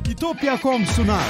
İtopya.com sunar.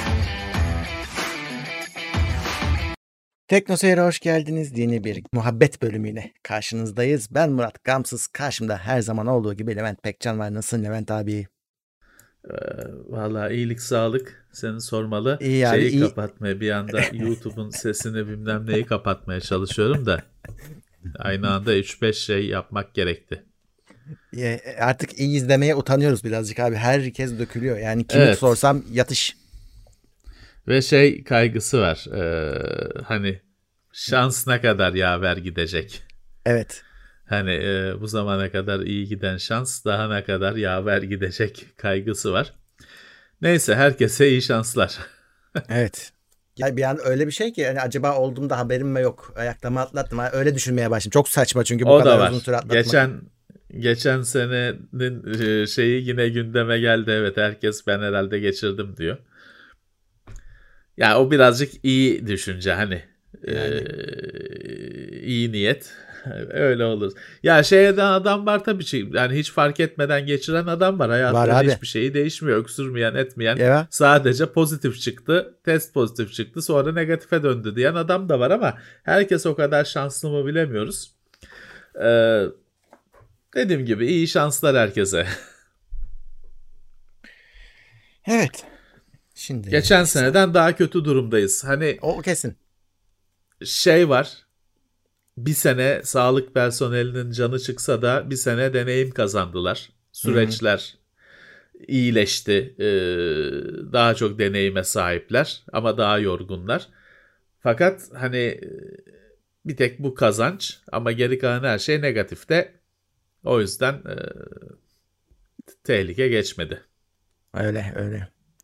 Tekno Seyir'e hoş geldiniz. Yeni bir muhabbet bölümüyle karşınızdayız. Ben Murat Gamsız. Karşımda her zaman olduğu gibi Levent Pekcan var. Nasılsın Levent abi? Vallahi iyilik sağlık seni sormalı. İyi abi, iyi. Kapatmaya bir anda YouTube'un sesini bilmem neyi kapatmaya çalışıyorum da aynı anda 3-5 şey yapmak gerekti. Artık iyi izlemeye utanıyoruz birazcık abi. Herkes dökülüyor. Yani kimi sorsam yatış. Ve kaygısı var. Hani şans ne kadar yaver gidecek. Evet. Hani bu zamana kadar iyi giden şans daha ne kadar yaver gidecek kaygısı var. Neyse herkese iyi şanslar. Evet. Ya bir an öyle bir şey ki yani acaba olduğumda haberim mi yok? Ayakta mı atlattım? Öyle düşünmeye başladım. Çok saçma çünkü bu kadar uzun süre atlatmak. Geçen senenin şeyi yine gündeme geldi. Evet herkes ben herhalde geçirdim diyor. Ya o birazcık iyi düşünce hani. Yani. İyi niyet. Öyle olur. Ya şeyden adam var tabii yani hiç fark etmeden geçiren adam var. Hayatında hiçbir şeyi değişmiyor. Öksürmeyen, etmeyen. Evet. Sadece pozitif çıktı. Test pozitif çıktı. Sonra negatife döndü diyen adam da var ama herkes o kadar şanslı mı bilemiyoruz. Dediğim gibi iyi şanslar herkese. Evet. Şimdi geçen seneden daha kötü durumdayız. Hani o kesin. Var. Bir sene sağlık personelinin canı çıksa da bir sene deneyim kazandılar. Süreçler iyileşti. Daha çok deneyime sahipler ama daha yorgunlar. Fakat hani bir tek bu kazanç ama geri kalan her şey negatifte. O yüzden tehlike geçmedi. Öyle.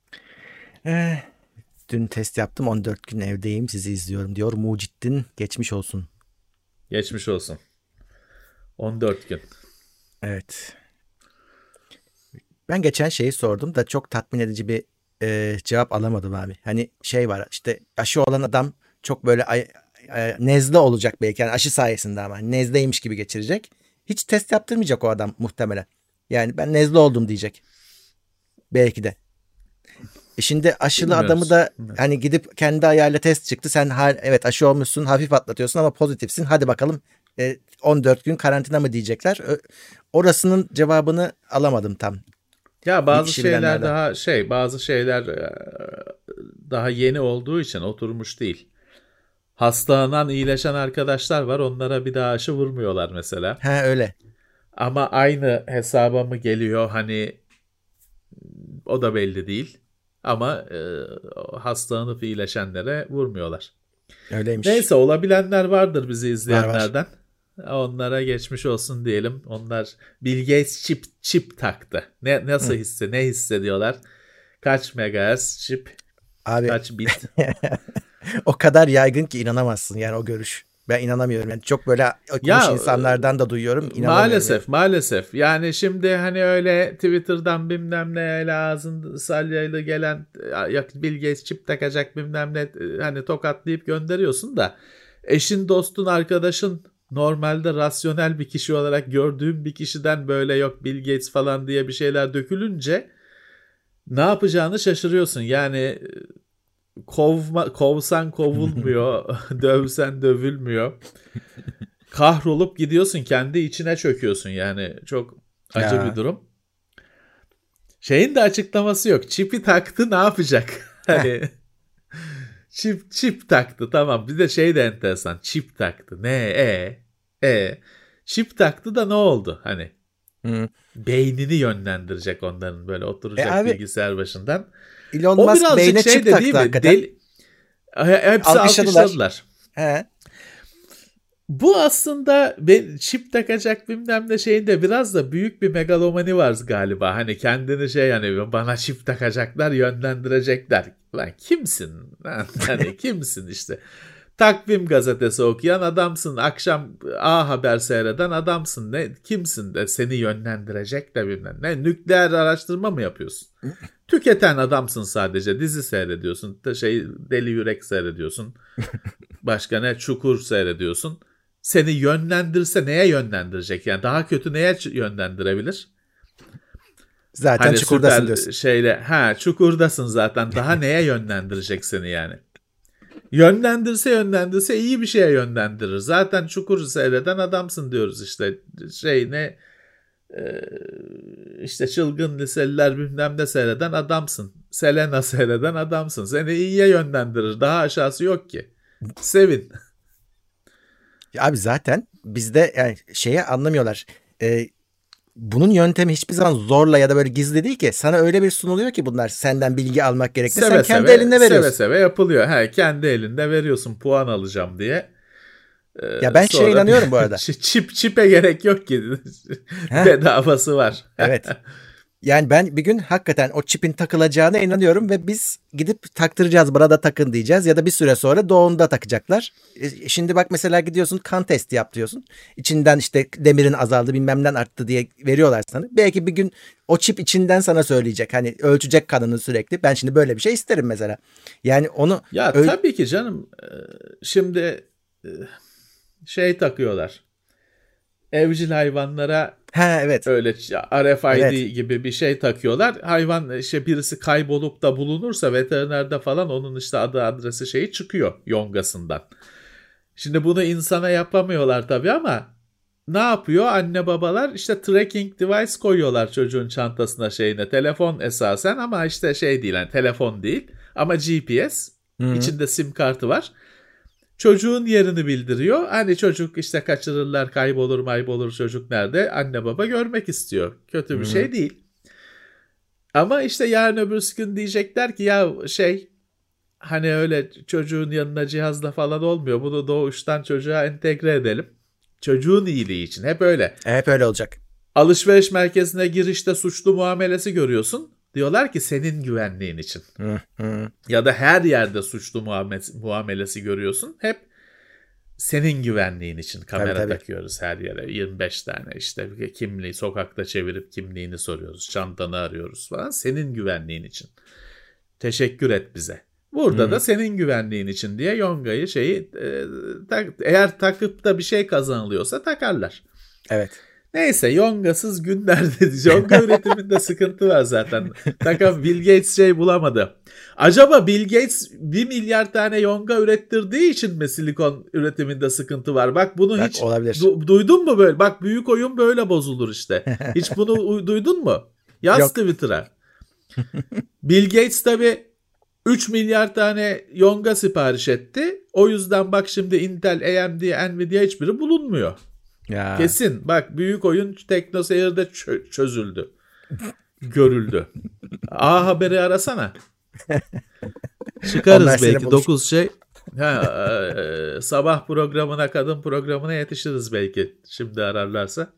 Dün test yaptım. 14 gün evdeyim. Sizi izliyorum diyor. Mucittin geçmiş olsun. Geçmiş olsun. 14 gün. Evet. Ben geçen şeyi sordum da çok tatmin edici bir cevap alamadım abi. Hani var işte aşı olan adam çok böyle nezle olacak belki. Yani aşı sayesinde ama nezleymiş gibi geçirecek. Hiç test yaptırmayacak o adam muhtemelen. Yani ben nezle oldum diyecek. Belki de. Şimdi aşılı bilmiyoruz. Adamı da hani gidip kendi ayağıyla test çıktı. Sen evet aşı olmuşsun, hafif atlatıyorsun ama pozitifsin. Hadi bakalım 14 gün karantina mı diyecekler. Orasının cevabını alamadım tam. Ya bazı şeyler bazı şeyler daha yeni olduğu için oturmuş değil. Hastalanan, iyileşen arkadaşlar var. Onlara bir daha aşı vurmuyorlar mesela. Öyle. Ama aynı hesaba mı geliyor hani o da belli değil. Ama hastalanıp iyileşenlere vurmuyorlar. Öyleymiş. Neyse olabilenler vardır bizi izleyenlerden. Var. Onlara geçmiş olsun diyelim. Onlar Bill Gates çip taktı. Ne hissediyorlar? Kaç megahertz çip? Abi, kaç bit? O kadar yaygın ki inanamazsın yani o görüş. Ben inanamıyorum. Yani çok böyle okumuş insanlardan da duyuyorum. Maalesef. Yani şimdi hani öyle Twitter'dan bilmem ne öyle ağzın salyayla gelen Bill Gates çip takacak bilmem ne hani tokatlayıp gönderiyorsun da eşin, dostun, arkadaşın normalde rasyonel bir kişi olarak gördüğün bir kişiden böyle yok Bill Gates falan diye bir şeyler dökülünce ne yapacağını şaşırıyorsun. Yani kovsan kovulmuyor, dövsen dövülmüyor. Kahrolup gidiyorsun, kendi içine çöküyorsun yani. Çok acı bir durum. Şeyin de açıklaması yok. Çipi taktı ne yapacak? Hani çip taktı tamam. Bir de de enteresan. Çip taktı. Çip taktı da ne oldu? Hani beynini yönlendirecek onların böyle oturacak bilgisayar başından. Elon Musk beyne çip taktı hakikaten. Hepsi alkışladılar. Bu aslında çip takacak bilmem ne şeyinde biraz da büyük bir megalomani var galiba. Hani kendini yani bana çip takacaklar, yönlendirecekler. Lan kimsin? Hani kimsin işte? Takvim gazetesi okuyan adamsın. Akşam A Haber seyreden adamsın. Kimsin de seni yönlendirecek de bilmem ne. Nükleer araştırma mı yapıyorsun? Tüketen adamsın sadece. Dizi seyrediyorsun. Deli Yürek seyrediyorsun. Başka ne? Çukur seyrediyorsun. Seni yönlendirse neye yönlendirecek? Yani daha kötü neye yönlendirebilir? Zaten Hani çukurdasın süper diyorsun. şeyle çukurdasın zaten. Daha neye yönlendirecek seni yani? Yönlendirse iyi bir şeye yönlendirir. Zaten çukuru seyreden adamsın diyoruz işte. Şey ne işte çılgın liseliler bilmem ne seyreden adamsın. Selena seyreden adamsın. Seni iyiye yönlendirir. Daha aşağısı yok ki. Sevin. Ya abi zaten bizde yani şeyi anlamıyorlar. Ee, Bunun yöntemi hiçbir zaman zorla ya da böyle gizli değil ki. Sana öyle bir sunuluyor ki bunlar senden bilgi almak gerektiğinde sen Seve kendi seve eline seve veriyorsun. seve yapılıyor. Kendi elinde veriyorsun puan alacağım diye. Ya ben şeye Sonra inanıyorum bu arada. çipe gerek yok ki. Heh, Bedavası var. evet. Yani ben bir gün hakikaten o çipin takılacağına inanıyorum ve biz gidip taktıracağız, bana da takın diyeceğiz ya da bir süre sonra doğumda takacaklar. Şimdi bak mesela gidiyorsun kan testi yap diyorsun. İçinden işte demirin azaldı bilmem ne arttı diye veriyorlar sana. Belki bir gün o çip içinden sana söyleyecek. Hani ölçecek kanını sürekli. Ben şimdi böyle bir şey isterim mesela. Yani onu Ya tabii ki canım. Şimdi takıyorlar. Evcil hayvanlara ha evet. öyle Evet. RFID gibi bir şey takıyorlar. Hayvan işte birisi kaybolup da bulunursa veterinerde falan onun işte adı adresi şeyi çıkıyor yongasından. Şimdi bunu insana yapamıyorlar tabii ama ne yapıyor anne babalar? İşte tracking device koyuyorlar çocuğun çantasına şeyine. Telefon esasen ama işte şey değil yani telefon değil ama GPS. Hı-hı. İçinde sim kartı var. Çocuğun yerini bildiriyor. Hani çocuk işte kaçırırlar, kaybolur çocuk nerede? Anne baba görmek istiyor. Kötü bir Hı-hı. şey değil. Ama işte yarın öbür gün diyecekler ki ya hani öyle çocuğun yanına cihazla falan olmuyor. Bunu doğuştan çocuğa entegre edelim. Çocuğun iyiliği için. Hep öyle. Hep öyle olacak. Alışveriş merkezine girişte suçlu muamelesi görüyorsun. Diyorlar ki senin güvenliğin için. Hı-hı. Ya da her yerde suçlu muamelesi görüyorsun. Hep senin güvenliğin için Tabii kamera tabii. takıyoruz her yere. 25 tane işte kimliği sokakta çevirip kimliğini soruyoruz. Çantanı arıyoruz falan. Senin güvenliğin için. Teşekkür et bize. Burada da Hı-hı. senin güvenliğin için diye yongayı eğer takıp da bir şey kazanılıyorsa takarlar. Evet. Neyse yongasız günlerde yonga üretiminde sıkıntı var zaten. Bill Gates şey bulamadı. Acaba Bill Gates 1 milyar tane yonga ürettirdiği için mi silikon üretiminde sıkıntı var? Bak bunu Bak hiç olabilir. duydun mu böyle? Bak büyük oyun böyle bozulur işte. Hiç bunu duydun mu? Yaz Yok. Twitter'a. Bill Gates tabii 3 milyar tane yonga sipariş etti. O yüzden bak şimdi Intel, AMD, Nvidia hiçbiri bulunmuyor. Ya. Kesin. Bak büyük oyun TeknoSeyir'de çözüldü. Görüldü. A Haber'i arasana. Onlar Çıkarız seni belki bulur. 9 şey. Sabah programına, kadın programına yetişiriz belki. Şimdi ararlarsa.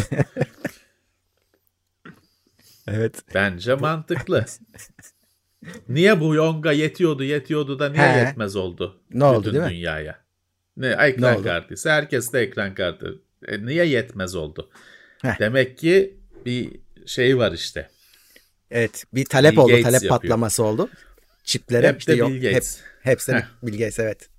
Evet. Bence Bu mantıklı. Niye bu yonga yetiyordu da niye he. yetmez oldu Ne oldu bütün değil mi? dünyaya? Ne Ne ekran oldu? kartıysa herkes de ekran kartı. Niye yetmez oldu? Heh. Demek ki bir şey var işte. Evet. Bir talep Bill oldu. Gates Talep yapıyor. patlaması oldu. Çiplere. Hep İşte de yok. Bill Hep Gates. hepsi Heh. Bill Gates evet.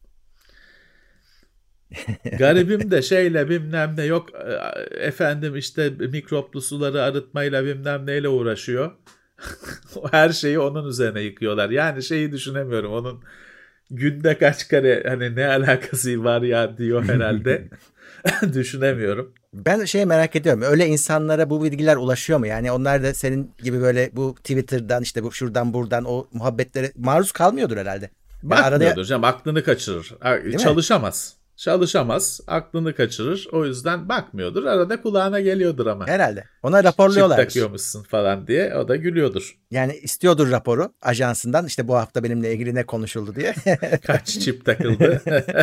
Garibim de şeyle bilmem ne yok efendim işte mikroplu suları arıtmayla bilmem neyle uğraşıyor. Her şeyi onun üzerine yıkıyorlar. Yani şeyi düşünemiyorum. Onun günde kaç kare hani ne alakası var ya diyor herhalde. Düşünemiyorum. Ben şey merak ediyorum. Öyle insanlara bu bilgiler ulaşıyor mu? Yani onlar da senin gibi böyle bu Twitter'dan işte bu şuradan buradan o muhabbetlere maruz kalmıyordur herhalde. Yani arada Bakmıyordur canım aklını kaçırır. değil mi? Çalışamaz. Çalışamaz. Aklını kaçırır. O yüzden bakmıyordur. Arada kulağına geliyordur ama. Herhalde. Ona Çip raporluyorlardır. takıyormuşsun falan diye. O da gülüyordur. Yani istiyordur raporu ajansından işte bu hafta benimle ilgili ne konuşuldu diye. Kaç çip takıldı.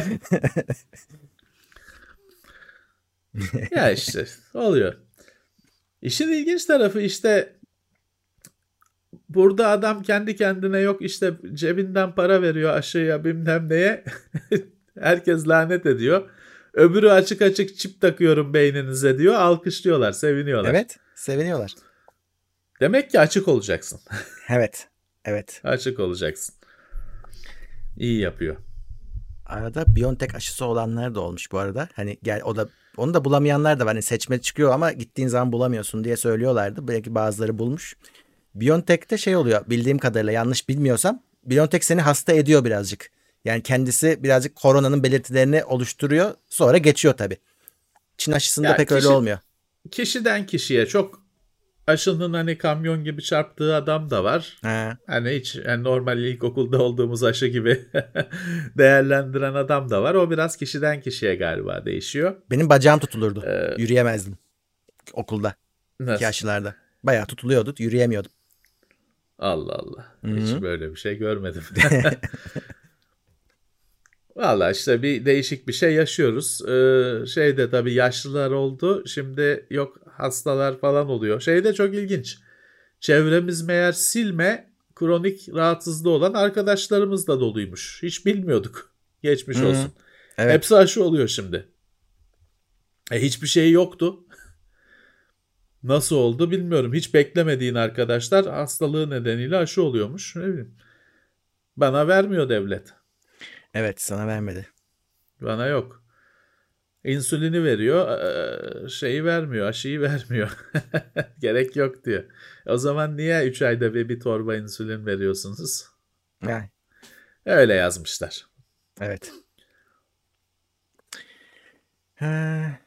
Ya işte oluyor. İşin ilginç tarafı işte burada adam kendi kendine yok işte cebinden para veriyor aşıya bilmem neye. Herkes lanet ediyor. Öbürü açık açık çip takıyorum beyninize diyor. Alkışlıyorlar, seviniyorlar. Evet, seviniyorlar. Demek ki açık olacaksın. Evet. Evet. Açık olacaksın. İyi yapıyor. Arada BioNTech aşısı olanlar da olmuş bu arada. Hani gel o da Onu da bulamayanlar da var. Hani seçme çıkıyor ama gittiğin zaman bulamıyorsun diye söylüyorlardı. Belki bazıları bulmuş. BioNTech'te şey oluyor bildiğim kadarıyla, yanlış bilmiyorsam BioNTech seni hasta ediyor birazcık. Yani kendisi birazcık koronanın belirtilerini oluşturuyor, sonra geçiyor tabii. Çin aşısında Ya pek öyle olmuyor. kişiden kişiye çok aşının hani kamyon gibi çarptığı adam da var. Ha. Hani hiç yani normal ilkokulda olduğumuz aşı gibi değerlendiren adam da var. O biraz kişiden kişiye galiba değişiyor. Benim bacağım tutulurdu. Ee, Yürüyemezdim okulda. İki Nasıl? aşılarda. Bayağı tutuluyordu. Yürüyemiyordum. Allah Allah. Hiç Hı-hı. böyle bir şey görmedim. Valla işte bir değişik bir şey yaşıyoruz. Şeyde tabii yaşlılar oldu. Şimdi yok hastalar falan oluyor. Şeyde çok ilginç. Çevremiz meğer silme, kronik rahatsızlığı olan arkadaşlarımız da doluymuş. Hiç bilmiyorduk. Geçmiş Hı-hı. olsun. Evet. Hepsi aşı oluyor şimdi. Hiçbir şey yoktu. Nasıl oldu bilmiyorum. Hiç beklemediğin arkadaşlar hastalığı nedeniyle aşı oluyormuş. Ne bileyim. Bana vermiyor devlet. Evet, sana vermedi. Bana yok. İnsülini veriyor, şeyi vermiyor, aşıyı vermiyor. Gerek yok diyor. O zaman niye 3 ayda bir torba insülin veriyorsunuz? Yani, Öyle yazmışlar. evet. Ha,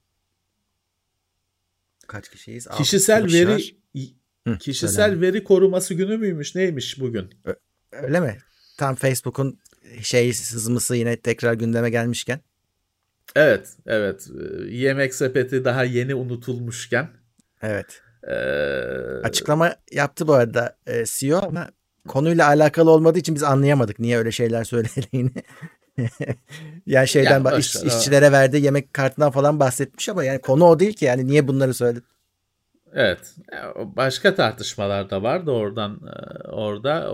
kaç kişiyiz? 6 Kişisel kişi veri Hı, söyle abi. kişisel veri koruması günü müymüş, neymiş bugün? Öyle mi? Tam Facebook'un şey sızması yine tekrar gündeme gelmişken. Evet, evet. Yemek sepeti daha yeni unutulmuşken. Evet. Ee, Açıklama yaptı bu arada CEO, ama konuyla alakalı olmadığı için biz anlayamadık niye öyle şeyler söylediğini. Yani şeyden Ya boş ver. işçilere verdiği yemek kartından falan bahsetmiş ama yani konu o değil ki, yani niye bunları söyledi? Evet. Başka tartışmalar da vardı oradan orada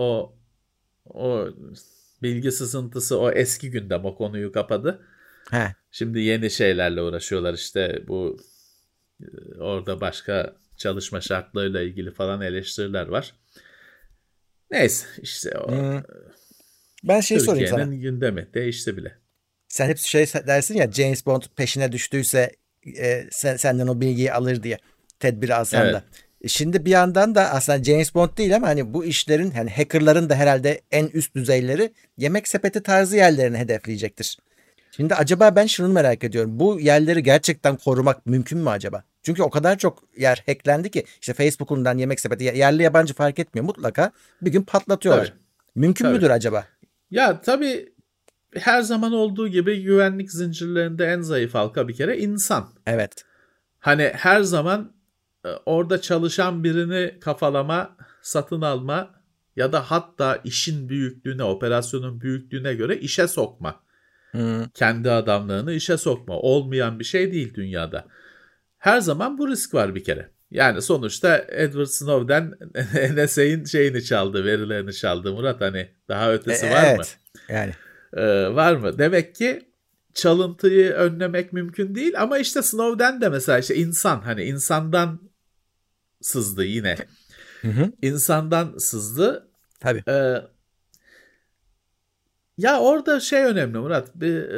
o bilgi sızıntısı o eski gündem o konuyu kapadı. He. Şimdi yeni şeylerle uğraşıyorlar işte bu orada başka çalışma şartlarıyla ilgili falan eleştiriler var. Neyse işte o Hmm. Ben şey sorayım sana. Türkiye'nin gündemi değişti bile. Sen hep şey dersin ya, James Bond peşine düştüyse senden o bilgiyi alır diye, tedbiri alsan da. Evet. Şimdi bir yandan da aslında James Bond değil ama hani bu işlerin, hani hackerların da herhalde en üst düzeyleri yemek sepeti tarzı yerlerini hedefleyecektir. Şimdi acaba ben şunu merak ediyorum. Bu yerleri gerçekten korumak mümkün mü acaba? Çünkü o kadar çok yer hacklendi ki, işte Facebook'undan yemek sepeti, yerli yabancı fark etmiyor, mutlaka bir gün Tabii. patlatıyorlar. Mümkün Tabii. müdür acaba? Ya tabii her zaman olduğu gibi güvenlik zincirlerinde en zayıf halka bir kere insan. Evet. Hani her zaman orada çalışan birini kafalama, satın alma ya da hatta işin büyüklüğüne, operasyonun büyüklüğüne göre işe sokma. Hı. Kendi adamlığını işe sokma. Olmayan bir şey değil dünyada. Her zaman bu risk var bir kere. Yani sonuçta Edward Snowden NSA'in şeyini çaldı, verilerini çaldı Murat. Hani daha ötesi var mı? Evet. Yani. Var mı? Demek ki çalıntıyı önlemek mümkün değil ama işte Snowden de mesela işte insan hani insandan sızdı yine. Hı hı. İnsandan sızdı. Tabii. Ee, Ya orada şey önemli Murat.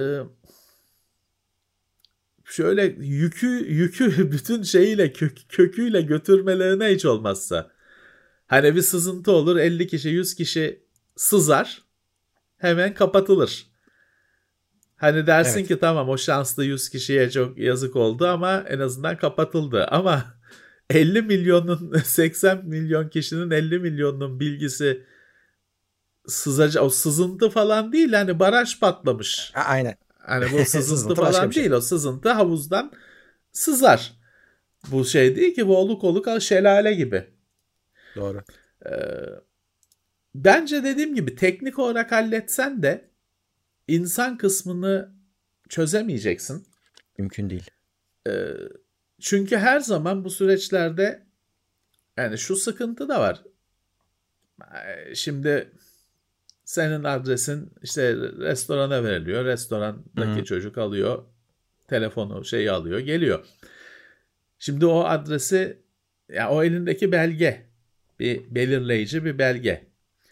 Şöyle yükü bütün şeyiyle köküyle götürmelerine hiç olmazsa. Hani bir sızıntı olur 50 kişi 100 kişi sızar hemen kapatılır. Hani dersin Evet. ki tamam o şanslı 100 kişiye çok yazık oldu ama en azından kapatıldı. Ama 50 milyonun 80 milyon kişinin 50 milyonunun bilgisi sızacak o sızıntı falan değil hani baraj patlamış. Aynen. Hani bu sızıntı Sızıntı başka bir falan şey. değil o sızıntı havuzdan sızar. Bu şey değil ki bu oluk oluk şelale gibi. Doğru. Bence dediğim gibi teknik olarak halletsen de insan kısmını çözemeyeceksin. Mümkün değil. Ee, Çünkü her zaman bu süreçlerde yani şu sıkıntı da var. Şimdi senin adresin işte restorana veriliyor. Restorandaki Hı. çocuk alıyor. Telefonu şeyi alıyor geliyor. Şimdi o adresi ya o elindeki belge bir belirleyici bir belge.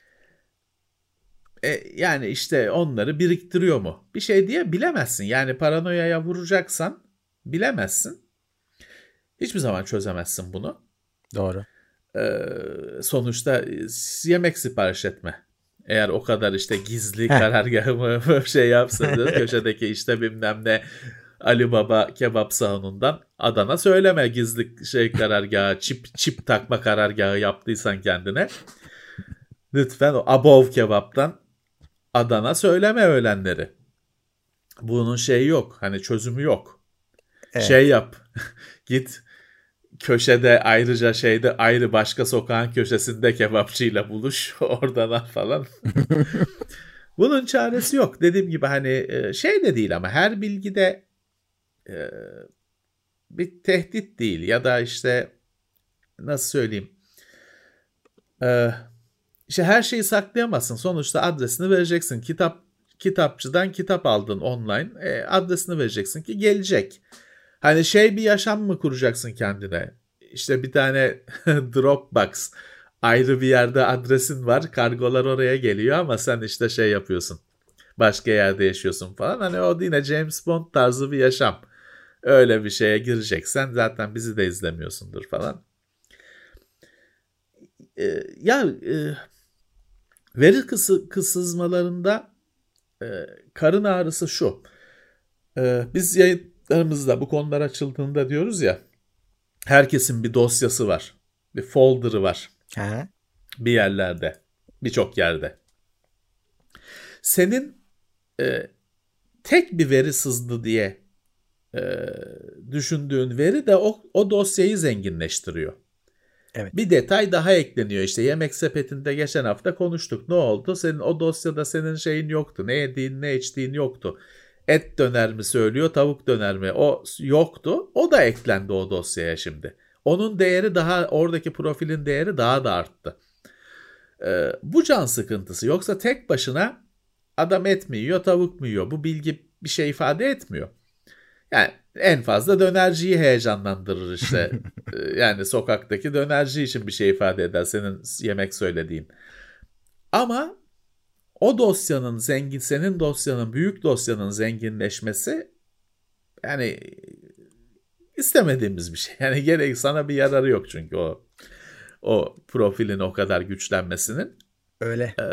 Yani işte onları biriktiriyor mu? Bir şey diye bilemezsin. Yani paranoyaya vuracaksan bilemezsin. Hiçbir zaman çözemezsin bunu. Doğru. Sonuçta yemek sipariş etme. Eğer o kadar işte gizli Heh. karargahımı şey yapsanız köşedeki işte bilmem ne Ali Baba kebap salonundan Adana söyleme gizli şey karargahı çip takma karargahı yaptıysan kendine. Lütfen o Abov kebaptan Adana söyleme öğlenleri. Bunun şeyi yok. Hani çözümü yok. Şey Evet. yap. Git köşede ayrıca şeyde ayrı başka sokağın köşesinde kebapçıyla buluş. Oradan al falan. Bunun çaresi yok. Dediğim gibi hani şey de değil ama her bilgide bir tehdit değil. Ya da işte nasıl söyleyeyim. E, işte her şeyi saklayamazsın. Sonuçta adresini vereceksin. Kitapçıdan kitap aldın online. Adresini vereceksin ki gelecek. Hani şey bir yaşam mı kuracaksın kendine? İşte bir tane Dropbox ayrı bir yerde adresin var. Kargolar oraya geliyor ama sen işte şey yapıyorsun. Başka yerde yaşıyorsun falan. Hani o yine James Bond tarzı bir yaşam. Öyle bir şeye gireceksen zaten bizi de izlemiyorsundur falan. Ya veri kısızmalarında karın ağrısı şu. Biz yayınlarımızda bu konular açıldığında diyoruz ya herkesin bir dosyası var. Bir folder'ı var. Ha. Bir yerlerde. Birçok yerde. Senin tek bir veri sızdı diye düşündüğün veri de o dosyayı zenginleştiriyor. Evet. Bir detay daha ekleniyor. İşte yemek sepetinde geçen hafta konuştuk. Ne oldu? Senin o dosyada senin şeyin yoktu. Ne yediğin, ne içtiğin yoktu. Et döner mi söylüyor, tavuk döner mi? O yoktu. O da eklendi o dosyaya şimdi. Onun değeri daha, oradaki profilin değeri daha da arttı. Bu can sıkıntısı. Yoksa tek başına adam et mi yiyor, tavuk mu yiyor? Bu bilgi bir şey ifade etmiyor. Yani en fazla dönerciyi heyecanlandırır işte. Yani sokaktaki dönerci için bir şey ifade eder senin yemek söylediğin. Ama o dosyanın senin dosyanın, büyük dosyanın zenginleşmesi yani istemediğimiz bir şey. Yani gerek sana bir yararı yok çünkü o profilin o kadar güçlenmesinin. Öyle. Ee,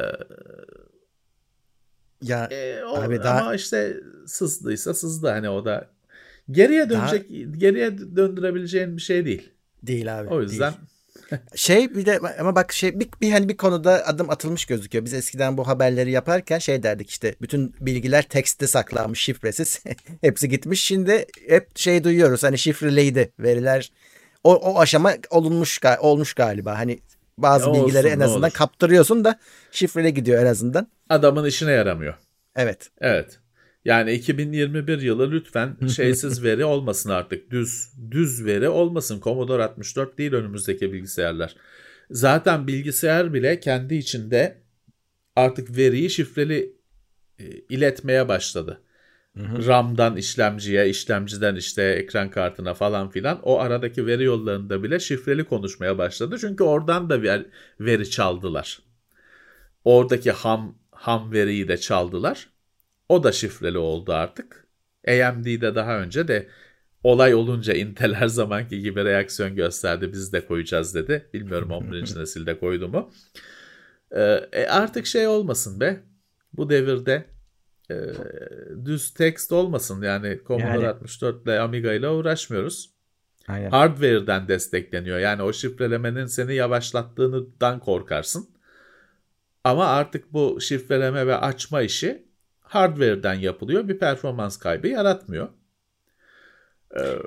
Ya abi ama işte sızdıysa sızdı hani o da daha geriye döndürebileceğin bir şey değil. değil abi. O yüzden Değil. Şey bir de ama bak şey hani bir konuda adım atılmış gözüküyor. Biz eskiden bu haberleri yaparken şey derdik işte bütün bilgiler tekste saklanmış şifresiz. Hepsi gitmiş. Şimdi hep şey duyuyoruz hani şifreliydi veriler. O aşama olmuş galiba. Hani bazı bilgileri olsun en ne azından olur. kaptırıyorsun da şifreli gidiyor en azından. Adamın işine yaramıyor. Evet. Evet. Yani 2021 yılı lütfen şeysiz veri olmasın artık. Düz veri olmasın. Commodore 64 değil önümüzdeki bilgisayarlar. Zaten bilgisayar bile kendi içinde artık veriyi şifreli iletmeye başladı. Hı hı. RAM'dan işlemciye, işlemciden işte ekran kartına falan filan o aradaki veri yollarında bile şifreli konuşmaya başladı. Çünkü oradan da veri çaldılar. Oradaki ham veriyi de çaldılar. O da şifreli oldu artık. AMD'de daha önce de olay olunca Intel her zamanki gibi reaksiyon gösterdi. Biz de koyacağız dedi. Bilmiyorum 11. nesilde koydu mu. Artık şey olmasın be. Bu devirde e, düz text olmasın. Yani Commodore Yani 64 ile Amiga ile uğraşmıyoruz. aynen. Hardware'den destekleniyor. Yani o şifrelemenin seni yavaşlattığından korkarsın. Ama artık bu şifreleme ve açma işi hardware'den yapılıyor. Bir performans kaybı yaratmıyor. Ee,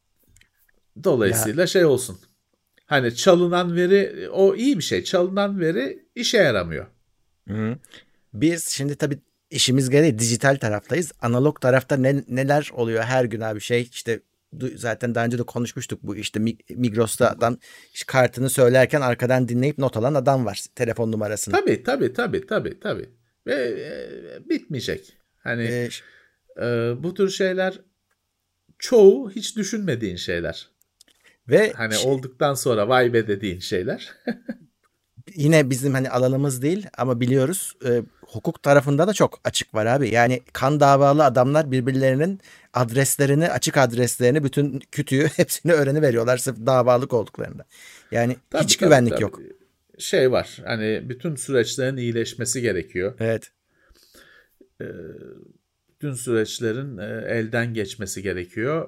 Ya Dolayısıyla şey olsun. Hani çalınan veri o iyi bir şey. Çalınan veri işe yaramıyor. hı. Biz şimdi tabii işimiz gereği dijital taraftayız. Analog tarafta neler oluyor her gün abi şey işte zaten daha önce de konuşmuştuk bu işte Migros'ta adam işte kartını söylerken arkadan dinleyip not alan adam var telefon numarasını. Tabii. Ve bitmeyecek. Hani Ee, bu tür şeyler çoğu hiç düşünmediğin şeyler. ve Hani olduktan sonra vay be dediğin şeyler. yine bizim hani alanımız değil ama biliyoruz hukuk tarafında da çok açık var abi. Yani kan davalı adamlar birbirlerinin adreslerini, açık adreslerini, bütün kütüğü hepsini öğreniveriyorlar sırf davalık olduklarında. Yani Tabii hiç tabii güvenlik tabii. yok. Şey var. Hani bütün süreçlerin iyileşmesi gerekiyor. Evet. Ee, Bütün süreçlerin elden geçmesi gerekiyor.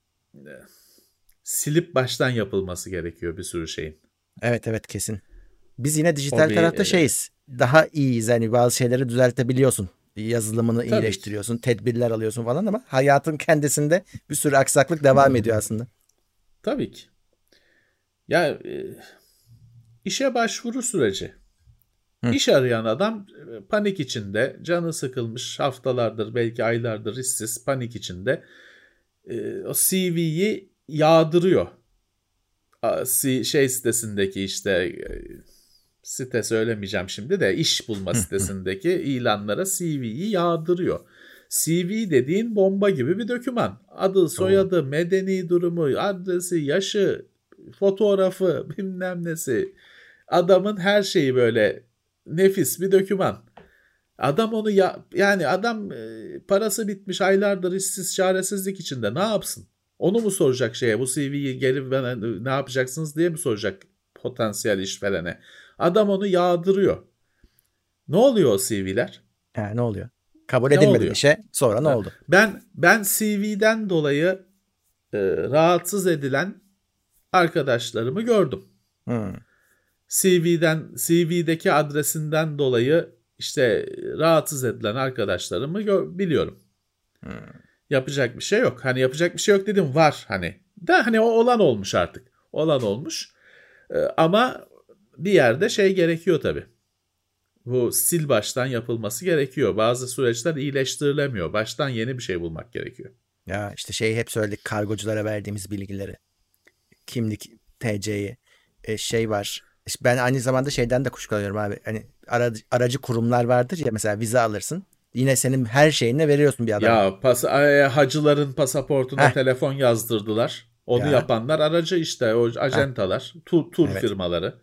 Silip baştan yapılması gerekiyor bir sürü şeyin. Evet evet kesin. Biz yine O dijital bir tarafta şeyiz. Daha iyiyiz. Hani bazı şeyleri düzeltebiliyorsun. Yazılımını tabii ki. iyileştiriyorsun, tedbirler alıyorsun falan ama hayatın kendisinde bir sürü aksaklık devam ediyor aslında. Tabii ki. Ya işe başvuru süreci. Hı. İş arayan adam panik içinde, canı sıkılmış, haftalardır belki aylardır işsiz, panik içinde o CV'yi yağdırıyor. Şey sitesindeki işte site söylemeyeceğim şimdi de iş bulma Hı hı. sitesindeki ilanlara CV'yi yağdırıyor. CV dediğin bomba gibi bir doküman. Adı, Oo. soyadı, medeni durumu, adresi, yaşı, fotoğrafı, bilmem nesi. Adamın her şeyi böyle nefis bir doküman. Adam onu yani adam parası bitmiş aylardır işsiz çaresizlik içinde ne yapsın? Onu mu soracak şeye bu CV'yi gelip bana ne yapacaksınız diye mi soracak potansiyel işverene? Adam onu yağdırıyor. Ne oluyor o CV'ler? Ha, ne oluyor? Kabul Ne edilmedin oluyor? işe. Sonra ne oldu? Ben CV'den dolayı rahatsız edilen arkadaşlarımı gördüm. Hı. CV'deki adresinden dolayı işte rahatsız edilen arkadaşlarımı biliyorum. Hı. Yapacak bir şey yok. Hani yapacak bir şey yok dedim var hani. Da hani o olan olmuş artık. Olan olmuş. Ama bir yerde şey gerekiyor tabii. Bu sil baştan yapılması gerekiyor. Bazı süreçler iyileştirilemiyor. Baştan yeni bir şey bulmak gerekiyor. Ya işte şeyi hep söyledik kargoculara verdiğimiz bilgileri. Kimlik, TC'yi. Şey var. İşte ben aynı zamanda şeyden de kuşkulanıyorum abi. Hani aracı kurumlar vardır ya mesela vize alırsın. Yine senin her şeyini veriyorsun bir adama. Ya hacıların pasaportuna Heh. telefon yazdırdılar. Onu Ya yapanlar aracı işte o heh, acentalar, tur evet. firmaları.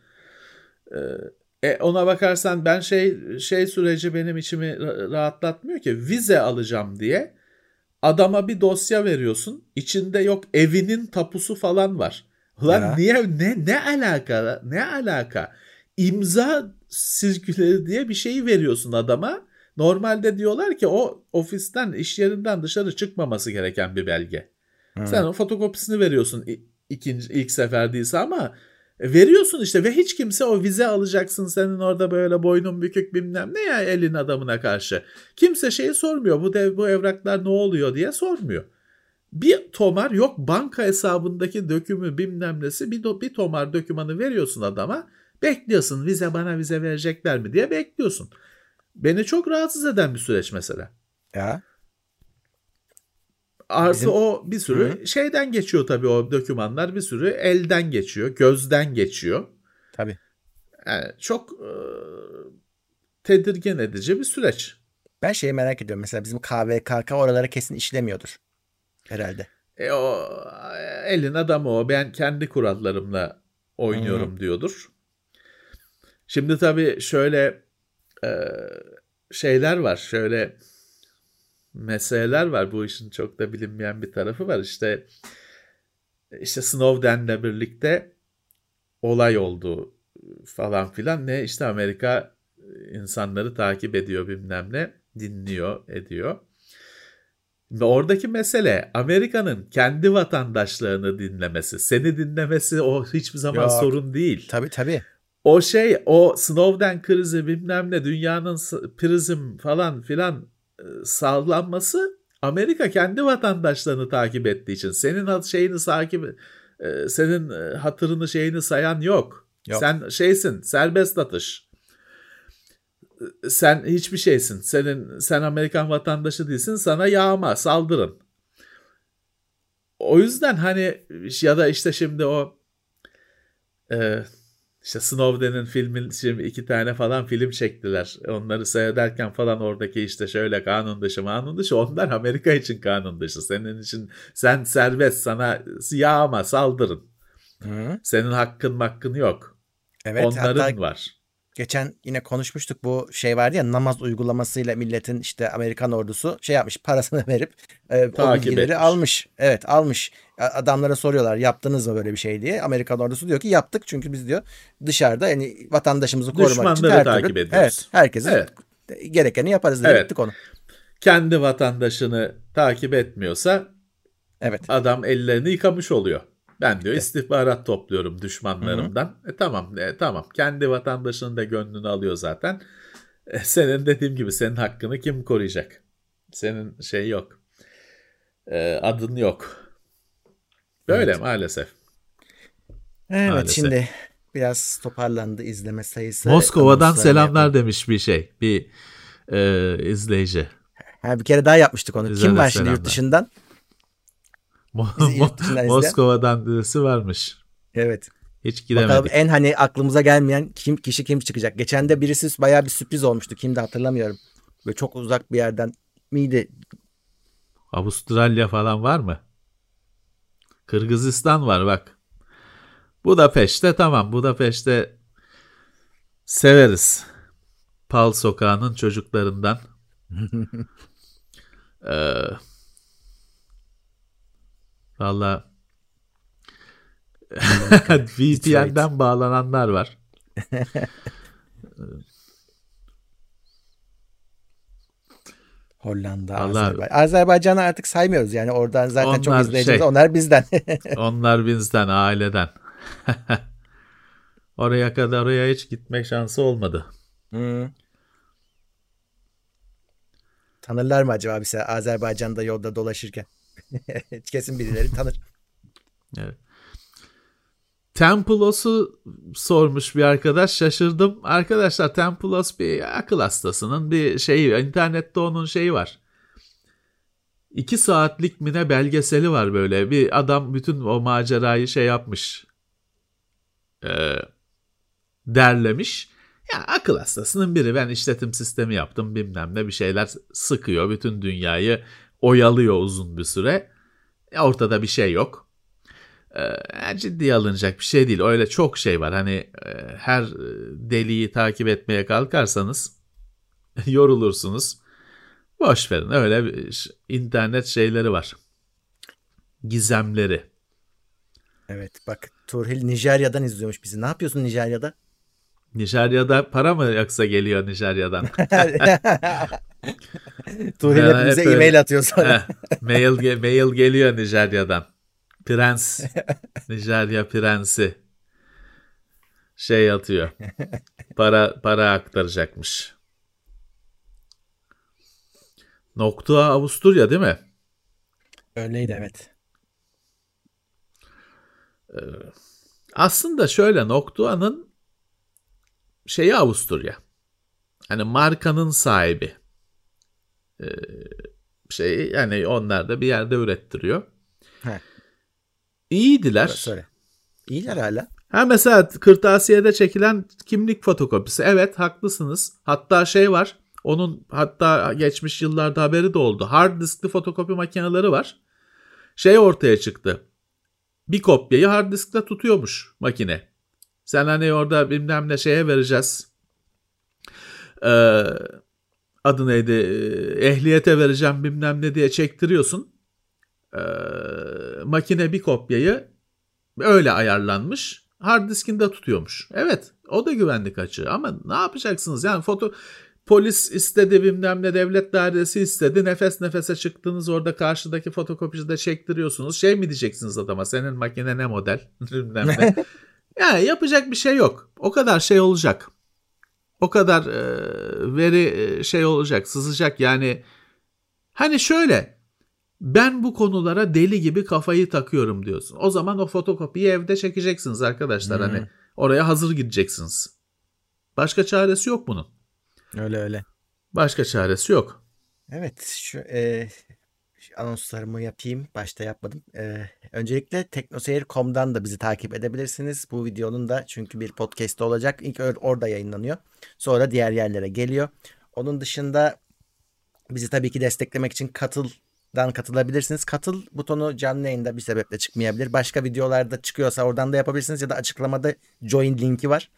Ona bakarsan ben şey süreci benim içimi rahatlatmıyor ki vize alacağım diye adama bir dosya veriyorsun. İçinde yok evinin tapusu falan var. Ulan Ya niye ne alaka ne alaka? İmza sirküleri diye bir şeyi veriyorsun adama. Normalde diyorlar ki o ofisten iş yerinden dışarı çıkmaması gereken bir belge. Sen hı, o fotokopisini veriyorsun ilk sefer değilse ama veriyorsun işte ve hiç kimse o vize alacaksın senin orada böyle boynun bükük bilmem ne ya elin adamına karşı. Kimse şeyi sormuyor bu evraklar ne oluyor diye sormuyor. Bir tomar yok banka hesabındaki dökümü bilmem nesi bir tomar dökümanı veriyorsun adama bekliyorsun bana vize verecekler mi diye bekliyorsun. Beni çok rahatsız eden bir süreç mesela. ya Artı bizim o bir hı, sürü şeyden geçiyor tabii o dokümanlar bir sürü elden geçiyor, gözden geçiyor. tabii. Yani çok tedirgin edici bir süreç. Ben şeyi merak ediyorum. Mesela bizim KVKK oralara kesin işlemiyordur herhalde. O elin adamı o ben kendi kurallarımla Hı, oynuyorum diyordur. Şimdi tabii şöyle e, şeyler var, şöyle meseleler var. Bu işin çok da bilinmeyen bir tarafı var. İşte Snowden'le birlikte olay oldu falan filan ne işte Amerika insanları takip ediyor bilmem ne dinliyor ediyor. Ve oradaki mesele Amerika'nın kendi vatandaşlarını dinlemesi. Seni dinlemesi o hiçbir zaman yok. sorun değil. Tabii tabii. O Snowden krizi bilmem ne dünyanın prizm falan filan sağlanması Amerika kendi vatandaşlarını takip ettiği için senin şeyini senin hatırını şeyini sayan yok. Yok. Sen şeysin serbest atış. Sen hiçbir şeysin. Sen Amerikan vatandaşı değilsin. Sana yağma, saldırın. O yüzden hani ya da işte şimdi o e, işte Snowden'in filmi şimdi 2 tane falan film çektiler. Onları seyrederken falan oradaki işte şöyle kanun dışı onlar Amerika için kanun dışı. Senin için sen serbest sana yağma saldırın. Hı. Senin hakkın yok. Evet hatta Onların var. Geçen yine konuşmuştuk, bu şey vardı ya, namaz uygulamasıyla milletin işte Amerikan ordusu şey yapmış, parasını verip o Takip bilgileri etmiş. almış. Evet, almış. Adamlara soruyorlar yaptınız mı böyle bir şey diye. Amerikan ordusu diyor ki yaptık, çünkü biz diyor dışarıda yani vatandaşımızı korumak için Düşmanları her türlü, takip evet, ediyoruz. herkesi Evet. gerekeni yaparız dedi, bitti Evet. konu. Kendi vatandaşını takip etmiyorsa Evet, adam ellerini yıkamış oluyor. Ben diyor bitti. istihbarat topluyorum Hı hı. düşmanlarımdan. Tamam, tamam. Kendi vatandaşının da gönlünü alıyor zaten. Senin dediğim gibi senin hakkını kim koruyacak? Senin şey yok. Adın yok. Böyle Evet. maalesef. Evet, Maalesef. şimdi biraz toparlandı izleme sayısı, Moskova'dan anonslarımı selamlar yapayım. demiş bir izleyici. Ha, bir kere daha yapmıştık onu. Bize Kim de var şimdi yurt selamlar. dışından? Bizi yurt dışından izleyen. Moskova'dan birisi varmış. Evet. Hiç Bakalım gidemedik. en hani aklımıza gelmeyen kişi kim çıkacak? Geçen de birisi bayağı bir sürpriz olmuştu. Kimdi hatırlamıyorum. Böyle çok uzak bir yerden miydi? Avustralya falan var mı? Kırgızistan var bak. Budapeşte tamam. Budapeşte severiz. Pal Sokağı'nın çocuklarından. Ee, Valla Bilmem ne kadar. Detroit. VPN'den bağlananlar var. Hollanda, Valla Azerbaycan. Azerbaycan'ı artık saymıyoruz. Yani oradan zaten çok onlar izleyicimiz. Onlar bizden. onlar bizden, aileden. Oraya hiç gitme şansı olmadı. Hmm. Tanırlar mı acaba bize Azerbaycan'da yolda dolaşırken? Kesin birileri tanır. Evet. Tempulos'u sormuş bir arkadaş, şaşırdım. Arkadaşlar Tempulos bir akıl hastasının bir şeyi. İnternette onun şeyi var. 2 saatlik mi ne belgeseli var böyle. Bir adam bütün o macerayı şey yapmış. E, Derlemiş. Ya akıl hastasının biri, ben işletim sistemi yaptım bilmem ne bir şeyler sıkıyor. Bütün dünyayı oyalıyor uzun bir süre. Ortada bir şey yok. Ciddiye alınacak bir şey değil. Öyle çok şey var. Hani her deliği takip etmeye kalkarsanız yorulursunuz. Boş verin. Öyle internet şeyleri var. Gizemleri. Evet, bak Turhil Nijerya'dan izliyormuş bizi. Ne yapıyorsun Nijerya'da? Nijerya'da para mı yoksa geliyor Nijerya'dan? Turhil hep Hep bize öyle. e-mail atıyor sonra. Mail geliyor Nijerya'dan. Prens. Nijerya prensi. Şey atıyor. Para aktaracakmış. Nokta Avusturya değil mi? Öyleydi, evet. Aslında şöyle, Noktua'nın şeyi Avusturya. Hani markanın sahibi. Yani onlar da bir yerde ürettiriyor. Heh, orası İyiydiler. öyle. İyiler hala. Ha mesela kırtasiyede çekilen kimlik fotokopisi. Evet haklısınız. Hatta şey var. Onun hatta geçmiş yıllarda haberi de oldu. Hard diskli fotokopi makineleri var. Şey ortaya çıktı. Bir kopyayı hard diskte tutuyormuş makine. Sen hani orada bilmem ne şeye vereceğiz. Ee, Adı neydi? Ehliyete vereceğim bilmem ne diye çektiriyorsun. Ee, Makine bir kopyayı öyle ayarlanmış. Hard diskinde tutuyormuş. Evet, o da güvenlik açığı ama ne yapacaksınız? Yani polis istedi bilmem ne, devlet dairesi istedi. Nefes nefese çıktınız orada, karşıdaki fotokopicide çektiriyorsunuz. Şey mi diyeceksiniz adama, senin makine ne model bilmem ne. Yani yapacak bir şey yok. O kadar şey olacak. O kadar veri şey olacak, sızacak. Yani hani şöyle, ben bu konulara deli gibi kafayı takıyorum diyorsun. O zaman o fotokopiyi evde çekeceksiniz arkadaşlar. Hani Hmm, oraya hazır gideceksiniz. Başka çaresi yok bunun. öyle öyle. Başka çaresi yok. Evet, şu anonslarımı yapayım. Başta yapmadım. Öncelikle teknoseyir.com'dan da bizi takip edebilirsiniz. Bu videonun da çünkü bir podcast olacak. İlk orada yayınlanıyor. Sonra diğer yerlere geliyor. Onun dışında bizi tabii ki desteklemek için Katıl'dan katılabilirsiniz. Katıl butonu canlı yayında bir sebeple çıkmayabilir. Başka videolarda çıkıyorsa oradan da yapabilirsiniz ya da açıklamada join linki var.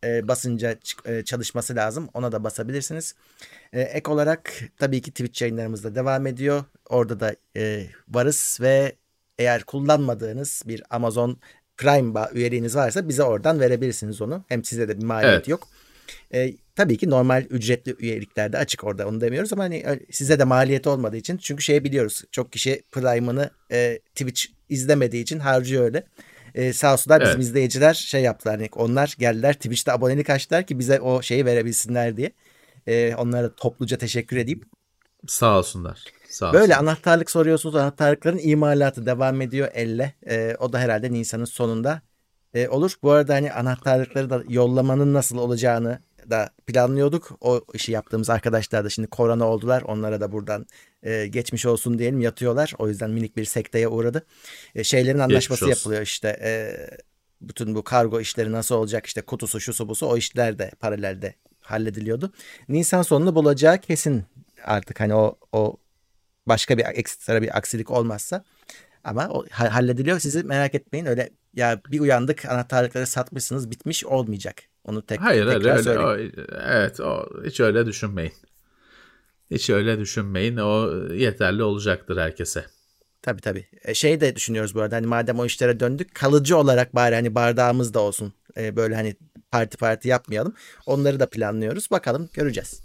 basınca çalışması lazım. Ona da basabilirsiniz. Ek olarak tabii ki Twitch yayınlarımız da devam ediyor. Orada da varız ve eğer kullanmadığınız bir Amazon Prime üyeliğiniz varsa bize oradan verebilirsiniz onu. Hem size de bir maliyeti yok. Tabii ki normal ücretli üyeliklerde açık orada, onu demiyoruz ama hani size de maliyeti olmadığı için, çünkü biliyoruz, çok kişi Prime'ını Twitch izlemediği için harcıyor öyle. Sağ olsunlar bizim izleyiciler yaptılar, hani onlar geldiler Twitch'te abonelik açtılar ki bize o şeyi verebilsinler diye. Onlara topluca teşekkür edeyim. Sağ olsunlar. Böyle anahtarlık soruyorsunuz. Anahtarlıkların imalatı devam ediyor elle. O da herhalde Nisan'ın sonunda olur. Bu arada hani anahtarlıkları da yollamanın nasıl olacağını da planlıyorduk. O işi yaptığımız arkadaşlar da şimdi korona oldular. Onlara da buradan geçmiş olsun diyelim, yatıyorlar. O yüzden minik bir sekteye uğradı. Şeylerin anlaşması yapılıyor işte. Bütün bu kargo işleri nasıl olacak, işte kutusu şusu busu, o işler de paralelde hallediliyordu. Nisan sonunu bulacağı kesin artık, hani o başka bir ekstra bir aksilik olmazsa, ama o hallediliyor. Sizi merak etmeyin, öyle ya bir uyandık anahtarlıkları satmışsınız bitmiş olmayacak. Onu tekrar söyleyeyim. Hiç öyle düşünmeyin. Hiç öyle düşünmeyin. O yeterli olacaktır herkese. Tabii. Şey de düşünüyoruz bu arada, hani madem o işlere döndük, kalıcı olarak bari hani bardağımız da olsun. Böyle hani parti yapmayalım. Onları da planlıyoruz. Bakalım, göreceğiz.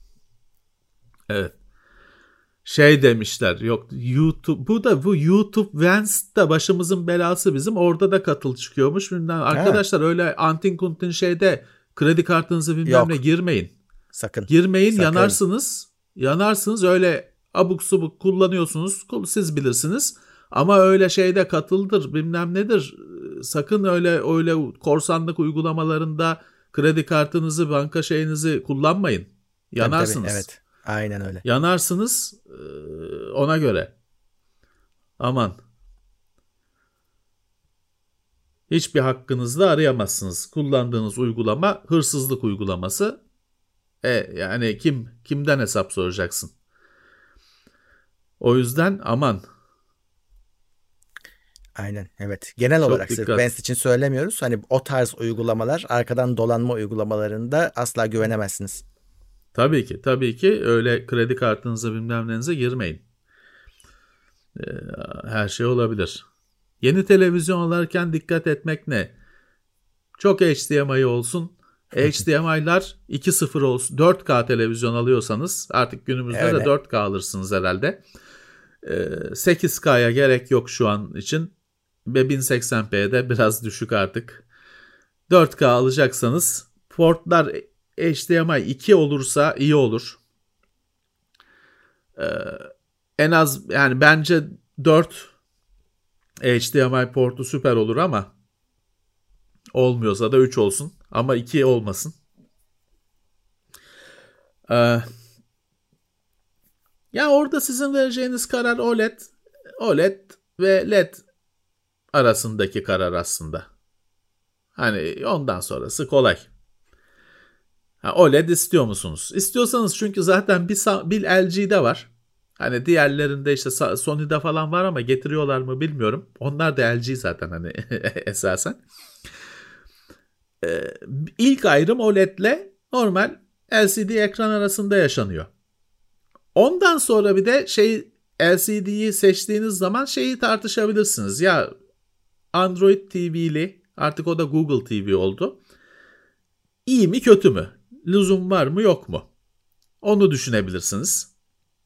Evet. Demişler, yok YouTube, bu YouTube Vans da başımızın belası bizim, orada da katıl çıkıyormuş. Arkadaşlar öyle antin kuntin kredi kartınızı bilmem ne girmeyin. Sakın. Girmeyin, yanarsınız öyle abuk subuk kullanıyorsunuz, siz bilirsiniz. Ama öyle katıldır bilmem nedir, sakın öyle korsanlık uygulamalarında kredi kartınızı, banka şeyinizi kullanmayın. Yanarsınız. Tabii, evet. Aynen öyle. Yanarsınız, ona göre. Aman. Hiçbir hakkınızda arayamazsınız. Kullandığınız uygulama hırsızlık uygulaması. Yani kimden hesap soracaksın? O yüzden aman. Aynen, evet. Genel Çok olarak dikkat. sırf Vans için söylemiyoruz. Hani o tarz uygulamalar, arkadan dolanma uygulamalarında asla güvenemezsiniz. Tabii ki öyle kredi kartınıza bilmem nenize girmeyin. Her şey olabilir. Yeni televizyon alırken dikkat etmek ne? Çok HDMI olsun. HDMI'lar 2.0 olsun. 4K televizyon alıyorsanız artık günümüzde de 4K alırsınız herhalde. 8K'ya gerek yok şu an için. Ve 1080p'de biraz düşük artık. 4K alacaksanız portlar HDMI 2 olursa iyi olur. En az, yani bence 4 HDMI portu süper olur ama olmuyorsa da 3 olsun ama 2 olmasın. Ya orada sizin vereceğiniz karar OLED ve LED arasındaki karar aslında. Hani ondan sonrası kolay. OLED istiyor musunuz? İstiyorsanız, çünkü zaten bir LG'de var. Hani diğerlerinde işte Sony'de falan var ama getiriyorlar mı bilmiyorum. Onlar da LG zaten hani esasen. İlk ayrım OLED'le normal LCD ekran arasında yaşanıyor. Ondan sonra bir de LCD'yi seçtiğiniz zaman tartışabilirsiniz. Ya Android TV'li, artık o da Google TV oldu. İyi mi kötü mü? Lüzum var mı yok mu? Onu düşünebilirsiniz.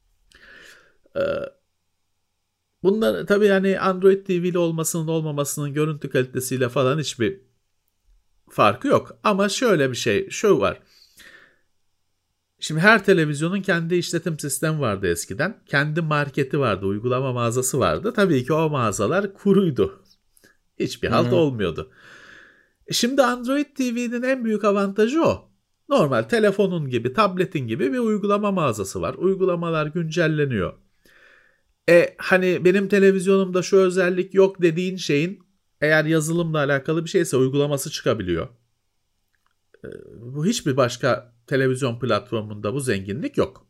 Bunlar tabii yani Android TV'li olmasının olmamasının görüntü kalitesiyle falan hiçbir farkı yok. Ama şöyle bir şu var. Şimdi her televizyonun kendi işletim sistemi vardı eskiden. Kendi marketi vardı, uygulama mağazası vardı. Tabii ki o mağazalar kuruydu. Hiçbir halt olmuyordu. Şimdi Android TV'nin en büyük avantajı o. Normal telefonun gibi, tabletin gibi bir uygulama mağazası var. Uygulamalar güncelleniyor. Hani benim televizyonumda şu özellik yok dediğin şeyin, eğer yazılımla alakalı bir şeyse, uygulaması çıkabiliyor. Bu hiçbir başka televizyon platformunda bu zenginlik yok.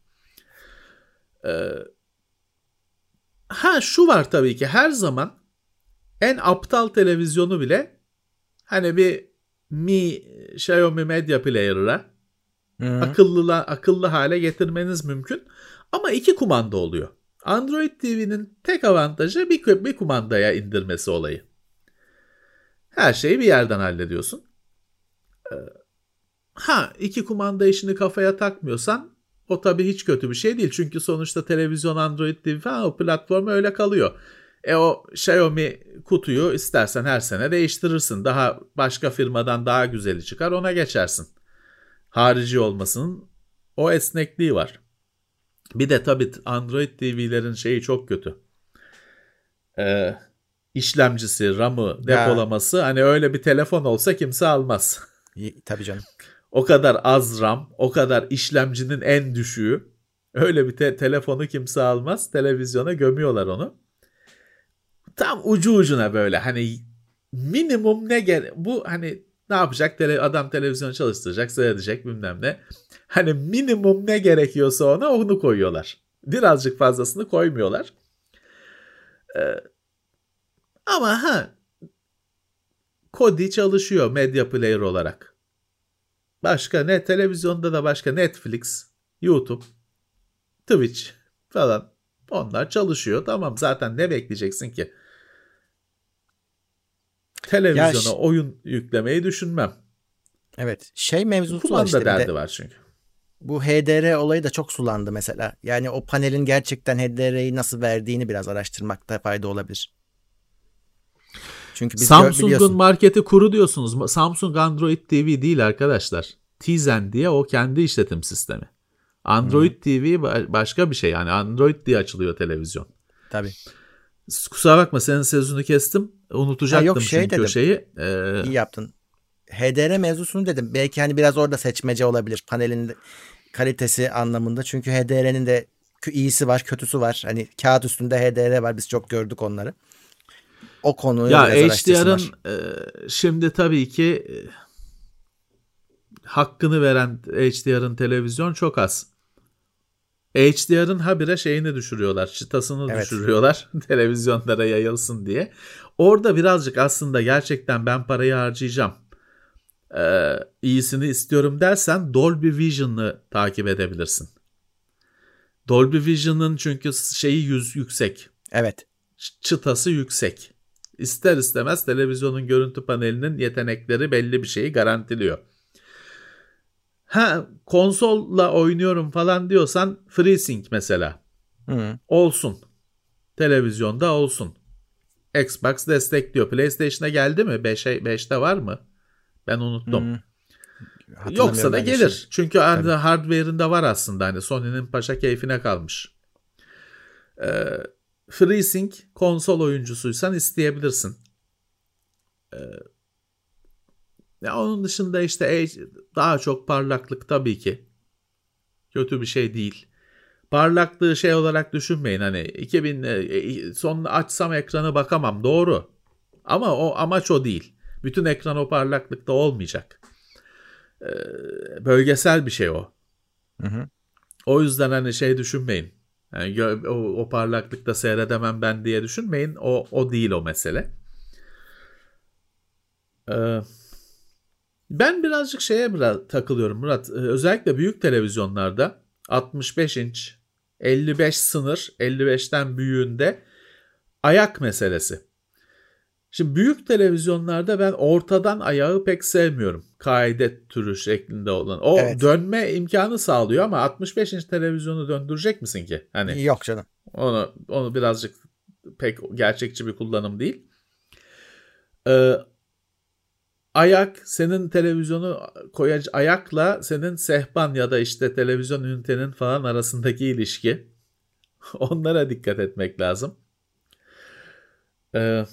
Şu var tabii ki, her zaman en aptal televizyonu bile hani bir Xiaomi Media Player'la Hı. akıllı hale getirmeniz mümkün. Ama 2 kumanda oluyor. Android TV'nin tek avantajı bir kumandaya indirmesi olayı. Her şeyi bir yerden hallediyorsun. 2 kumanda işini kafaya takmıyorsan o tabii hiç kötü bir şey değil. Çünkü sonuçta televizyon, Android TV falan o platform öyle kalıyor. O Xiaomi kutuyu istersen her sene değiştirirsin. Daha başka firmadan daha güzeli çıkar, ona geçersin. Harici olmasının o esnekliği var. Bir de tabii Android TV'lerin şeyi çok kötü. İşlemcisi, RAM'ı, Ya depolaması, hani öyle bir telefon olsa kimse almaz. tabii canım. O kadar az RAM, o kadar işlemcinin en düşüğü. Öyle bir telefonu kimse almaz. Televizyona gömüyorlar onu. Tam ucu ucuna böyle hani minimum ne bu hani ne yapacak? Adam televizyonu çalıştıracak, seyredecek bilmem ne. Hani minimum ne gerekiyorsa onu koyuyorlar. Birazcık fazlasını koymuyorlar. Ama Kodi çalışıyor Media Player olarak. Başka ne? Televizyonda da başka Netflix, YouTube, Twitch falan. Onlar çalışıyor. Tamam, zaten ne bekleyeceksin ki? Ya Televizyona oyun yüklemeyi düşünmem. evet, şey mevzusu var Kumanda işte bir de, derdi var çünkü. bu HDR olayı da çok sulandı mesela. Yani o panelin gerçekten HDR'yi nasıl verdiğini biraz araştırmakta fayda olabilir. Çünkü biz Samsung'un biliyorsun. marketi kuru diyorsunuz. Samsung Android TV değil arkadaşlar. Tizen diye o kendi işletim sistemi. Hı, Android TV başka bir şey, yani Android diye açılıyor televizyon. tabii. Kusura bakma, senin sözünü kestim. Ha yok, Unutacaktım şey çünkü o dedim. şeyi. İyi yaptın. HDR mevzusunu dedim. Belki hani biraz orada seçmece olabilir panelin kalitesi anlamında. Çünkü HDR'nin de iyisi var, kötüsü var. Hani kağıt üstünde HDR var. Biz çok gördük onları. O konuyu Ya biraz HDR'ın araştırsınlar. şimdi tabii ki hakkını veren HDR'ın televizyon çok az. HDR'ın habire şeyini düşürüyorlar, çıtasını Evet. düşürüyorlar televizyonlara yayılsın diye. Orada birazcık aslında gerçekten ben parayı harcayacağım, iyisini istiyorum dersen Dolby Vision'ı takip edebilirsin. Dolby Vision'ın çünkü şeyi yüksek, Evet. çıtası yüksek. İster istemez televizyonun görüntü panelinin yetenekleri belli bir şeyi garantiliyor. Konsolla oynuyorum falan diyorsan FreeSync mesela Hı, olsun. Televizyonda olsun. Xbox destekliyor. PlayStation'a geldi mi? 5'te var mı? Ben unuttum. hı. Yoksa Hatırlamıyorum da ben de şimdi. gelir. Çünkü Tabii. hardware'ında var aslında. Hani Sony'nin paşa keyfine kalmış. FreeSync konsol oyuncusuysan isteyebilirsin. Ya onun dışında işte daha çok parlaklık tabii ki kötü bir şey değil. Parlaklığı şey olarak düşünmeyin, hani 2000 sonunu açsam ekranı bakamam, doğru. Ama o amaç o değil. Bütün ekran o parlaklıkta olmayacak. Bölgesel bir şey o. Hı hı. O yüzden hani şey düşünmeyin. Yani o parlaklıkta seyredemem ben diye düşünmeyin. O değil o mesele. Ee, Ben birazcık biraz takılıyorum Murat. Özellikle büyük televizyonlarda 65 inç, 55 sınır, 55'ten büyüğünde ayak meselesi. Şimdi büyük televizyonlarda ben ortadan ayağı pek sevmiyorum. Kaide türü şeklinde olan. O Evet. dönme imkanı sağlıyor ama 65 inç televizyonu döndürecek misin ki? Hani Yok canım. onu birazcık pek gerçekçi bir kullanım değil. Ee, senin televizyonu ayakla senin sehpan ya da işte televizyon ünitenin falan arasındaki ilişki. Onlara dikkat etmek lazım. Ee,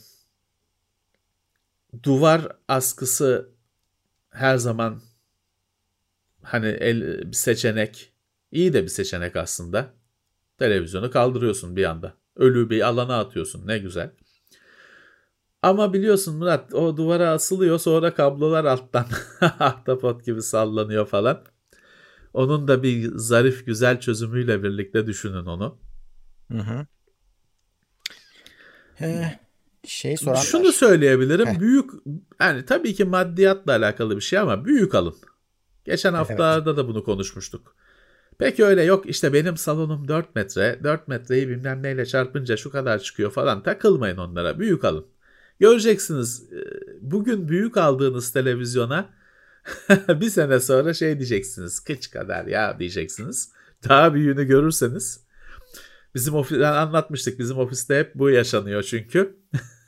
Duvar askısı her zaman hani bir seçenek. İyi de bir seçenek aslında. Televizyonu kaldırıyorsun bir anda. Ölü bir alana atıyorsun. Ne güzel. Ama biliyorsun Murat, o duvara asılıyor, sonra kablolar alttan ahtapot gibi sallanıyor falan. Onun da bir zarif güzel çözümüyle birlikte düşünün onu. Hı hı. He, Şey soranlar. Şunu söyleyebilirim. Heh. Büyük, yani tabii ki maddiyatla alakalı bir şey ama büyük alın. Geçen Evet. haftalarda da bunu konuşmuştuk. Peki öyle yok işte benim salonum 4 metre. 4 metreyi bilmem neyle çarpınca şu kadar çıkıyor falan. Takılmayın onlara. Büyük alın. Göreceksiniz bugün büyük aldığınız televizyona bir sene sonra şey diyeceksiniz. Kıç kadar ya diyeceksiniz. Daha büyüğünü görürseniz. Bizim anlatmıştık. Bizim ofiste hep bu yaşanıyor çünkü.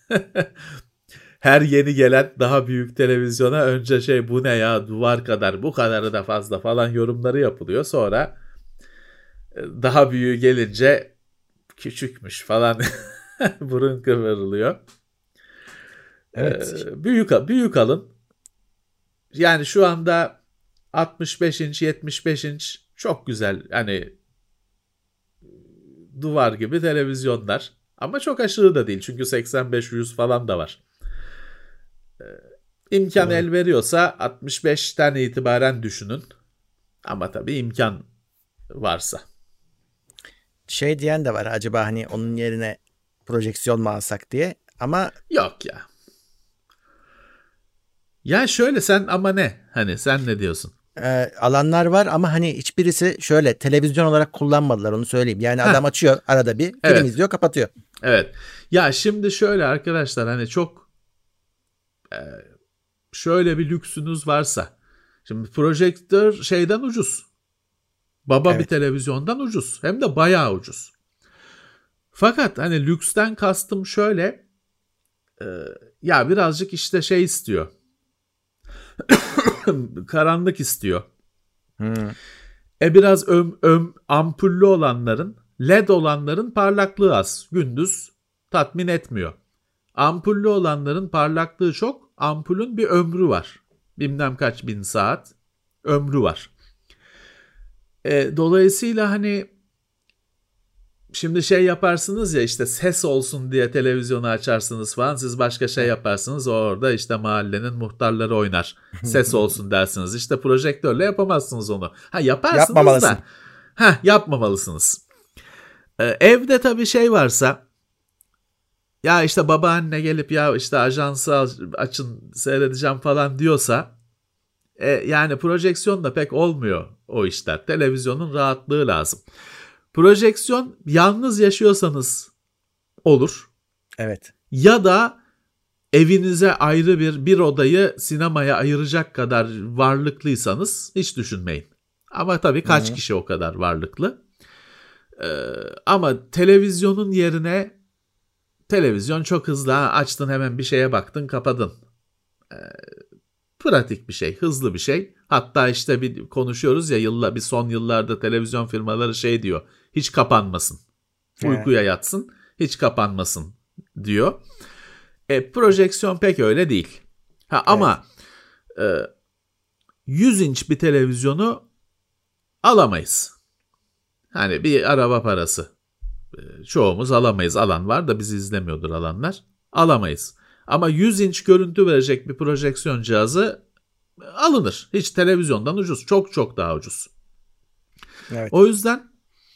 Her yeni gelen daha büyük televizyona önce bu ne ya duvar kadar bu kadarı da fazla falan yorumları yapılıyor. Sonra daha büyüğü gelince küçükmüş falan burun kıvırılıyor. Evet. Büyük alın. Yani şu anda 65 inç 75 inç çok güzel hani duvar gibi televizyonlar. Ama çok aşırı da değil çünkü 85-100 falan da var. İmkan Doğru. el veriyorsa 65'ten itibaren düşünün. Ama tabii imkan varsa. Şey diyen de var, acaba hani onun yerine projeksiyon mu alsak diye. Ama Yok ya. Ya şöyle sen ama ne? Hani sen ne diyorsun? alanlar var ama hani hiçbirisi şöyle televizyon olarak kullanmadılar, onu söyleyeyim. Yani Heh, adam açıyor arada bir film evet. izliyor, kapatıyor. Evet. Ya şimdi şöyle arkadaşlar hani çok şöyle bir lüksünüz varsa. Şimdi projektör şeyden ucuz. Baba bir Evet. televizyondan ucuz. Hem de bayağı ucuz. Fakat hani lüksten kastım şöyle. Ya birazcık işte şey istiyor. Karanlık istiyor. Hmm. Biraz ampullü olanların, LED olanların parlaklığı az. Gündüz tatmin etmiyor. Ampullü olanların parlaklığı çok. Ampulün bir ömrü var. Bilmem kaç bin saat ömrü var. Dolayısıyla hani şimdi şey yaparsınız ya işte ses olsun diye televizyonu açarsınız falan. Siz başka şey yaparsınız. Orada işte mahallenin muhtarları oynar. Ses olsun dersiniz. İşte projektörle yapamazsınız onu. Ha yaparsınız Yapmamalısın. da. Ha yapmamalısınız. Evde tabii şey varsa ya işte babaanne gelip ya işte ajansı açın seyredeceğim falan diyorsa yani projeksiyon da pek olmuyor o işler. Televizyonun rahatlığı lazım. Projeksiyon yalnız yaşıyorsanız olur. Evet. Ya da evinize ayrı bir odayı sinemaya ayıracak kadar varlıklıysanız hiç düşünmeyin. Ama tabii kaç Hı-hı. kişi o kadar varlıklı. Ama televizyonun yerine televizyon çok hızlı. Açtın hemen bir şeye baktın kapadın. Pratik bir şey, hızlı bir şey. Hatta işte bir konuşuyoruz ya bir son yıllarda televizyon firmaları şey diyor. Hiç kapanmasın. He. Uykuya yatsın, hiç kapanmasın diyor. Projeksiyon pek öyle değil. Evet. Ama 100 inç bir televizyonu alamayız. Hani bir araba parası. Çoğumuz alamayız. Alan var da bizi izlemiyordur alanlar. Alamayız. Ama 100 inç görüntü verecek bir projeksiyon cihazı alınır. Hiç televizyondan ucuz. Çok çok daha ucuz. Evet. O yüzden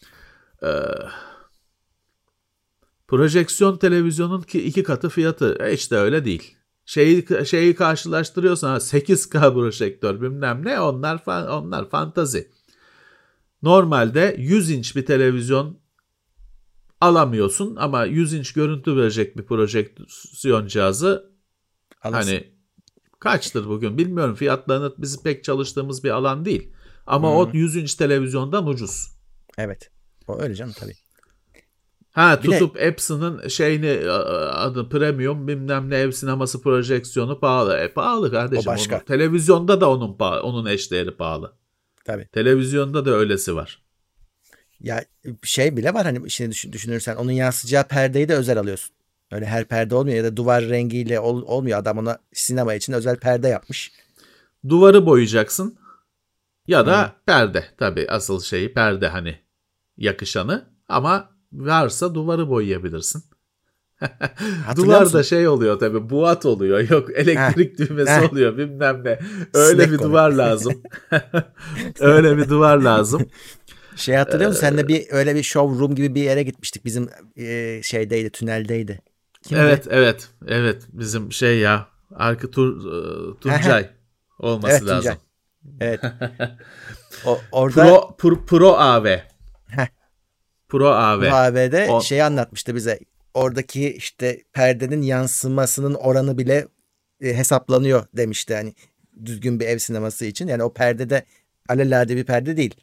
projeksiyon televizyonun iki katı fiyatı. İşte öyle değil. Şeyi karşılaştırıyorsan 8K projektör bilmem ne onlar fantazi. Normalde 100 inç bir televizyon alamıyorsun ama 100 inç görüntü verecek bir projeksiyon cihazı Alırsın. hani kaçtır bugün bilmiyorum, fiyatlarını bizim pek çalıştığımız bir alan değil. Ama o Hı. 100 inç televizyondan ucuz. Evet. O öyle canım tabii. Bir de Tutup Epson'ın adı premium bilmem ne ev sineması projeksiyonu pahalı. Pahalı o kardeşim başka. onu. Televizyonda da onun eşdeğeri pahalı. Tabii. Televizyonda da öylesi var. Ya şey bile var, hani şimdi düşünürsen onun yansıyacağı perdeyi de özel alıyorsun. Öyle her perde olmuyor ya da duvar rengiyle olmuyor. Adam ona sinema için özel perde yapmış. Duvarı boyayacaksın ya Hı. da perde. Tabii asıl şeyi perde hani yakışanı, ama varsa duvarı boyayabilirsin. Hatırlıyor Duvar da musun? şey oluyor tabii, buat oluyor. Yok Heh, elektrik düğmesi heh, oluyor bilmem ne. Öyle sinek bir konu. duvar lazım. Öyle bir duvar lazım. Şey hatırlıyor musun? Sen de bir öyle bir showroom gibi bir yere gitmiştik. Bizim şeydeydi, tüneldeydi. Kimdi? Evet bizim şey ya Tuncay olması Evet, lazım. Tuncay. Evet. Orada Pro AV. heh, Pro AV. AV'de O, şeyi anlatmıştı bize. Oradaki işte perdenin yansımasının oranı bile hesaplanıyor demişti. Hani düzgün bir ev sineması için. Yani o perdede alelade bir perde değil.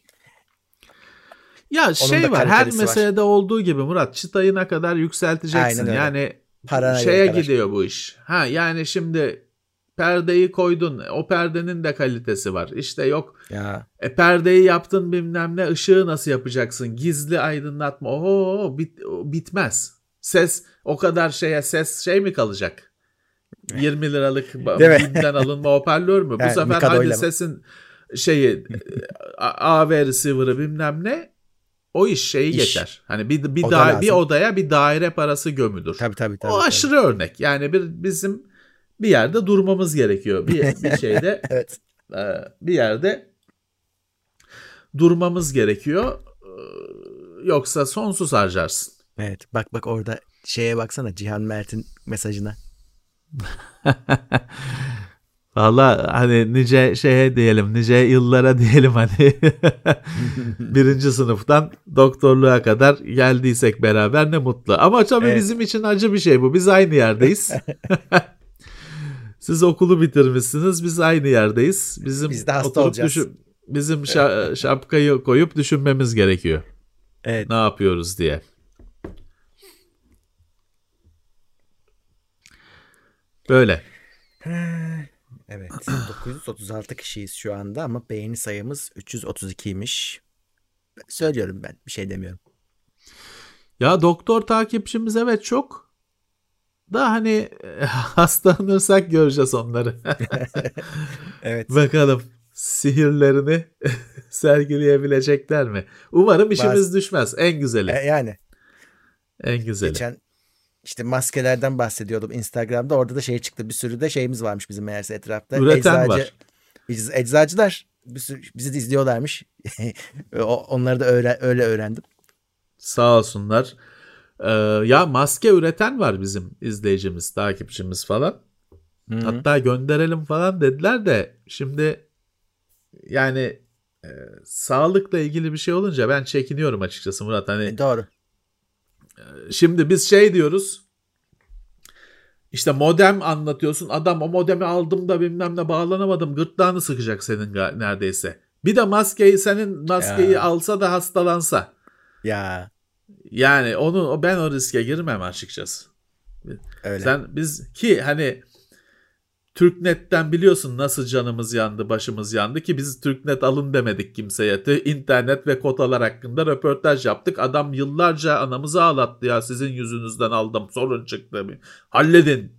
ya Onun da şey var, her kalitesi var. meselede olduğu gibi Murat, çıtayı ne kadar Aynen yükselteceksin. öyle. Yani Parana göre şeye karar. gidiyor bu iş. Yani şimdi perdeyi koydun. O perdenin de kalitesi var. İşte yok Ya perdeyi yaptın bilmem ne, ışığı nasıl yapacaksın? Gizli aydınlatma. Bitmez. Ses o kadar ses şey mi kalacak? 20 liralık değil mi? BİM'den alınma hoparlör mü? Bu Yani sefer Mikado hadi ile mi? sesin şeyi AV receiver'ı bilmem ne, o iş şeyi İş. geçer. Hani O da bir lazım. odaya bir daire parası gömülür. Tabii tabii O tabii tabii. aşırı örnek. Yani bizim bir yerde durmamız gerekiyor. Bir şeyde Evet. bir yerde durmamız gerekiyor. Yoksa sonsuz harcarsın. Evet. Bak orada şeye baksana, Cihan Mert'in mesajına. Valla hani nice şeye diyelim, nice yıllara diyelim, hani birinci sınıftan doktorluğa kadar geldiysek beraber ne mutlu. Ama tabii Evet. bizim için acı bir şey bu. Biz aynı yerdeyiz. Siz okulu bitirmişsiniz, biz aynı yerdeyiz. Bizim Biz de hasta oturup olacağız. bizim şapkayı koyup düşünmemiz gerekiyor. Evet. Ne yapıyoruz diye. Böyle. Evet. 936 kişiyiz şu anda ama beğeni sayımız 332'ymiş. Söylüyorum ben. Bir şey demiyorum. Ya doktor takipçimiz evet çok. Da hani hastalanırsak göreceğiz onları. Evet. Bakalım sihirlerini sergileyebilecekler mi? Umarım Bazı işimiz düşmez. En güzeli. yani En güzeli. geçen işte maskelerden bahsediyordum Instagram'da. Orada da şey çıktı. Bir sürü de şeyimiz varmış bizim meğerse etrafta. Üreten var. Eczacılar bizi de izliyorlarmış. Onları da öyle öğrendim. Sağ olsunlar. Ya maske üreten var bizim izleyicimiz, takipçimiz falan. Hı-hı. Hatta gönderelim falan dediler de şimdi yani sağlıkla ilgili bir şey olunca ben çekiniyorum açıkçası Murat. Hani Doğru. şimdi biz şey diyoruz. İşte modem anlatıyorsun. Adam o modemi aldım da bilmem ne bağlanamadım. Gırtlağını sıkacak senin neredeyse. Bir de senin maskeyi Ya, alsa da hastalansa. ya Yani ben o riske girmem açıkçası. öyle. Biz ki hani Türknet'ten biliyorsun nasıl canımız yandı, başımız yandı ki biz Türknet alın demedik kimseye. İnternet ve kotalar hakkında röportaj yaptık. Adam yıllarca anamızı ağlattı, ya sizin yüzünüzden aldım, sorun çıktı. Halledin.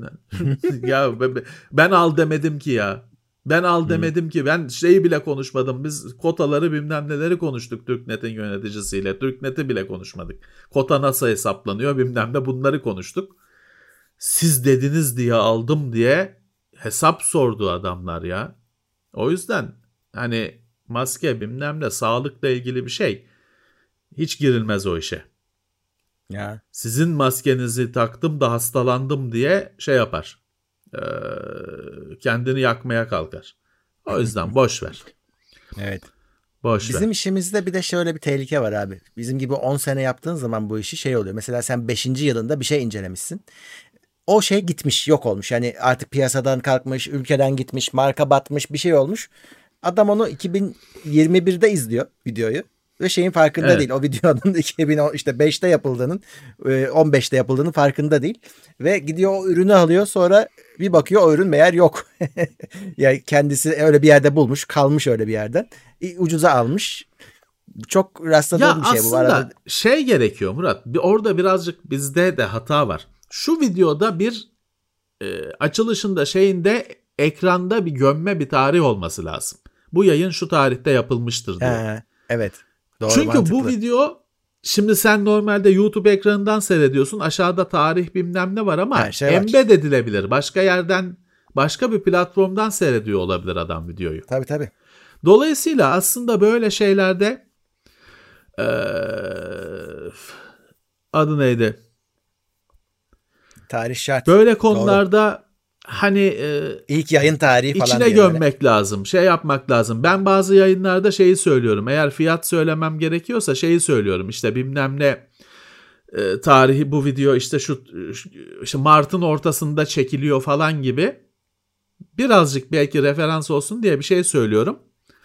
Ya ben al demedim ki ya. Ben al Hı. demedim ki. Ben şeyi bile konuşmadım. Biz kotaları bilmem neleri konuştuk Türknet'in yöneticisiyle. Türknet'i bile konuşmadık. Kota nasıl hesaplanıyor bilmem ne, bunları konuştuk. Siz dediniz diye aldım diye hesap sordu adamlar ya. O yüzden hani maske bilmem ne sağlıkla ilgili bir şey. Hiç girilmez o işe. Ya. Sizin maskenizi taktım da hastalandım diye şey yapar. Kendini yakmaya kalkar. O yüzden boş ver. Evet. Boş ver. Bizim işimizde bir de şöyle bir tehlike var abi. Bizim gibi 10 sene yaptığın zaman bu işi şey oluyor. Mesela sen 5. yılında bir şey incelemişsin. O şey gitmiş, yok olmuş. Yani artık piyasadan kalkmış, ülkeden gitmiş, marka batmış, bir şey olmuş. Adam onu 2021'de izliyor videoyu ve şeyin farkında değil. Evet. O videonun 2005'te yapıldığının, 15'te yapıldığının farkında değil. Ve gidiyor o ürünü alıyor, sonra bir bakıyor o ürün meğer yok. Yani kendisi öyle bir yerde bulmuş, kalmış öyle bir yerden. Ucuza almış. Çok Ya rastladığım bir şey bu arada. aslında şey gerekiyor Murat. Orada birazcık bizde de hata var. Şu videoda bir açılışında şeyinde ekranda bir gömme bir tarih olması lazım. Bu yayın şu tarihte yapılmıştır diye. Evet. Doğru, Çünkü bu mantıklı. video, şimdi sen normalde YouTube ekranından seyrediyorsun. Aşağıda tarih bilmem ne var ama Her şey var. embed edilebilir. Başka yerden, başka bir platformdan seyrediyor olabilir adam videoyu. Tabii tabii. Dolayısıyla aslında böyle şeylerde adı neydi? Tarih şart. Böyle Doğru. konularda hani İlk yayın tarihi falan içine diye böyle. gömmek lazım. Şey yapmak lazım. Ben bazı yayınlarda şeyi söylüyorum. Eğer fiyat söylemem gerekiyorsa şeyi söylüyorum. İşte bilmem ne tarihi bu video işte işte Mart'ın ortasında çekiliyor falan gibi. Birazcık belki referans olsun diye bir şey söylüyorum.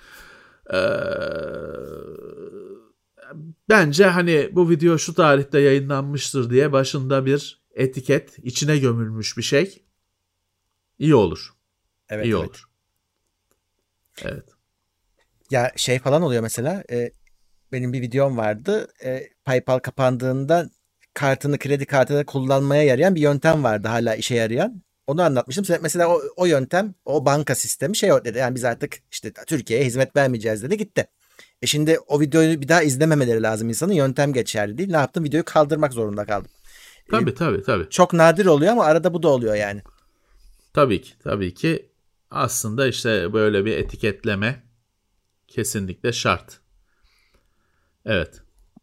Bence hani bu video şu tarihte yayınlanmıştır diye başında bir etiket, içine gömülmüş bir şey iyi olur. Evet, İyi evet. olur. Evet. Ya şey falan oluyor mesela. Benim bir videom vardı. PayPal kapandığında kredi kartını kullanmaya yarayan bir yöntem vardı, hala işe yarayan. Onu anlatmıştım. Mesela o yöntem, o banka sistemi şey dedi. Yani biz artık işte Türkiye'ye hizmet vermeyeceğiz dedi, gitti. Şimdi o videoyu bir daha izlememeleri lazım insanın. Yöntem geçerli değil. Ne yaptım? Videoyu kaldırmak zorunda kaldım. E, Tabii. Çok nadir oluyor ama arada bu da oluyor yani. Tabii ki aslında işte böyle bir etiketleme kesinlikle şart. Evet.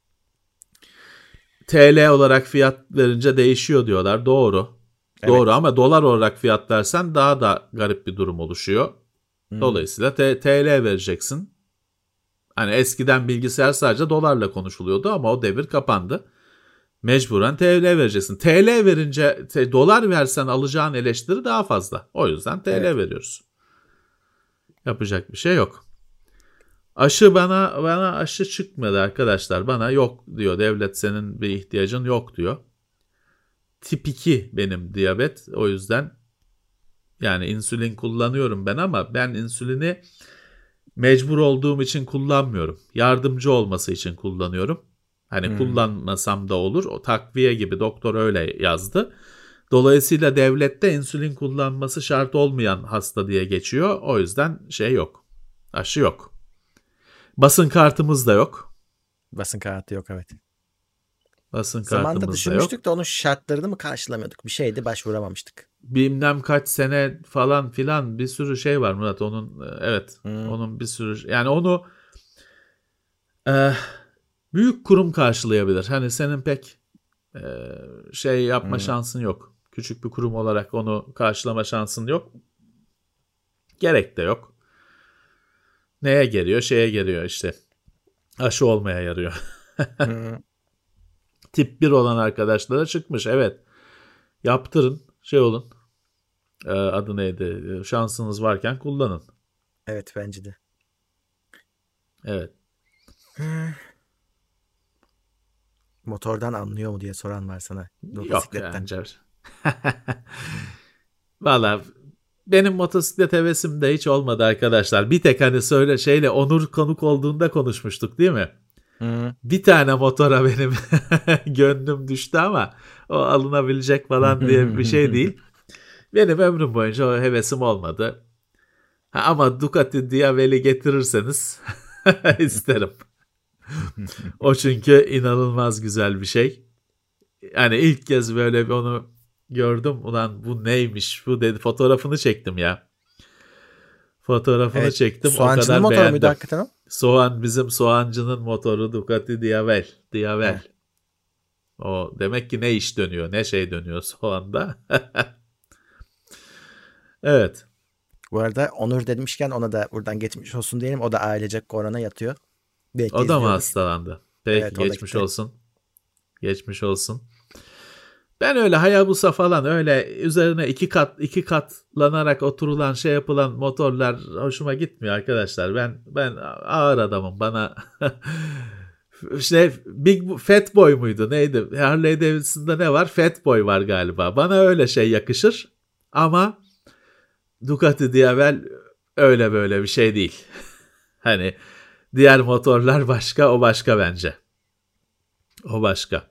TL olarak fiyat verince değişiyor diyorlar. Doğru. Doğru Evet. ama dolar olarak fiyat versen daha da garip bir durum oluşuyor. Hmm. Dolayısıyla TL vereceksin. Hani eskiden bilgisayar sadece dolarla konuşuluyordu ama o devir kapandı. Mecburen TL vereceksin. TL verince dolar versen alacağın eleştiri daha fazla. O yüzden Evet. TL veriyoruz. Yapacak bir şey yok. Aşı bana aşı çıkmadı arkadaşlar. Bana yok diyor. Devlet senin bir ihtiyacın yok diyor. Tip 2 benim diyabet. O yüzden yani insülin kullanıyorum ben ama ben insülini mecbur olduğum için kullanmıyorum. Yardımcı olması için kullanıyorum. Hani Hmm. kullanmasam da olur. O takviye gibi doktor öyle yazdı. Dolayısıyla devlette insülin kullanması şart olmayan hasta diye geçiyor. O yüzden şey yok. Aşı yok. Basın kartımız da yok. Basın kartı yok, evet. Basın Zamanında kartımız da yok. düşünmüştük de onun şartlarını mı karşılamıyorduk? Bir şeydi, başvuramamıştık. Bilmem kaç sene falan filan bir sürü şey var Murat. Onun evet. Hmm. Onun bir sürü yani onu eh, büyük kurum karşılayabilir. Hani senin pek şey yapma Hmm. şansın yok. Küçük bir kurum olarak onu karşılama şansın yok. Gerek de yok. Neye geliyor? Şeye geliyor işte. Aşı olmaya yarıyor. Hmm. Tip 1 olan arkadaşlara çıkmış. Evet. Yaptırın. Şey olun. Adı neydi? Şansınız varken kullanın. Evet, bence de. Evet. Hmm. Motordan anlıyor mu diye soran var sana. Bu Yok bisikletten. yani. Valla benim motosiklet hevesim de hiç olmadı arkadaşlar. Bir tek hani söyle şeyle Onur konuk olduğunda konuşmuştuk değil mi? Hmm. Bir tane motora benim gönlüm düştü ama o alınabilecek falan diye bir şey değil. Benim ömrüm boyunca o hevesim olmadı. Ama Ducati Diavel'i getirirseniz isterim. O çünkü inanılmaz güzel bir şey. Yani ilk kez böyle onu gördüm. Ulan bu neymiş bu dedi. Fotoğrafını çektim ya. Fotoğrafını Evet. çektim. O Soğancının kadar motoru muydu beğendim. hakikaten o? Bizim soğancının motoru Ducati Diavel. He. Diavel. O demek ki ne iş dönüyor, ne şey dönüyor soğanda. Evet. Bu arada Onur demişken ona da buradan geçmiş olsun diyelim. O da ailecek korona yatıyor. Belki O da mı izliyordur. hastalandı? Peki Evet, o da geçmiş gitti. olsun. Geçmiş olsun. Ben öyle Hayabusa falan öyle üzerine iki katlanarak oturulan şey yapılan motorlar hoşuma gitmiyor arkadaşlar. Ben ağır adamım. Bana işte Fat Boy muydu neydi? Harley Davidson'da ne var? Fat Boy var galiba. Bana öyle şey yakışır. Ama Ducati Diavel öyle böyle bir şey değil. Hani diğer motorlar başka, o başka bence. O başka.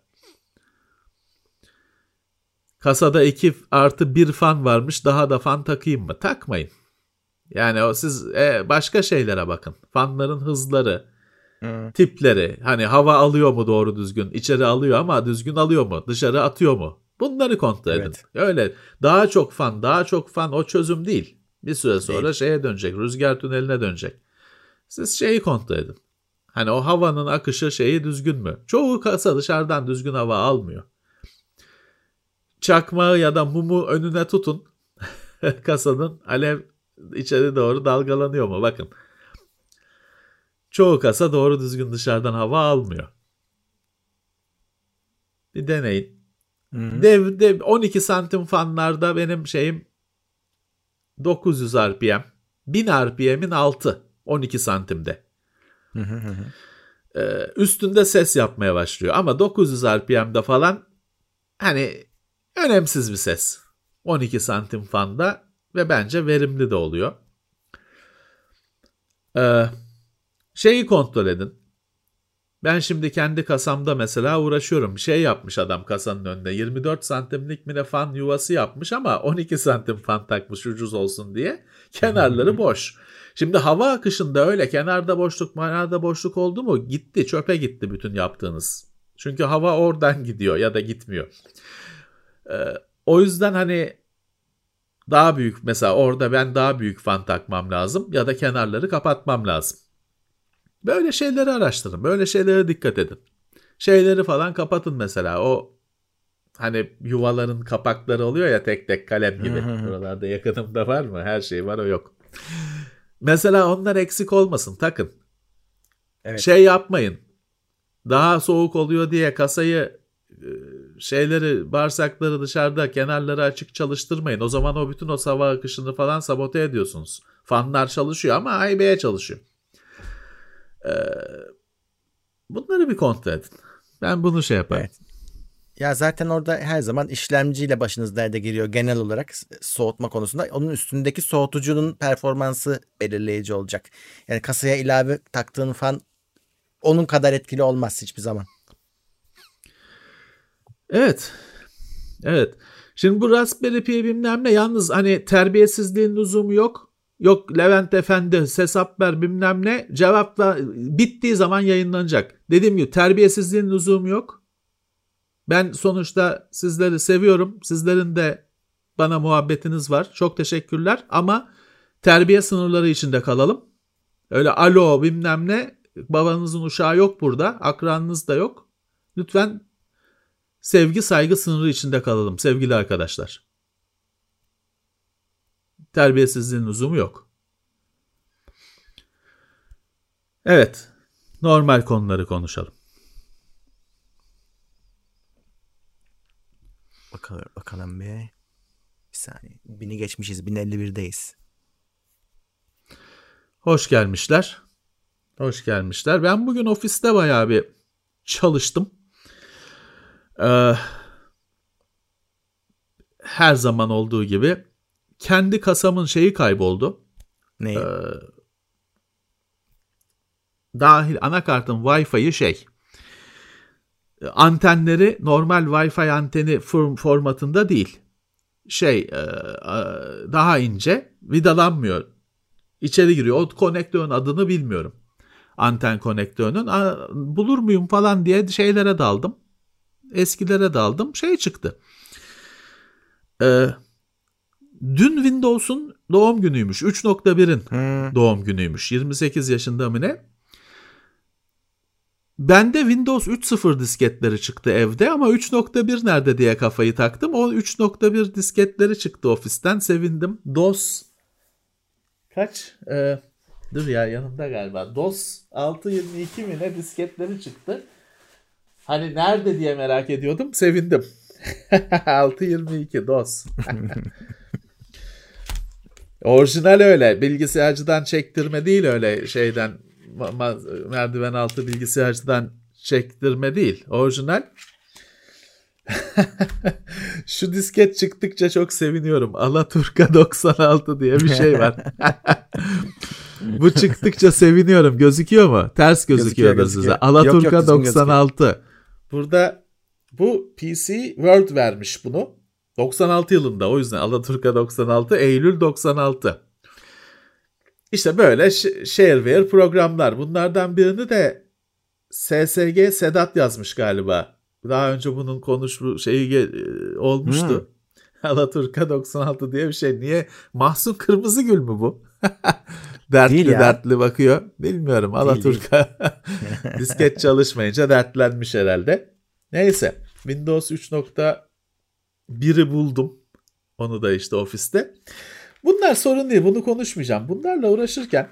Kasada 2+1 fan varmış. Daha da fan takayım mı? Takmayın. Yani siz başka şeylere bakın. Fanların hızları, Hmm. tipleri. Hani hava alıyor mu doğru düzgün? İçeri alıyor ama düzgün alıyor mu? Dışarı atıyor mu? Bunları kontrol edin. Evet. Öyle daha çok fan o çözüm değil. Bir süre sonra Değil. şeye dönecek. Rüzgar tüneline dönecek. Siz şeyi kontrol edin. Hani o havanın akışı şeyi düzgün mü? Çoğu kasa dışarıdan düzgün hava almıyor. çakmağı ya da mumu önüne tutun. Kasanın alev içeri doğru dalgalanıyor mu? Bakın. Çoğu kasa doğru düzgün dışarıdan hava almıyor. Bir deneyin. Dev 12 santim fanlarda benim şeyim 900 RPM. 1000 RPM'in altı 12 santimde. Üstünde ses yapmaya başlıyor. Ama 900 RPM'de falan hani önemsiz bir ses. 12 santim fanda ve bence verimli de oluyor. Şeyi kontrol edin. Ben şimdi kendi kasamda mesela uğraşıyorum. Bir şey yapmış adam kasanın önünde. 24 santimlik mi ne fan yuvası yapmış ama 12 santim fan takmış ucuz olsun diye. Kenarları boş. Şimdi hava akışında öyle kenarda boşluk oldu mu gitti, çöpe gitti bütün yaptığınız. Çünkü hava oradan gidiyor ya da gitmiyor. O yüzden hani daha büyük mesela orada ben daha büyük fan takmam lazım ya da kenarları kapatmam lazım. Böyle şeyleri araştırın. Böyle şeylere dikkat edin. Şeyleri falan kapatın mesela. O hani yuvaların kapakları oluyor ya tek tek kalem gibi. Buralarda yakınımda var mı? Her şey var o yok. Mesela onlar eksik olmasın. Takın. Evet. Şey yapmayın. Daha soğuk oluyor diye kasayı bağırsakları dışarıda kenarları açık çalıştırmayın. O zaman o bütün o hava akışını falan sabote ediyorsunuz. Fanlar çalışıyor ama haybeye çalışıyor. Bunları bir kontrol edin. Ben bunu şey yaparım. Evet. Ya zaten orada her zaman işlemciyle başınız derde geliyor genel olarak soğutma konusunda. Onun üstündeki soğutucunun performansı belirleyici olacak. Yani kasaya ilave taktığın fan onun kadar etkili olmaz hiçbir zaman. Evet. Evet. Şimdi bu Raspberry Pi bilmem ne yalnız hani terbiyesizliğin lüzumu yok. Yok Levent Efendi hesap ver bilmem ne cevapla bittiği zaman yayınlanacak. Dediğim gibi terbiyesizliğin lüzumu yok. Ben sonuçta sizleri seviyorum. Sizlerin de bana muhabbetiniz var. Çok teşekkürler ama terbiye sınırları içinde kalalım. Öyle alo bilmem ne babanızın uşağı yok burada. Akranınız da yok. Lütfen sevgi saygı sınırı içinde kalalım sevgili arkadaşlar. Terbiyesizliğin lüzumu yok. Evet. Normal konuları konuşalım. Bakalım bir saniye. 1000'i geçmişiz. 1051'deyiz. Hoş gelmişler. Hoş gelmişler. Ben bugün ofiste bayağı bir çalıştım. Her zaman olduğu gibi kendi kasamın şeyi kayboldu. Ne? Dahil anakartın Wi-Fi'yi antenleri normal Wi-Fi anteni formatında değil. Daha ince, vidalanmıyor. İçeri giriyor. O konektörün adını bilmiyorum. Anten konektörünün. Bulur muyum falan diye şeylere daldım. Eskilere daldım. Çıktı. Dün Windows'un doğum günüymüş. 3.1'in doğum günüymüş. 28 yaşında mı ne? Bende Windows 3.0 disketleri çıktı evde ama 3.1 nerede diye kafayı taktım. O 3.1 disketleri çıktı ofisten. Sevindim. DOS kaç? Dur ya yanımda galiba. DOS 6.22 mi ne disketleri çıktı. Hani nerede diye merak ediyordum. Sevindim. 6.22 DOS. Orijinal öyle. Bilgisayarcıdan çektirme değil öyle şeyden. Merdiven altı bilgisayarcıdan çektirme değil. Orijinal. Şu disket çıktıkça çok seviniyorum. Alaturka 96 diye bir şey var. Bu çıktıkça seviniyorum. Gözüküyor mu? Ters gözüküyor size. Alaturka yok, 96. Burada bu PC World vermiş bunu. 96 yılında. O yüzden Alaturka 96. Eylül 96. İşte böyle shareware programlar. Bunlardan birini de SSG Sedat yazmış galiba. Daha önce bunun olmuştu. Alaturka 96 diye bir şey. Niye? Mahsun Kırmızıgül mü bu? Dertli bakıyor. Bilmiyorum. Alaturka disket çalışmayınca dertlenmiş herhalde. Neyse. Windows 3. biri buldum. Onu da işte ofiste. Bunlar sorun değil. Bunu konuşmayacağım. Bunlarla uğraşırken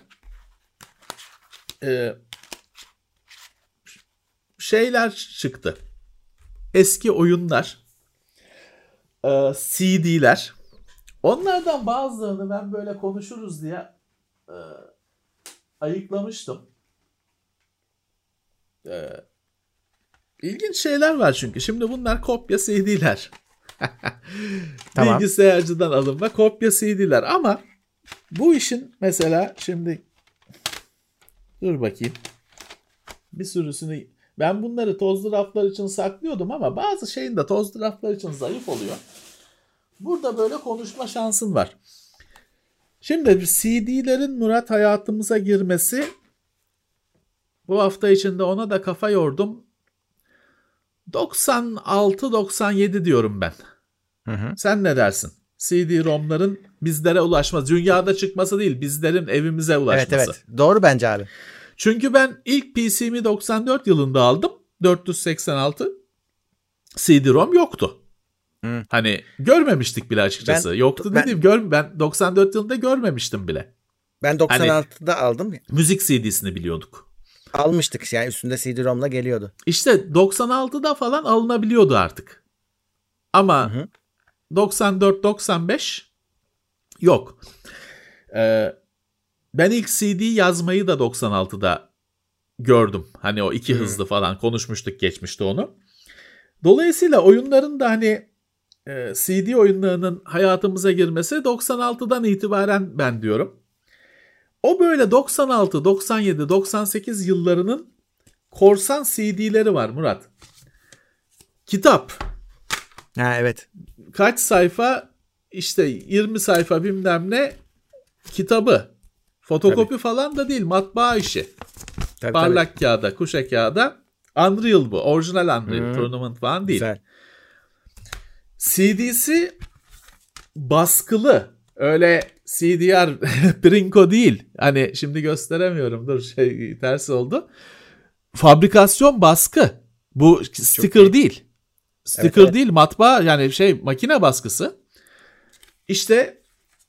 şeyler çıktı. Eski oyunlar, CD'ler. Onlardan bazılarını ben böyle konuşuruz diye ayıklamıştım. İlginç şeyler var çünkü. Şimdi bunlar kopya CD'ler. Tamam. Bilgisayarcıdan alınma kopya CD'ler. Ama bu işin mesela şimdi dur bakayım. Bir sürüsünü ben bunları tozlu raflar için saklıyordum ama bazı şeyin de tozlu raflar için zayıf oluyor. Burada böyle konuşma şansın var. Şimdi CD'lerin Murat hayatımıza girmesi, bu hafta içinde ona da kafa yordum. 96-97 diyorum ben. Hı. Sen ne dersin? CD-ROM'ların bizlere ulaşması, dünyada çıkması değil, bizlerin evimize ulaşması. Evet. Doğru bence abi. Çünkü ben ilk PC'mi 94 yılında aldım. 486. CD-ROM yoktu. Hı. Hani görmemiştik bile açıkçası. Yoktu dediğim ben 94 yılında görmemiştim bile. Ben 96'da aldım. Müzik CD'sini biliyorduk. Almıştık yani üstünde CD-ROM'la geliyordu. İşte 96'da falan alınabiliyordu artık. Ama 94-95 yok. Ben ilk CD yazmayı da 96'da gördüm. Hani o iki hızlı falan konuşmuştuk geçmişte onu. Dolayısıyla oyunların da hani CD oyunlarının hayatımıza girmesi 96'dan itibaren ben diyorum. O böyle 96, 97, 98 yıllarının korsan CD'leri var Murat. Kitap. Ha evet. Kaç sayfa işte 20 sayfa bilmem ne kitabı. Fotokopi falan da değil, matbaa işi. Parlak kağıda, kuşa kağıda. Unreal bu. Orijinal Unreal. Tournament falan değil. Güzel. CD'si baskılı. Öyle CDR Prinko değil. Hani şimdi gösteremiyorum. Dur ters oldu. Fabrikasyon baskı. Bu sticker değil. Sticker değil, matbaa yani makine baskısı. İşte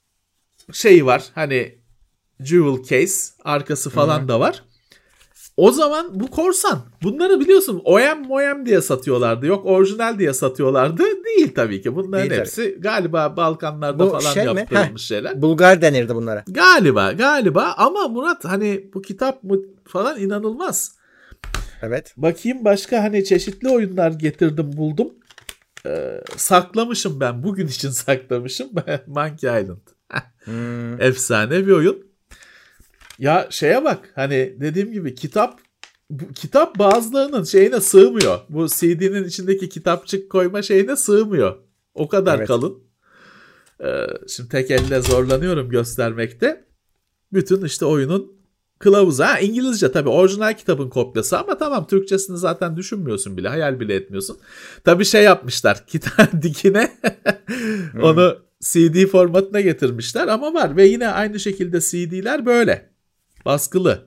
var. Hani jewel case arkası falan da var. O zaman bu korsan. Bunları biliyorsun OEM diye satıyorlardı. Yok orijinal diye satıyorlardı. Değil tabii ki. Bunların değil, hepsi tabii. Galiba Balkanlarda bu falan yaptırılmış şeyler. Bulgar denirdi bunlara. Galiba ama Murat hani bu kitap falan inanılmaz. Evet. Bakayım başka hani çeşitli oyunlar getirdim buldum. Saklamışım ben. Bugün için saklamışım. Monkey Island. Efsane bir oyun. Ya bak hani dediğim gibi kitap bazılarının şeyine sığmıyor. Bu CD'nin içindeki kitapçık koyma şeyine sığmıyor. O kadar kalın. Şimdi tek elle zorlanıyorum göstermekte. Bütün işte oyunun kılavuzu. İngilizce tabii orijinal kitabın kopyası ama tamam Türkçesini zaten düşünmüyorsun bile. Hayal bile etmiyorsun. Tabii yapmışlar. Kitap dikine onu CD formatına getirmişler ama var. Ve yine aynı şekilde CD'ler böyle. Baskılı.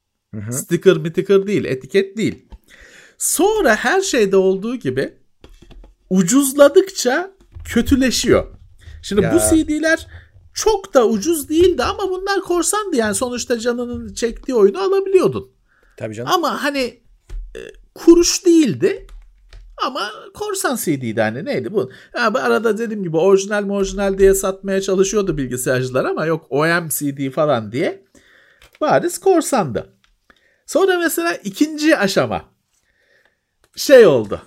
Sticker değil, etiket değil. Sonra her şeyde olduğu gibi ucuzladıkça kötüleşiyor. Şimdi bu CD'ler çok da ucuz değildi ama bunlar korsandı. Yani sonuçta canının çektiği oyunu alabiliyordun. Tabii canım. Ama hani kuruş değildi. Ama korsan CD'ydi hani neydi bu? Bu arada dediğim gibi orijinal diye satmaya çalışıyordu bilgisayarcılar ama yok OEM CD falan diye. Bariz korsandı. Sonra mesela ikinci aşama oldu.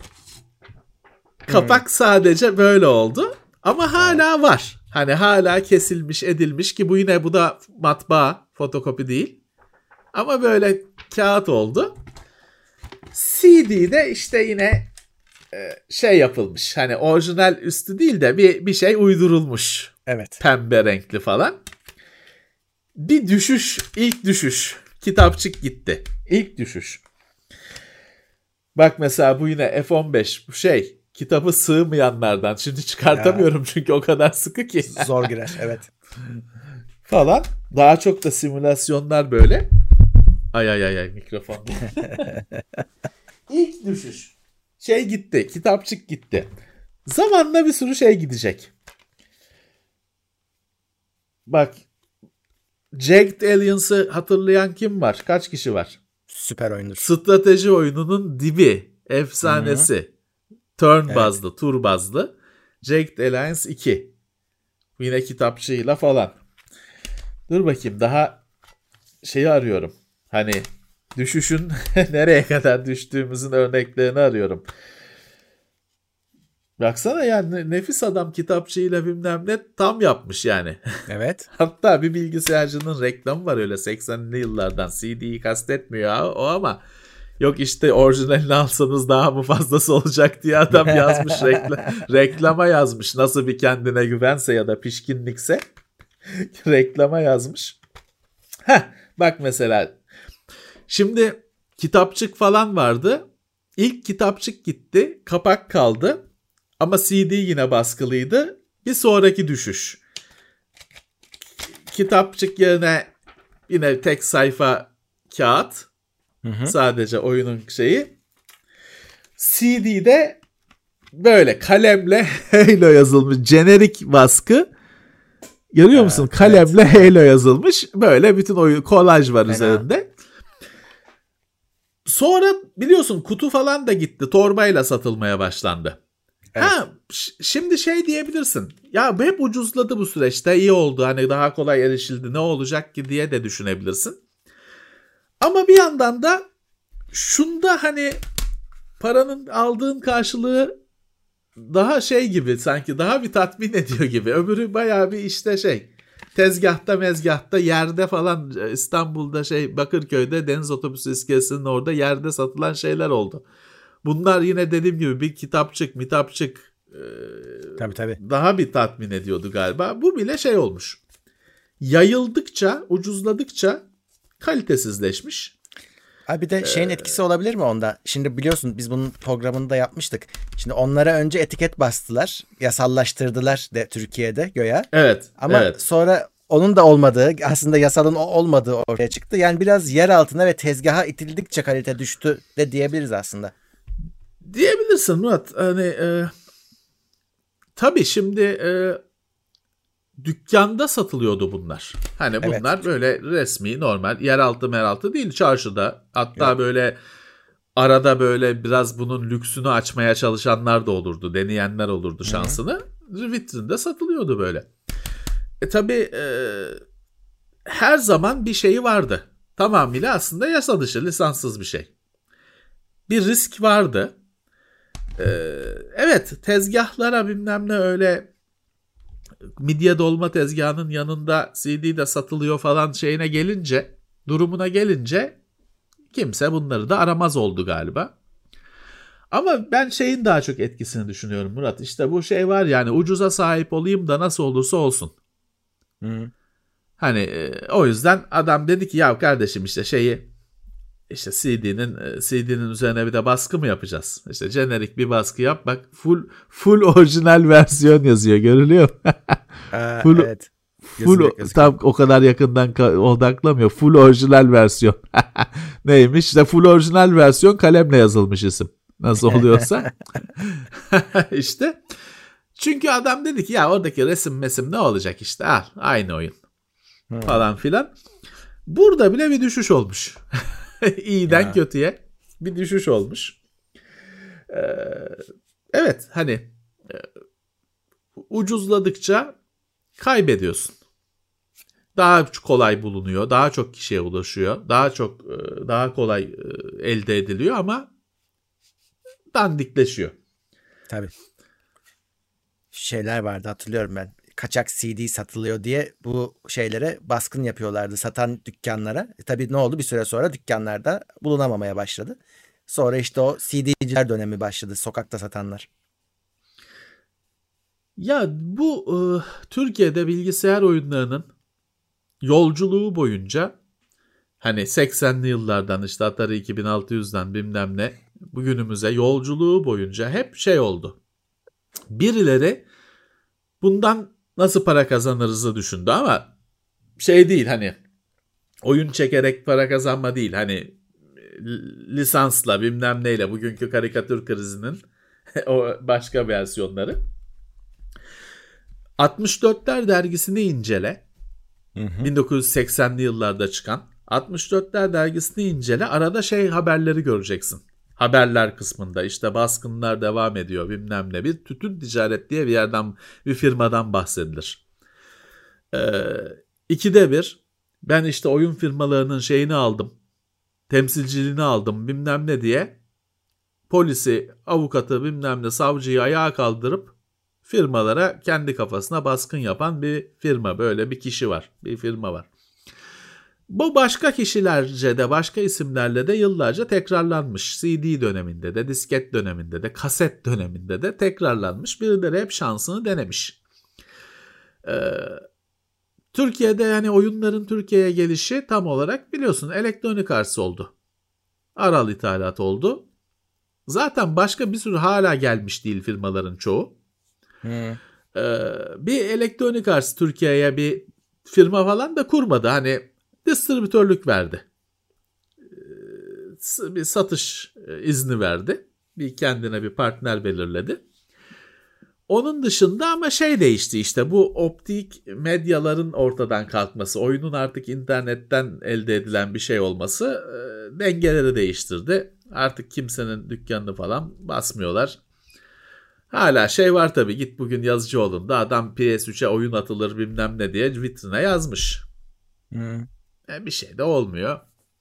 Kapak sadece böyle oldu ama hala var. Hani hala kesilmiş edilmiş ki bu da matbaa, fotokopi değil. Ama böyle kağıt oldu. CD'de işte yine yapılmış. Hani orijinal üstü değil de bir şey uydurulmuş. Evet. Pembe renkli falan. Bir ilk düşüş. Kitapçık gitti. İlk düşüş. Bak mesela bu yine F15. Bu kitabı sığmayanlardan. Şimdi çıkartamıyorum çünkü o kadar sıkı ki. Zor girer, evet. Falan. Daha çok da simülasyonlar böyle. Ay mikrofon. İlk düşüş. Gitti. Kitapçık gitti. Zamanla bir sürü şey gidecek. Bak, Jagged Alliance'ı hatırlayan kim var? Kaç kişi var? Süper oyundur. Strateji oyununun dibi, Hı-hı. efsanesi. Turn Evet. bazlı, tur bazlı. Jagged Alliance 2. Yine kitapçığıyla falan. Dur bakayım, daha şeyi arıyorum. Hani düşüşün nereye kadar düştüğümüzün örneklerini arıyorum. Baksana yani, nefis adam kitapçığıyla bilmem ne tam yapmış yani. Evet. Hatta bir bilgisayarcının reklamı var öyle 80'li yıllardan. CD'yi kastetmiyor o ama yok işte orijinalini alsanız daha mı fazlası olacak diye adam yazmış, reklama yazmış. Nasıl bir kendine güvense ya da pişkinlikse reklama yazmış. Heh, bak mesela şimdi kitapçık falan vardı. İlk kitapçık gitti, kapak kaldı ama CD yine baskılıydı. Bir sonraki düşüş. Kitapçık yerine yine tek sayfa kağıt. Hı-hı. Sadece oyunun şeyi. CD'de böyle kalemle Halo yazılmış. Jenerik baskı. Görüyor musun? Kalemle Evet. Halo yazılmış. Böyle bütün oyun kolaj var Fena. üzerinde. Sonra biliyorsun kutu falan da gitti. Torbayla satılmaya başlandı. Evet. Ha, şimdi şey diyebilirsin. Ya bu hep ucuzladı bu süreçte. İyi oldu. Hani daha kolay erişildi. Ne olacak ki diye de düşünebilirsin. Ama bir yandan da şunda hani paranın aldığın karşılığı daha şey gibi, sanki daha bir tatmin ediyor gibi. Öbürü bayağı bir işte şey, tezgahta mezgahta yerde falan, İstanbul'da Bakırköy'de deniz otobüsü iskelesinin orada yerde satılan şeyler oldu. Bunlar yine dediğim gibi bir kitapçık mitapçık, Tabii. daha bir tatmin ediyordu galiba. Bu bile şey olmuş. Yayıldıkça, ucuzladıkça kalitesizleşmiş. Abi bir de şeyin etkisi olabilir mi onda? Şimdi biliyorsun biz bunun programını da yapmıştık. Şimdi onlara önce etiket bastılar. Yasallaştırdılar de Türkiye'de göya. Evet, Ama evet. sonra onun da olmadığı, aslında yasalın olmadığı ortaya çıktı. Yani biraz yer altına ve tezgaha itildikçe kalite düştü de diyebiliriz aslında. Diyebilirsin Murat. Hani tabii şimdi dükkanda satılıyordu bunlar. Hani Evet. bunlar böyle resmi, normal, yeraltı meraltı değil, çarşıda. Hatta Yok. böyle arada böyle biraz bunun lüksünü açmaya çalışanlar da olurdu. Deneyenler olurdu Hı-hı. şansını. Vitrinde satılıyordu böyle. Tabii her zaman bir şeyi vardı. Tamamıyla aslında yasa dışı, lisanssız bir şey. Bir risk vardı. E, evet, tezgahlara bilmem ne öyle midye dolma tezgahının yanında CD de satılıyor falan şeyine gelince, durumuna gelince kimse bunları da aramaz oldu galiba. Ama ben şeyin daha çok etkisini düşünüyorum Murat. İşte bu şey var yani, ucuza sahip olayım da nasıl olursa olsun. Hı-hı. Hani o yüzden adam dedi ki ya kardeşim işte işte CD'nin üzerine bir de baskı mı yapacağız? İşte jenerik bir baskı yap, bak full orijinal versiyon yazıyor, görülüyor mu? full Evet. full Gözümde gözüküyor. tam o kadar yakından odaklamıyor. Full orijinal versiyon. Neymiş? İşte full orijinal versiyon, kalemle yazılmış isim. Nasıl oluyorsa. İşte. Çünkü adam dedi ki ya oradaki resim mesim ne olacak, işte al aynı oyun Hı. falan filan. Burada bile bir düşüş olmuş. İyiden Ya. kötüye bir düşüş olmuş. Evet hani e, ucuzladıkça kaybediyorsun. Daha kolay bulunuyor, daha çok kişiye ulaşıyor, daha kolay elde ediliyor ama dandikleşiyor. Tabii. Şeyler vardı hatırlıyorum ben. Kaçak CD satılıyor diye bu şeylere baskın yapıyorlardı satan dükkanlara. Tabii ne oldu? Bir süre sonra dükkanlarda bulunamamaya başladı. Sonra işte o CD'ciler dönemi başladı. Sokakta satanlar. Ya bu Türkiye'de bilgisayar oyunlarının yolculuğu boyunca, hani 80'li yıllardan işte Atari 2600'den bilmem ne bugünümüze yolculuğu boyunca hep şey oldu. Birileri bundan nasıl para kazanırızı düşündü ama şey değil, hani oyun çekerek para kazanma değil, hani lisansla bilmem neyle, bugünkü karikatür krizinin O başka versiyonları. 64'ler dergisini incele. 1980'li yıllarda çıkan 64'ler dergisini incele. Arada haberleri göreceksin. Haberler kısmında işte baskınlar devam ediyor bilmem ne. Bir tütün ticaret diye bir firmadan bahsedilir. 2'de 1 ben işte oyun firmalarının şeyini aldım. Temsilciliğini aldım bilmem ne diye. Polisi, avukatı bilmem ne savcıyı ayağa kaldırıp firmalara kendi kafasına baskın yapan bir firma. Böyle bir kişi var. Bir firma var. Bu başka kişilerce de başka isimlerle de yıllarca tekrarlanmış. CD döneminde de, disket döneminde de, kaset döneminde de tekrarlanmış. Birileri hep şansını denemiş. Türkiye'de yani oyunların Türkiye'ye gelişi tam olarak biliyorsun Electronic Arts oldu. Aral ithalat oldu. Zaten başka bir sürü hala gelmiş değil firmaların çoğu. Bir Electronic Arts Türkiye'ye bir firma falan da kurmadı. Hani distribütörlük verdi. Bir satış izni verdi. Bir kendine bir partner belirledi. Onun dışında ama değişti işte bu optik medyaların ortadan kalkması, oyunun artık internetten elde edilen bir şey olması dengeleri değiştirdi. Artık kimsenin dükkanını falan basmıyorlar. Hala var tabii, git bugün Yazıcıoğlu'nda adam PS3'e oyun atılır bilmem ne diye vitrine yazmış. Bir şey de olmuyor.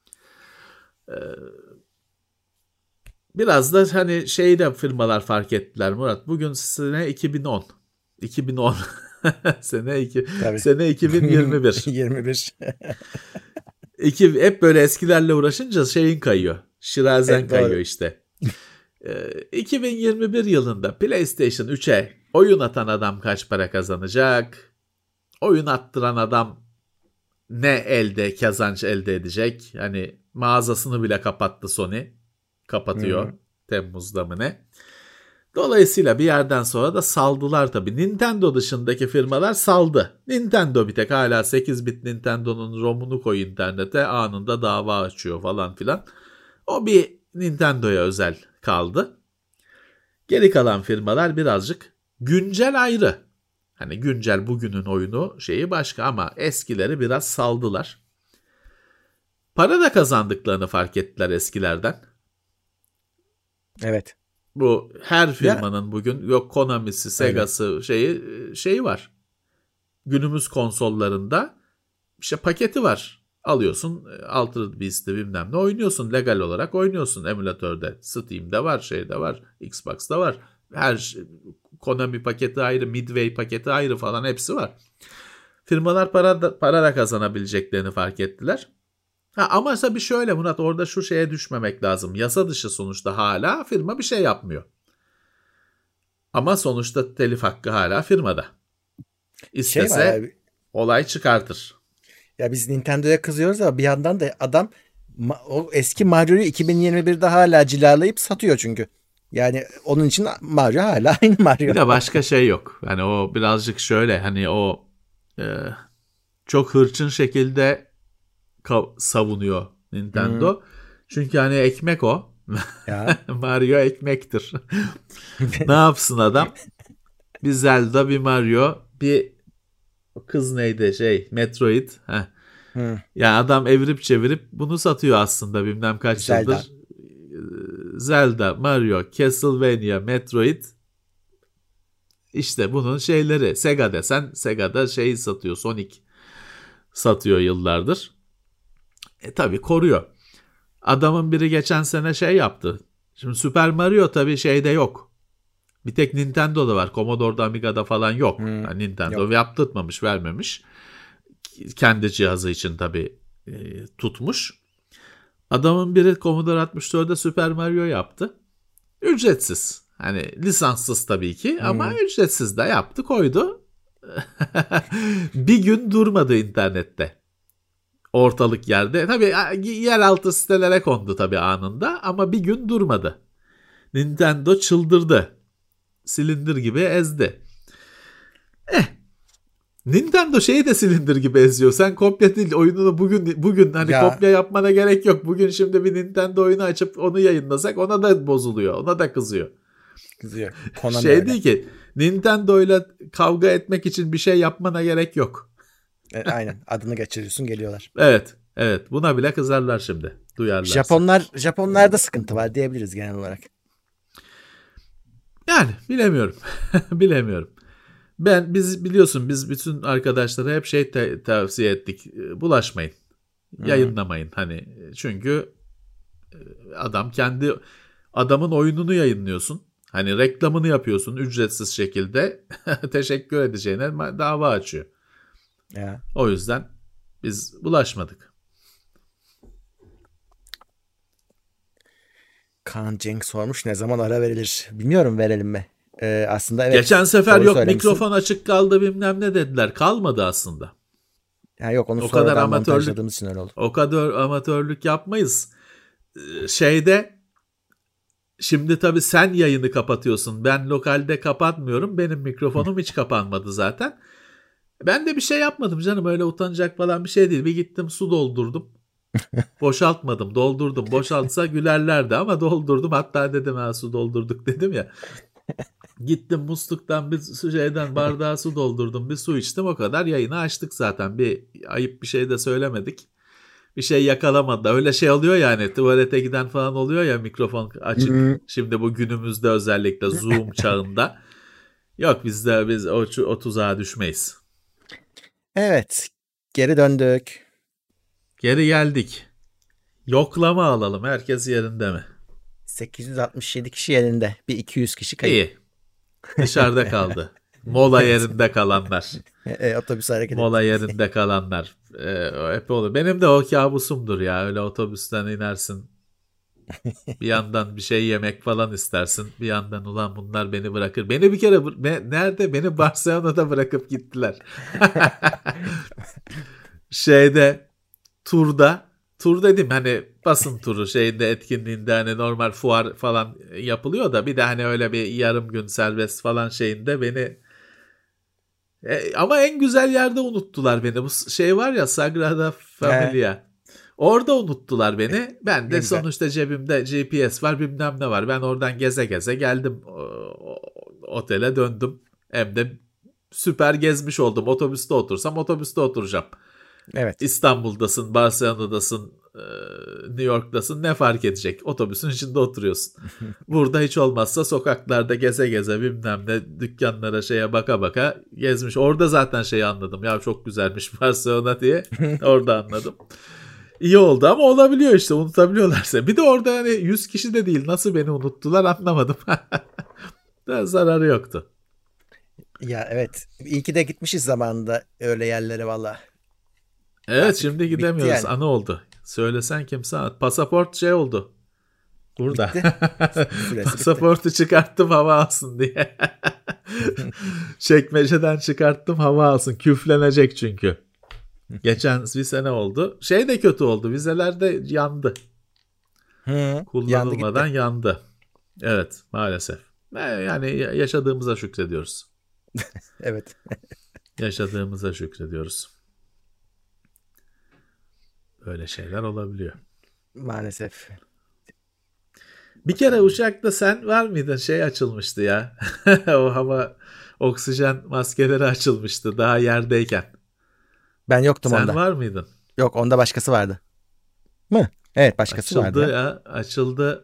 Biraz da hani de firmalar fark ettiler Murat. Bugün sene 2010. 2010. sene 2021. 21. Hep böyle eskilerle uğraşınca kayıyor. Şirazen Evet, kayıyor doğru. işte. 2021 yılında PlayStation 3'e oyun atan adam kaç para kazanacak? Oyun attıran adam ne kazanç elde edecek? Hani mağazasını bile kapattı Sony. Kapatıyor. Temmuz'da mı ne? Dolayısıyla bir yerden sonra da saldılar tabii. Nintendo dışındaki firmalar saldı. Nintendo bir tek hala 8-bit Nintendo'nun ROM'unu koy internete anında dava açıyor falan filan. O bir Nintendo'ya özel kaldı. Geri kalan firmalar birazcık güncel ayrı. Hani güncel bugünün oyunu başka ama eskileri biraz saldılar. Para da kazandıklarını fark ettiler eskilerden. Evet. Bu her firmanın bugün yok Konami'si, Sega'sı şeyi var. Günümüz konsollarında paketi var. Alıyorsun Altered Beast'i bilmem ne oynuyorsun. Legal olarak oynuyorsun emülatörde. Steam'de var, var. Xbox'ta var. Her Konami paketi ayrı, Midway paketi ayrı falan hepsi var. Firmalar para da kazanabileceklerini fark ettiler. Ama tabii Murat, orada şu düşmemek lazım. Yasa dışı sonuçta hala firma bir şey yapmıyor. Ama sonuçta telif hakkı hala firmada. İstese olay çıkartır. Ya biz Nintendo'ya kızıyoruz ama bir yandan da adam o eski Mario'yu 2021'de hala cilalayıp satıyor çünkü. Yani onun için Mario hala aynı Mario. Bir de başka yok. Hani o birazcık hani o çok hırçın şekilde savunuyor Nintendo. Çünkü hani ekmek o. Ya. Mario ekmektir. Ne yapsın adam? Bir Zelda, bir Mario, bir kız neydi Metroid. Yani adam evirip çevirip bunu satıyor aslında bilmem kaç yıldır. Zelda, Mario, Castlevania, Metroid. İşte bunun Sega desen Sega'da satıyor, Sonic satıyor yıllardır. Tabii koruyor. Adamın biri geçen sene yaptı. Şimdi Super Mario tabii yok. Bir tek Nintendo'da var. Commodore'da, Amiga'da falan yok. Yani Nintendo yok. Yaptırtmamış, vermemiş. Kendi cihazı için tabii tutmuş. Adamın biri Commodore 64'de Super Mario yaptı. Ücretsiz. Hani lisanssız tabii ki ama ücretsiz de yaptı, koydu. Bir gün durmadı internette. Ortalık yerde. Tabii yeraltı sitelere kondu tabii anında ama bir gün durmadı. Nintendo çıldırdı. Silindir gibi ezdi. Nintendo de silindir gibi eziyor. Sen kopya değil oyununu bugün hani kopya yapmana gerek yok. Bugün şimdi bir Nintendo oyunu açıp onu yayınlasak ona da bozuluyor. Ona da kızıyor. Kızıyor. Konami Şey öyle. değil ki, Nintendo'yla kavga etmek için bir şey yapmana gerek yok. Aynen. Adını geçiriyorsun, geliyorlar. Evet, evet. Buna bile kızarlar şimdi. Duyarlarsa. Japonlarda sıkıntı var diyebiliriz genel olarak. Yani bilemiyorum. Bilemiyorum. Biz biliyorsun, biz bütün arkadaşlara hep şey tavsiye ettik. Bulaşmayın. Yayınlamayın. Hani çünkü adamın oyununu yayınlıyorsun. Hani reklamını yapıyorsun ücretsiz şekilde. Teşekkür edeceğine dava açıyor. Ya. O yüzden biz bulaşmadık. Kaan Cenk sormuş, ne zaman ara verilir? Bilmiyorum, verelim mi? Aslında evet. Geçen sefer doğru yok söylemişsin. mikrofon açık kaldı bilmem ne dediler. Kalmadı aslında. Ha, yok, onu O kadar sonradan montajladığımız için öyle oldu. O kadar amatörlük yapmayız. Şeyde şimdi tabii sen yayını kapatıyorsun. Ben lokalde kapatmıyorum. Benim mikrofonum hiç kapanmadı zaten. Ben de bir şey yapmadım canım. Öyle utanacak falan bir şey değil. Bir gittim, su doldurdum. Boşaltmadım, doldurdum. Boşaltsa gülerlerdi ama doldurdum. Hatta dedim, ha su doldurduk dedim ya. Gittim musluktan bardağa su doldurdum. Bir su içtim, o kadar. Yayını açtık zaten. Bir ayıp bir şey de söylemedik. Bir şey yakalamadı. Öyle şey oluyor yani, tuvalete giden falan oluyor ya, mikrofon açık. Şimdi bu günümüzde özellikle Zoom çağında. Yok, biz o tuzağa düşmeyiz. Evet. Geri döndük. Geri geldik. Yoklama alalım. Herkes yerinde mi? 867 kişi yerinde. Bir 200 kişi kayıp. İyi. Dışarıda kaldı. Mola Evet. yerinde kalanlar. Otobüs hareket etti. Mola yerinde kalanlar. Hep olur. Benim de o kabusumdur ya. Öyle otobüsten inersin. Bir yandan bir şey yemek falan istersin. Bir yandan ulan bunlar beni bırakır. Beni bir kere nerede? Beni Barcelona'da bırakıp gittiler. Tur dedim, hani basın turu şeyinde, etkinliğinde, hani normal fuar falan yapılıyor da bir de hani öyle bir yarım gün serbest falan şeyinde beni ama en güzel yerde unuttular beni. Bu şey var ya, Sagrada He, Familia. Orada unuttular beni. Ben ne de güzel. sonuçta cebimde GPS var, bilmem ne var. Ben oradan geze geze geldim. Otele döndüm. Hem de süper gezmiş oldum. Otobüste otursam otobüste oturacağım. Evet. İstanbul'dasın, Barcelona'dasın, New York'tasın, ne fark edecek? Otobüsün içinde oturuyorsun. Burada hiç olmazsa sokaklarda geze geze, bilmem ne, dükkanlara şeye baka baka gezmiş. Orada zaten şeyi anladım. Ya çok güzelmiş Barcelona diye. Orada anladım. İyi oldu ama olabiliyor işte, unutabiliyorlarsa. Bir de orada hani 100 kişi de değil, nasıl beni unuttular anlamadım. Da zararı yoktu. Ya evet. İyi ki de gitmişiz zamanında öyle yerlere valla. Evet, Artık şimdi bitti gidemiyoruz. yani. Ana oldu. Söylesen kimse anlat. Pasaport şey oldu. Burada. Bitti. Süresi bitti. Pasaportu çıkarttım hava alsın diye. Çekmeceden çıkarttım hava alsın. Küflenecek çünkü. Geçen bir sene oldu. Şey de kötü oldu. Vizeler de yandı. Yandı Kullanılmadan gitti. yandı. Evet, maalesef. Yani yaşadığımıza şükrediyoruz. Evet. Yaşadığımıza şükrediyoruz. Böyle şeyler olabiliyor. Maalesef. Bir kere uçakta sen var mıydın? Şey açılmıştı ya. O hava oksijen maskeleri açılmıştı daha yerdeyken. Ben yoktum Sen onda. var mıydın? Yok, onda başkası vardı. Mı? Evet, başkası vardı Açıldı ya. ya, açıldı.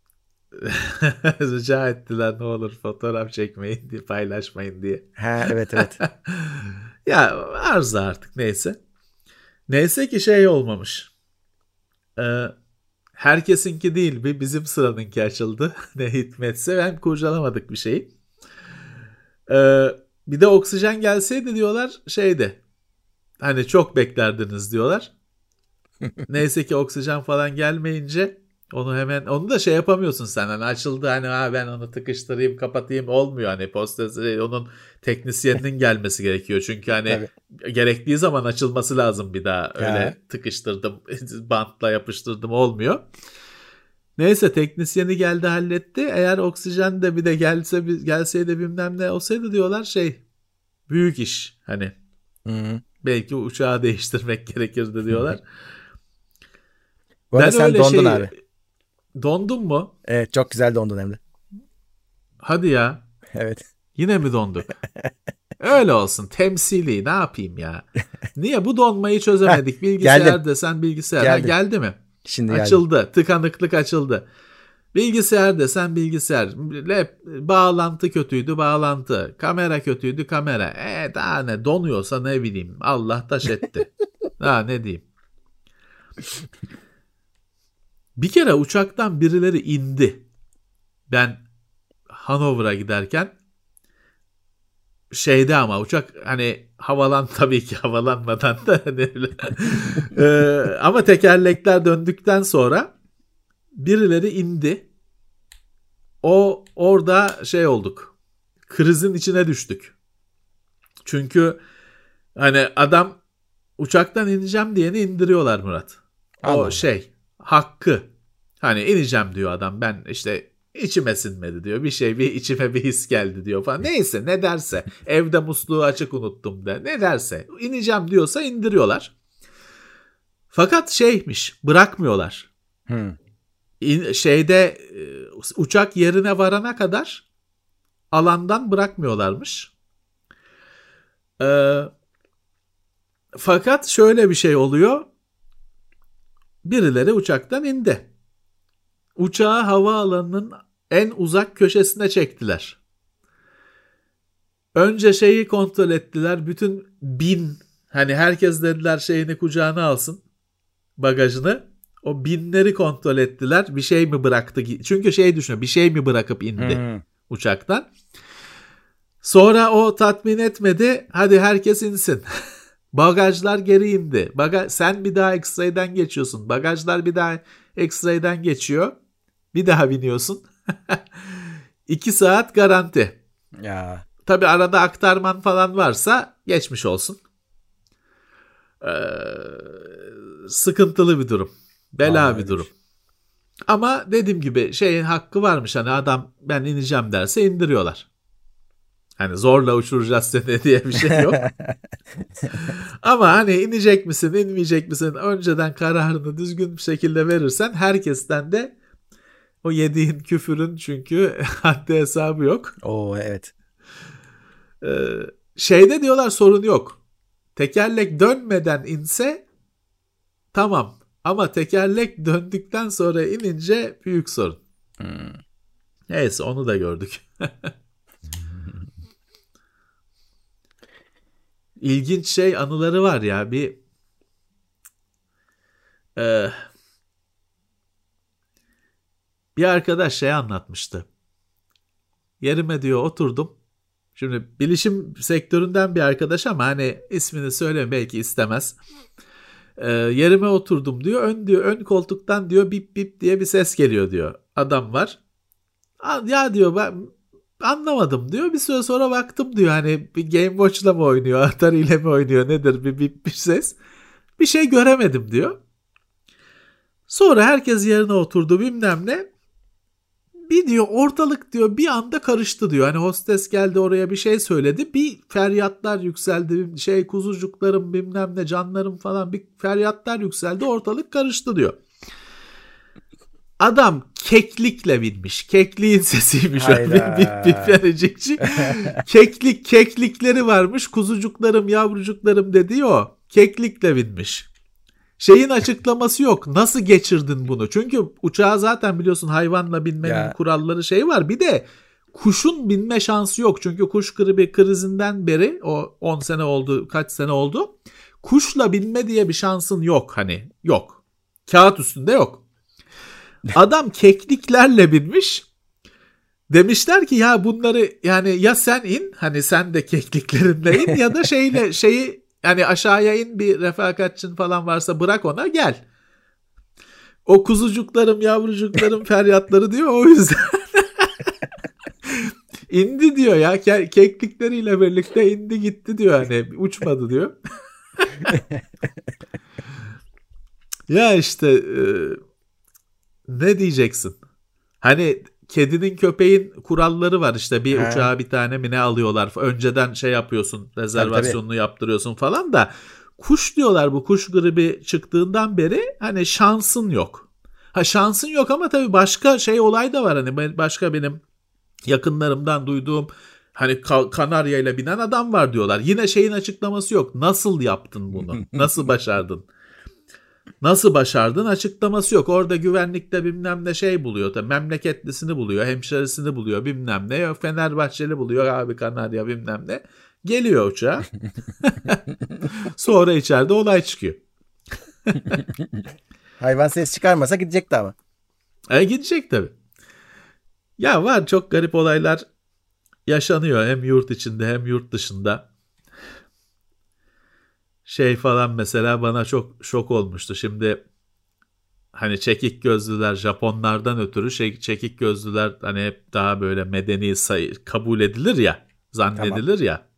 Rica ettiler ne olur fotoğraf çekmeyin diye, paylaşmayın diye. Ha, evet evet. Ya arıza artık, neyse. Neyse ki şey olmamış. Ee, Herkesinki değil, bizim sıranınki açıldı. Ne hikmetse, ben kurcalamadık bir şeyi. Bir de oksijen gelseydi diyorlar şeydi. Hani çok beklerdiniz diyorlar. Neyse ki oksijen falan gelmeyince onu da şey yapamıyorsun sen. Hani açıldı, hani ben onu tıkıştırayım kapatayım olmuyor. Hani onun teknisyeninin gelmesi gerekiyor. Çünkü hani Tabii. gerektiği zaman açılması lazım bir daha. Ya, Öyle tıkıştırdım bantla yapıştırdım olmuyor. Neyse teknisyeni geldi halletti. Eğer oksijen de bir de gelseydi bilmem ne olsaydı diyorlar şey, büyük iş. Hani hı. belki uçağı değiştirmek gerekirdi diyorlar. Bu arada Ben sen öyle dondun abi. dondum mu? Evet, çok güzel dondun hem de. Hadi ya. Evet. Yine mi donduk? Öyle olsun. Temsili. Ne yapayım ya? Niye bu donmayı Heh, çözemedik? Bilgisayar geldim. desen bilgisayar. Ha, Geldim. geldi mi? Şimdi geldim. Açıldı. Tıkanıklık açıldı. Bilgisayar desen bilgisayar. Bağlantı kötüydü bağlantı. Kamera kötüydü kamera. Daha ne donuyorsa ne bileyim. Allah taş etti. Daha ne diyeyim. Bir kere uçaktan birileri indi. Ben Hanover'a giderken şeyde ama uçak hani tabii ki havalanmadan da hani ama tekerlekler döndükten sonra birileri indi. Orada şey olduk. Krizin içine düştük. Çünkü hani adam uçaktan ineceğim diyeni indiriyorlar Murat. Allah O Allah. hakkı. Hani ineceğim diyor adam. Ben işte içime sinmedi diyor. Bir içime bir his geldi diyor falan. Neyse ne derse. Evde musluğu açık unuttum de. Ne derse. İneceğim diyorsa indiriyorlar. Fakat bırakmıyorlar. Uçak yerine varana kadar alandan bırakmıyorlarmış. Fakat şöyle bir şey oluyor. Birileri uçaktan indi. Uçağı havaalanının en uzak köşesine çektiler. Önce kontrol ettiler. Bütün hani herkes dediler şeyini kucağına alsın. Bagajını. O binleri kontrol ettiler. Bir şey mi bıraktı? Çünkü düşünüyor. Bir şey mi bırakıp indi uçaktan. Sonra o tatmin etmedi. Hadi herkes insin. Bagajlar geri indi. Sen bir daha X-ray'den geçiyorsun. Bagajlar bir daha X-ray'den geçiyor. Bir daha biniyorsun. 2 saat garanti. Ya. Tabii arada aktarman falan varsa geçmiş olsun. Sıkıntılı bir durum. Bela Vallahi bir durum. öyleymiş. Ama dediğim gibi hakkı varmış. Hani adam ben ineceğim derse indiriyorlar. Hani zorla uçuracağız seni diye bir şey yok. Ama hani inecek misin, inmeyecek misin? Önceden kararını düzgün bir şekilde verirsen herkesten de o yediğin küfürün çünkü haddi hesabı yok. Oo evet. Diyorlar sorun yok. Tekerlek dönmeden inse tamam. Ama tekerlek döndükten sonra inince büyük sorun. Neyse onu da gördük. İlginç anıları var ya. Bir arkadaş anlatmıştı. Yerime diyor oturdum. Şimdi bilişim sektöründen bir arkadaş ama hani ismini söyleyeyim belki istemez. Yerime oturdum diyor. Ön koltuktan diyor bip bip diye bir ses geliyor diyor. Adam var. Ya diyor ben anlamadım diyor. Bir süre sonra baktım diyor hani bir Game Watch'la mı oynuyor, Atari ile mi oynuyor nedir bir bip bir ses. Bir şey göremedim diyor. Sonra herkes yerine oturdu bilmem ne. Bir diyor ortalık diyor bir anda karıştı diyor. Hani hostes geldi oraya bir şey söyledi. Bir feryatlar yükseldi. Kuzucuklarım bilmem ne canlarım falan bir feryatlar yükseldi. Ortalık karıştı diyor. Adam keklikle binmiş. Kekliğin sesiymiş. Bir fericikçi. Keklikleri varmış. Kuzucuklarım yavrucuklarım dedi o. Keklikle binmiş. Açıklaması yok. Nasıl geçirdin bunu? Çünkü uçağa zaten biliyorsun hayvanla binmenin kuralları var. Bir de kuşun binme şansı yok. Çünkü kuş gribi krizinden beri o 10 sene oldu, kaç sene oldu. Kuşla binme diye bir şansın yok hani. Yok. Kağıt üstünde yok. Adam kekliklerle binmiş. Demişler ki ya bunları yani ya sen in hani sen de kekliklerinle in ya da yani aşağıya in bir refakatçin falan varsa bırak ona gel. O kuzucuklarım yavrucuklarım feryatları diyor o yüzden. İndi diyor ya keklikleriyle birlikte indi gitti diyor hani uçmadı diyor. Ya ne diyeceksin? Hani kedinin köpeğin kuralları var bir uçağa bir tane mi ne alıyorlar. Önceden yapıyorsun rezervasyonunu yaptırıyorsun falan da kuş diyorlar bu kuş gribi çıktığından beri hani şansın yok. Şansın yok ama tabii başka olay da var hani başka benim Yakınlarımdan duyduğum hani Kanarya ile binen adam var diyorlar. Yine şeyin açıklaması yok. Nasıl yaptın bunu? Nasıl başardın? Nasıl başardın açıklaması yok. Orada güvenlikte bilmem ne şey buluyor. Tabii memleketlisini buluyor, hemşerisini buluyor bilmem ne. Fenerbahçeli buluyor abi Kanarya bilmem ne. Geliyor uçağa. Sonra içeride olay çıkıyor. Hayvan ses çıkarmasa gidecekti ama. Gidecek tabii. Ya var çok garip olaylar yaşanıyor hem yurt içinde hem yurt dışında. Şey falan mesela bana çok şok olmuştu. Şimdi hani çekik gözlüler Japonlardan ötürü çekik gözlüler hani hep daha böyle medeni kabul edilir ya, zannedilir Tamam. ya.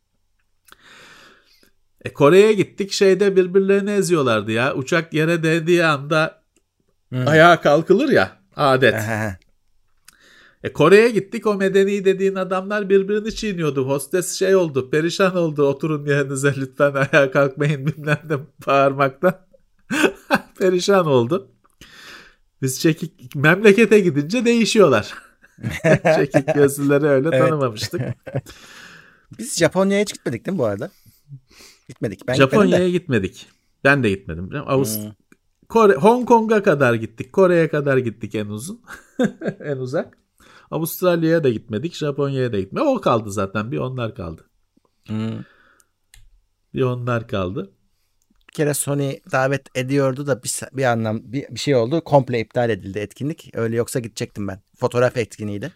Kore'ye gittik şeyde birbirlerini eziyorlardı ya. Uçak yere değdiği anda ayağa kalkılır ya adet. Kore'ye gittik o medeni dediğin adamlar birbirini çiğniyordu. Hostes şey oldu perişan oldu oturun yerinize lütfen ayağa kalkmayın bilmem ne bağırmaktan. Perişan oldu. Biz çekik memlekete gidince değişiyorlar. Çekik gözlüleri öyle Evet. tanımamıştık. Biz Japonya'ya hiç gitmedik değil mi bu arada? Gitmedik. Ben Japonya'ya gitmedim gitmedik. Ben de gitmedim. de. Hong Kong'a kadar gittik. Kore'ye kadar gittik en uzun. En uzak. Avustralya'ya da gitmedik. Japonya'ya da gitmedik. O kaldı zaten. Bir onlar kaldı. Hmm. Bir onlar kaldı. Bir kere Sony davet ediyordu da bir şey oldu. Komple iptal edildi etkinlik. Öyle yoksa gidecektim ben. Fotoğraf etkinliğiydi.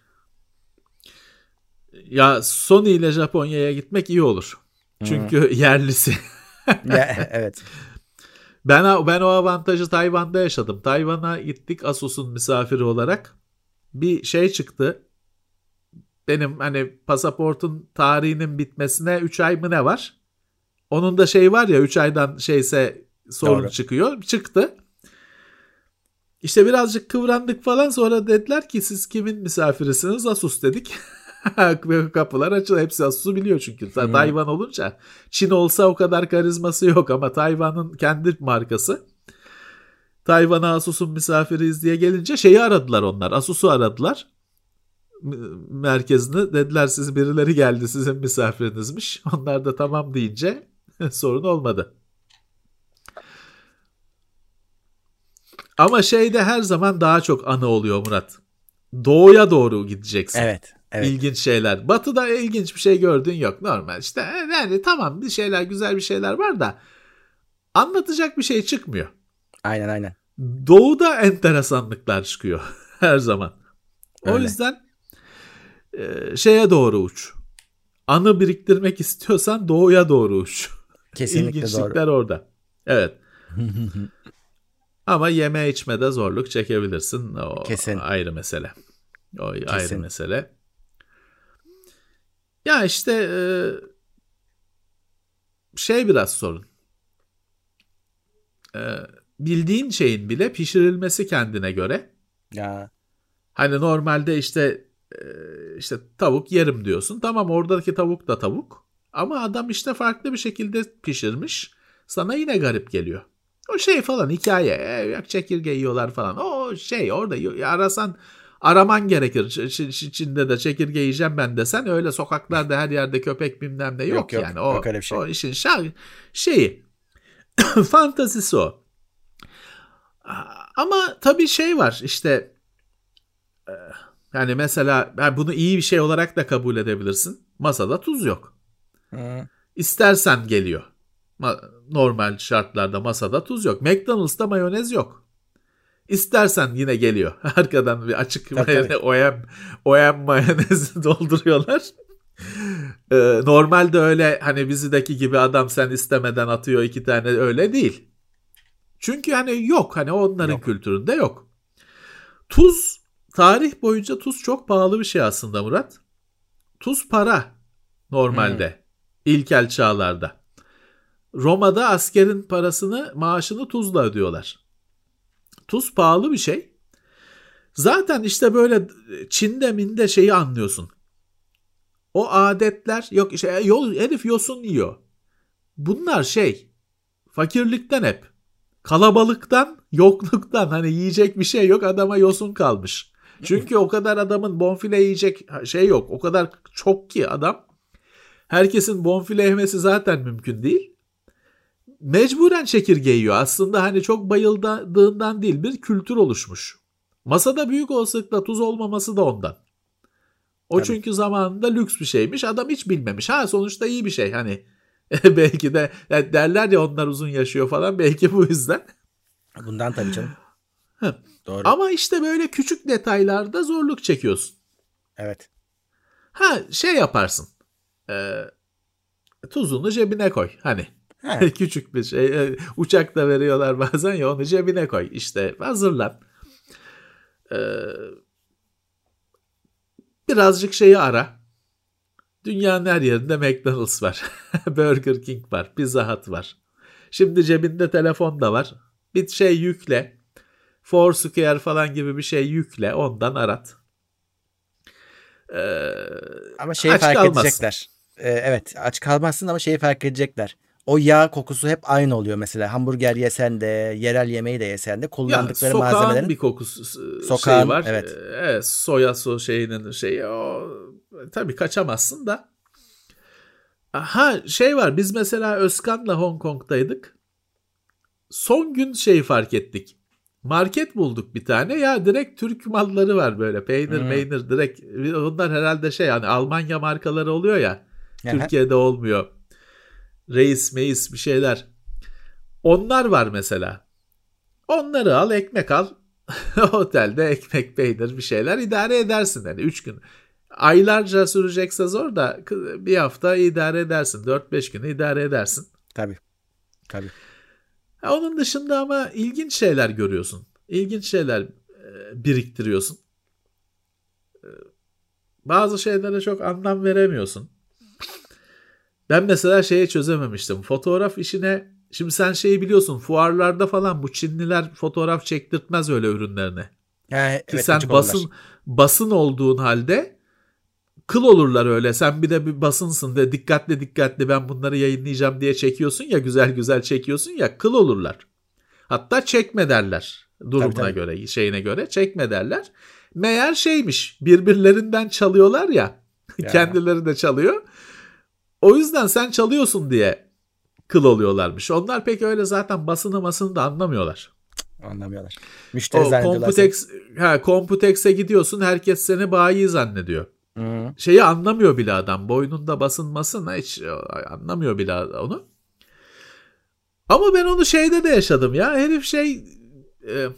Ya Sony ile Japonya'ya gitmek iyi olur. Çünkü yerlisi. Ya, evet. Ben o avantajı Tayvan'da yaşadım. Tayvan'a gittik Asus'un misafiri olarak. Bir şey çıktı. Benim hani pasaportun tarihinin bitmesine 3 ay mı ne var? Onun da şey var ya 3 aydan şeyse sorun Doğru. çıkıyor. Çıktı. İşte birazcık kıvrandık falan sonra dediler ki siz kimin misafirisiniz? Asus dedik. Kapılar açıldı. Hepsi Asus'u biliyor çünkü. Tayvan olunca Çin olsa o kadar karizması yok ama Tayvan'ın kendi markası. Tayvan'a Asus'un misafiriyiz diye gelince şeyi aradılar onlar. Asus'u aradılar. Merkezini dediler siz birileri geldi sizin misafirinizmiş. Onlar da tamam deyince sorun olmadı. Ama şeyde her zaman daha çok anı oluyor Murat. Doğuya doğru gideceksin. Evet. Evet. İlginç şeyler. Batı'da ilginç bir şey gördüğün yok. Normal işte yani tamam bir şeyler güzel bir şeyler var da anlatacak bir şey çıkmıyor. Aynen. Doğuda enteresanlıklar çıkıyor her zaman. O Öyle. yüzden şeye doğru uç. Anı biriktirmek istiyorsan doğuya doğru uç. Kesinlikle doğru. İlginçlikler orada. Evet. Ama yeme içmede zorluk çekebilirsin. O Kesin. ayrı mesele. O ayrı Kesin. mesele. Ya işte şey biraz sorun. Bildiğin şeyin bile pişirilmesi kendine göre. Ya. Hani normalde işte tavuk yerim diyorsun. Tamam oradaki tavuk da tavuk. Ama adam işte farklı bir şekilde pişirmiş. Sana yine garip geliyor. O şey falan hikaye. Çekirge yiyorlar falan. O şey orada araman gerekir. Çin'de de çekirge yiyeceğim ben desen öyle sokaklarda her yerde köpek bilmem ne yok yani. Yok öyle bir şey. O işin şeyi fantazisi o. Ama tabii şey var işte yani mesela bunu iyi bir şey olarak da kabul edebilirsin. Masada tuz yok. İstersen geliyor. Normal şartlarda masada tuz yok. McDonald's'ta mayonez yok. İstersen yine geliyor. Arkadan bir açık mayonez, OM mayonezi dolduruyorlar. Normalde öyle hani bizideki gibi adam sen istemeden atıyor 2 tane öyle değil. Çünkü hani yok hani onların kültüründe yok. Tuz tarih boyunca tuz çok pahalı bir şey aslında Murat. Tuz para normalde ilkel çağlarda. Roma'da askerin maaşını tuzla ödüyorlar. Tuz pahalı bir şey. Zaten işte böyle Çin'de minde şeyi anlıyorsun. O adetler yok işte herif yosun yiyor. Bunlar fakirlikten hep. Kalabalıktan, yokluktan hani yiyecek bir şey yok adama yosun kalmış. Çünkü o kadar adamın bonfile yiyecek şey yok. O kadar çok ki adam. Herkesin bonfile yemesi zaten mümkün değil. Mecburen çekirge yiyor. Aslında hani çok bayıldığından değil, bir kültür oluşmuş. Masada büyük olasılıkla tuz olmaması da ondan. O Tabii. çünkü zamanında lüks bir şeymiş. Adam hiç bilmemiş. Ha, sonuçta iyi bir şey. Hani belki de yani derler ya onlar uzun yaşıyor falan. Belki bu yüzden. Bundan tabii canım. Doğru. Ama işte böyle küçük detaylarda zorluk çekiyorsun. Evet. Ha, şey yaparsın. E, Tuzunu cebine koy. Hani Ha, küçük bir şey. Uçakta veriyorlar bazen ya, onu cebine koy. İşte hazırlan. E, Birazcık şeyi ara. Dünyanın her yerinde McDonald's var. Burger King var. Pizza Hut var. Şimdi cebinde telefon da var. Bir şey yükle. Foursquare falan gibi bir şey yükle. Ondan arat. Ee, ama şeyi Aç fark kalmazsın. edecekler. Evet, aç kalmazsın ama şeyi fark edecekler. O yağ kokusu hep aynı oluyor mesela. Hamburger yesen de, yerel yemeği de yesen de Ya kullandıkları sokağın malzemelerin bir kokusu şeyi sokağın, var. evet. Evet, soya şeyinin şeyi o, tabii kaçamazsın da. Ha, şey var, biz mesela Özkan'la Hong Kong'daydık. Son gün şeyi fark ettik. Market bulduk bir tane. Ya direkt Türk malları var böyle. Peynir Hmm. meynir direkt. Onlar herhalde şey, hani Almanya markaları oluyor ya. Aha. Türkiye'de olmuyor. Reis meis bir şeyler. Onlar var mesela. Onları al, ekmek al. Otelde ekmek peynir bir şeyler idare edersin. Yani 3 gün. Aylarca sürecekse zor da bir hafta idare edersin. 4-5 gün idare edersin. Tabii. Tabii. Onun dışında ama ilginç şeyler görüyorsun. İlginç şeyler biriktiriyorsun. Bazı şeylere çok anlam veremiyorsun. Ben mesela şeyi çözememiştim. Fotoğraf işine, şimdi sen şeyi biliyorsun, fuarlarda falan bu Çinliler fotoğraf çektirtmez öyle ürünlerine. Ha, Ki evet, sen gıcık olurlar. basın olduğun halde kıl olurlar öyle. Sen bir de bir basınsın de dikkatli ben bunları yayınlayacağım diye çekiyorsun ya, güzel güzel çekiyorsun ya, kıl olurlar. Hatta çekme derler. Tabii, Durumuna tabii. göre, şeyine göre çekme derler. Meğer şeymiş, birbirlerinden çalıyorlar ya. Ya, Kendileri de çalıyor. O yüzden sen çalıyorsun diye kıl oluyorlarmış. Onlar pek öyle zaten basını da anlamıyorlar. anlamıyorlar. Müşteri O zannediyorlar seni. Computex'e gidiyorsun, herkes seni bayi zannediyor. Hı. Şeyi anlamıyor bile adam. Boynunda basın hiç anlamıyor bile onu. Ama ben onu şeyde de yaşadım ya. Herif e,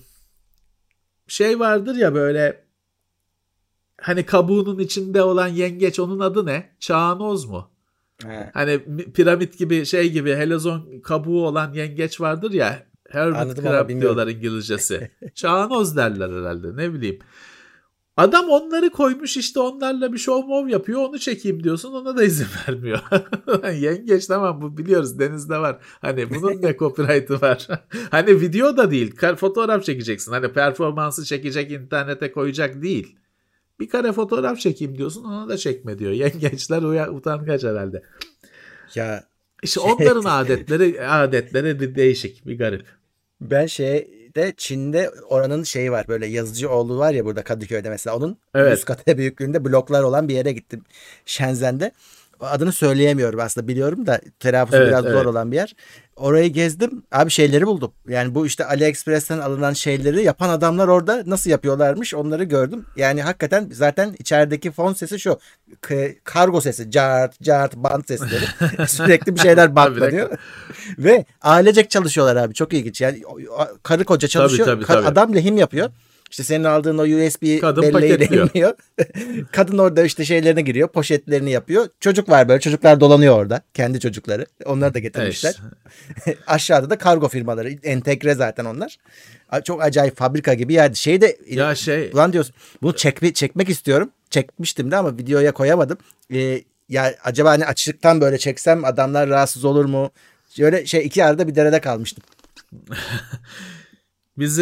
şey vardır ya böyle, hani kabuğunun içinde olan yengeç, onun adı ne? Çağanoz mu? Ha, Hani piramit gibi şey gibi helezon kabuğu olan yengeç vardır ya. Hermit anladım ama crab bilmiyorum. diyorlar İngilizcesi. Çağanoz derler herhalde, ne bileyim. Adam onları koymuş işte, onlarla bir show mov yapıyor, onu çekeyim diyorsun, ona da izin vermiyor. Yengeç tamam, bu biliyoruz, denizde var. Hani bunun ne copyright'ı var? Hani video da değil, fotoğraf çekeceksin. Hani performansı çekecek, internete koyacak değil. Bir kare fotoğraf çekeyim diyorsun, ona da çekme diyor. Yengeçler utangaç herhalde. Ya, İşte şey, onların adetleri bir değişik, bir garip. ben şeyde Çin'de oranın şeyi var, böyle Yazıcıoğlu var ya burada Kadıköy'de mesela, onun 100 Evet, katı büyüklüğünde bloklar olan bir yere gittim Shenzhen'de. Adını söyleyemiyorum aslında, biliyorum da telaffuzu evet, biraz zor evet. olan bir yer. Orayı gezdim. Abi şeyleri buldum. Yani bu işte AliExpress'ten alınan şeyleri yapan adamlar orada nasıl yapıyorlarmış onları gördüm. Yani hakikaten zaten içerideki fon sesi şu. Kargo sesi. Cart, cart, bant sesleri. Sürekli bir şeyler Tabii ne? bantlanıyor. Ve ailecek çalışıyorlar abi. Çok ilginç. Yani karı koca Tabii çalışıyor. tabii tabii. Adam lehim yapıyor. İşte senin aldığın o USB Kadın belleği paketliyor. lehimliyor. Kadın orada işte şeylerini giriyor. Poşetlerini yapıyor. Çocuk var böyle. Çocuklar dolanıyor orada. Kendi çocukları. Onları da getirmişler. İşte. Aşağıda da kargo firmaları. Entegre zaten onlar. Çok acayip fabrika gibi yer. Şey de Ya şey, ulan diyorsun. Bunu çekmek istiyorum. Çekmiştim de ama videoya koyamadım. Ya acaba hani açlıktan böyle çeksem adamlar rahatsız olur mu? Şöyle şey, iki arada bir derede kalmıştım. bizi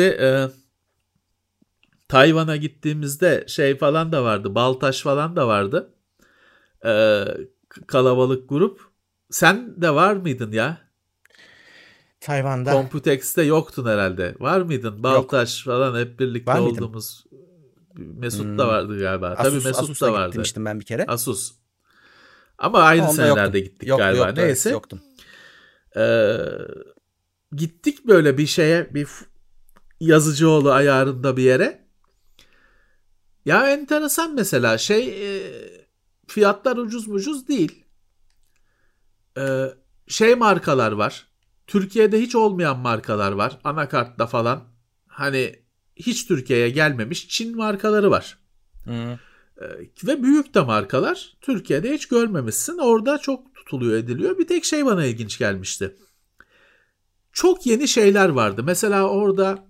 Tayvan'a gittiğimizde şey falan da vardı. Baltaş falan da vardı. E, Kalabalık grup. Sen de var mıydın ya? Tayvan'da Computex'te yoktun herhalde. Var mıydın? yok. Baltaş falan hep birlikte Var mıydım? olduğumuz. Mesut da vardı galiba. Tabii Mesut Asus'a da vardı. gitmiştim ben bir kere. Asus. Ama aynı Ama onda senelerde yoktum. gittik galiba. Yoktu, evet, Neyse. yoktum. Ee, Gittik böyle bir şeye, bir Yazıcıoğlu ayarında bir yere. Ya enteresan mesela fiyatlar ucuz değil. Markalar var. Türkiye'de hiç olmayan markalar var. Anakart'ta falan. Hani hiç Türkiye'ye gelmemiş Çin markaları var. Hı. Ve büyük de markalar. Türkiye'de hiç görmemişsin. Orada çok tutuluyor ediliyor. Bir tek şey bana ilginç gelmişti. Çok yeni şeyler vardı. Mesela orada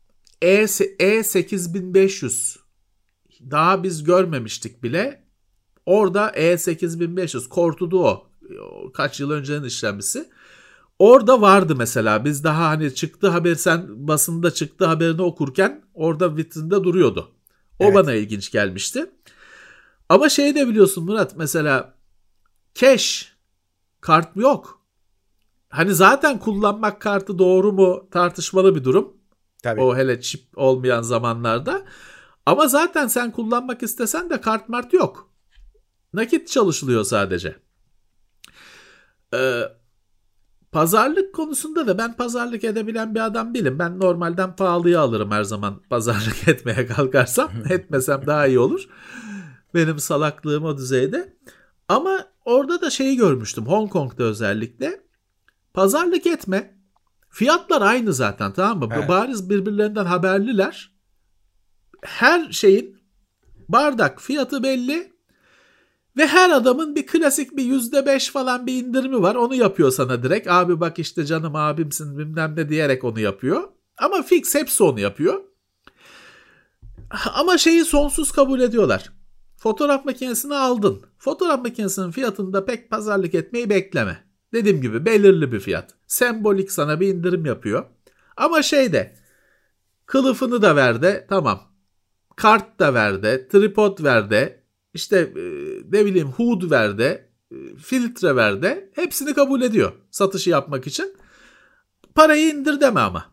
E8500 daha biz görmemiştik bile. Orada E8500 Cortudo kaç yıl öncenin işlemcisi. Orada vardı mesela. Biz daha hani çıktı haber, sen basında çıktı haberini okurken orada vitrinde duruyordu. O Evet. bana ilginç gelmişti. Ama şey de biliyorsun Murat, mesela cash kart yok. Hani zaten kullanmak kartı doğru mu tartışmalı bir durum. Tabii. O hele çip olmayan zamanlarda. Ama zaten sen kullanmak istesen de kart mart yok. Nakit çalışılıyor sadece. Ee, Pazarlık konusunda da ben pazarlık edebilen bir adam değilim. Ben normalden pahalıya alırım her zaman pazarlık etmeye kalkarsam. Etmesem daha iyi olur. Benim salaklığım o düzeyde. Ama orada da şeyi görmüştüm. Hong Kong'da özellikle. Pazarlık etme. Fiyatlar aynı zaten, tamam mı? Evet. Bariz birbirlerinden haberliler. Her şeyin bardak fiyatı belli. Ve her adamın bir klasik bir %5 falan bir indirimi var. Onu yapıyor sana direkt. Abi bak işte canım abimsin bilmem ne diyerek onu yapıyor. Ama fix hepsi onu yapıyor. Ama şeyi sonsuz kabul ediyorlar. Fotoğraf makinesini aldın. Fotoğraf makinesinin fiyatında pek pazarlık etmeyi bekleme. Dediğim gibi belirli bir fiyat. Sembolik sana bir indirim yapıyor. Ama kılıfını da ver de tamam. Kart da ver de, tripod ver de, işte ne bileyim HUD ver de, filtre ver de, hepsini kabul ediyor satışı yapmak için. Parayı indir deme ama.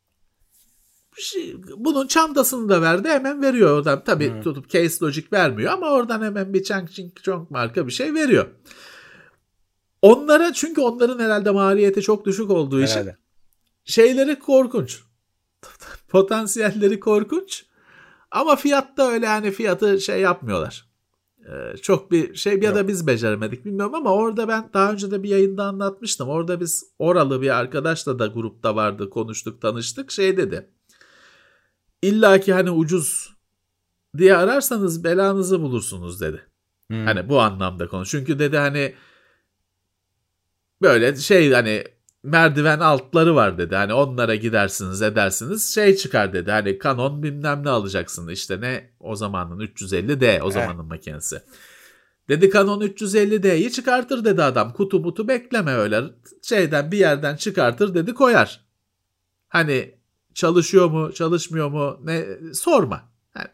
Bunun çantasını da ver de hemen veriyor oradan. Tabii tutup Case Logic vermiyor ama oradan hemen bir Chang Ching Chong marka bir şey veriyor. Onlara, çünkü onların herhalde maliyeti çok düşük olduğu için Herhalde. şeyleri korkunç. Potansiyelleri korkunç. Ama fiyatta öyle, hani fiyatı şey yapmıyorlar. Çok bir şey ya da Yok. biz beceremedik bilmiyorum ama orada ben daha önce de bir yayında anlatmıştım. Orada biz oralı bir arkadaşla da grupta vardı, konuştuk, tanıştık. Şey dedi. İlla ki hani ucuz diye ararsanız belanızı bulursunuz dedi. Hani bu anlamda konuş. Çünkü dedi hani böyle hani merdiven altları var dedi. Hani onlara gidersiniz edersiniz çıkar dedi. Hani Canon bilmem ne alacaksın işte, ne o zamanın 350D o zamanın makinesi. Dedi Canon 350D'yi çıkartır dedi adam. Kutu butu bekleme öyle. Bir yerden çıkartır dedi, koyar. Hani çalışıyor mu çalışmıyor mu ne sorma. Yani,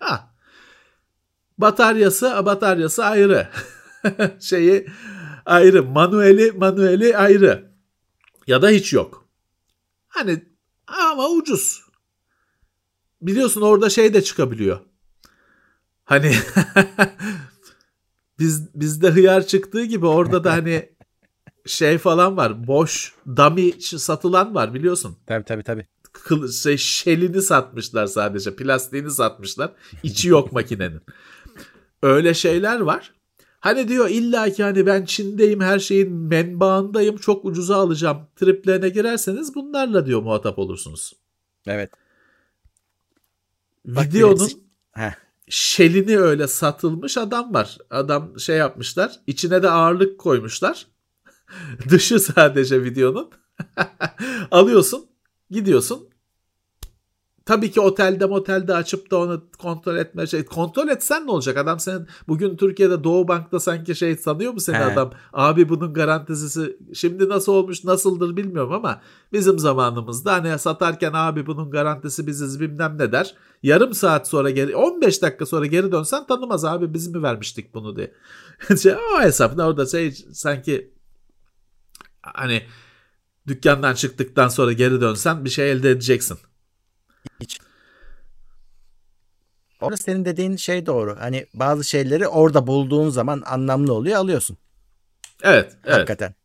bataryası ayrı. Ayrı. Manueli ayrı. Ya da hiç yok. Hani ama ucuz. Biliyorsun orada de çıkabiliyor. Hani bizde hıyar çıktığı gibi orada da hani falan var. Boş dummy satılan var biliyorsun. Tabii. Şelini satmışlar sadece. Plastiğini satmışlar. İçi yok makinenin. Öyle şeyler var. Hani diyor illa ki hani ben Çin'deyim, her şeyin menbaındayım, çok ucuza alacağım triplerine girerseniz bunlarla diyor muhatap olursunuz. Evet. Videonun şelini öyle satılmış adam var. Adam yapmışlar. İçine de ağırlık koymuşlar. Dışı sadece videonun. Alıyorsun, gidiyorsun. Tabii ki otelde açıp da onu kontrol etme kontrol etsen ne olacak? Adam senin bugün Türkiye'de Doğu Bank'ta sanki sanıyor mu seni adam? Abi bunun garantisi şimdi nasıl olmuş, nasıldır bilmiyorum ama bizim zamanımızda hani satarken abi bunun garantisi biziz bilmem ne der. Yarım saat sonra 15 dakika sonra geri dönsen tanımaz, abi biz mi vermiştik bunu diye. O hesap orada sanki hani dükkandan çıktıktan sonra geri dönsen bir şey elde edeceksin. Hiç. Orada senin dediğin şey doğru. Hani bazı şeyleri orada bulduğun zaman anlamlı oluyor, alıyorsun. Evet, evet. Hakikaten.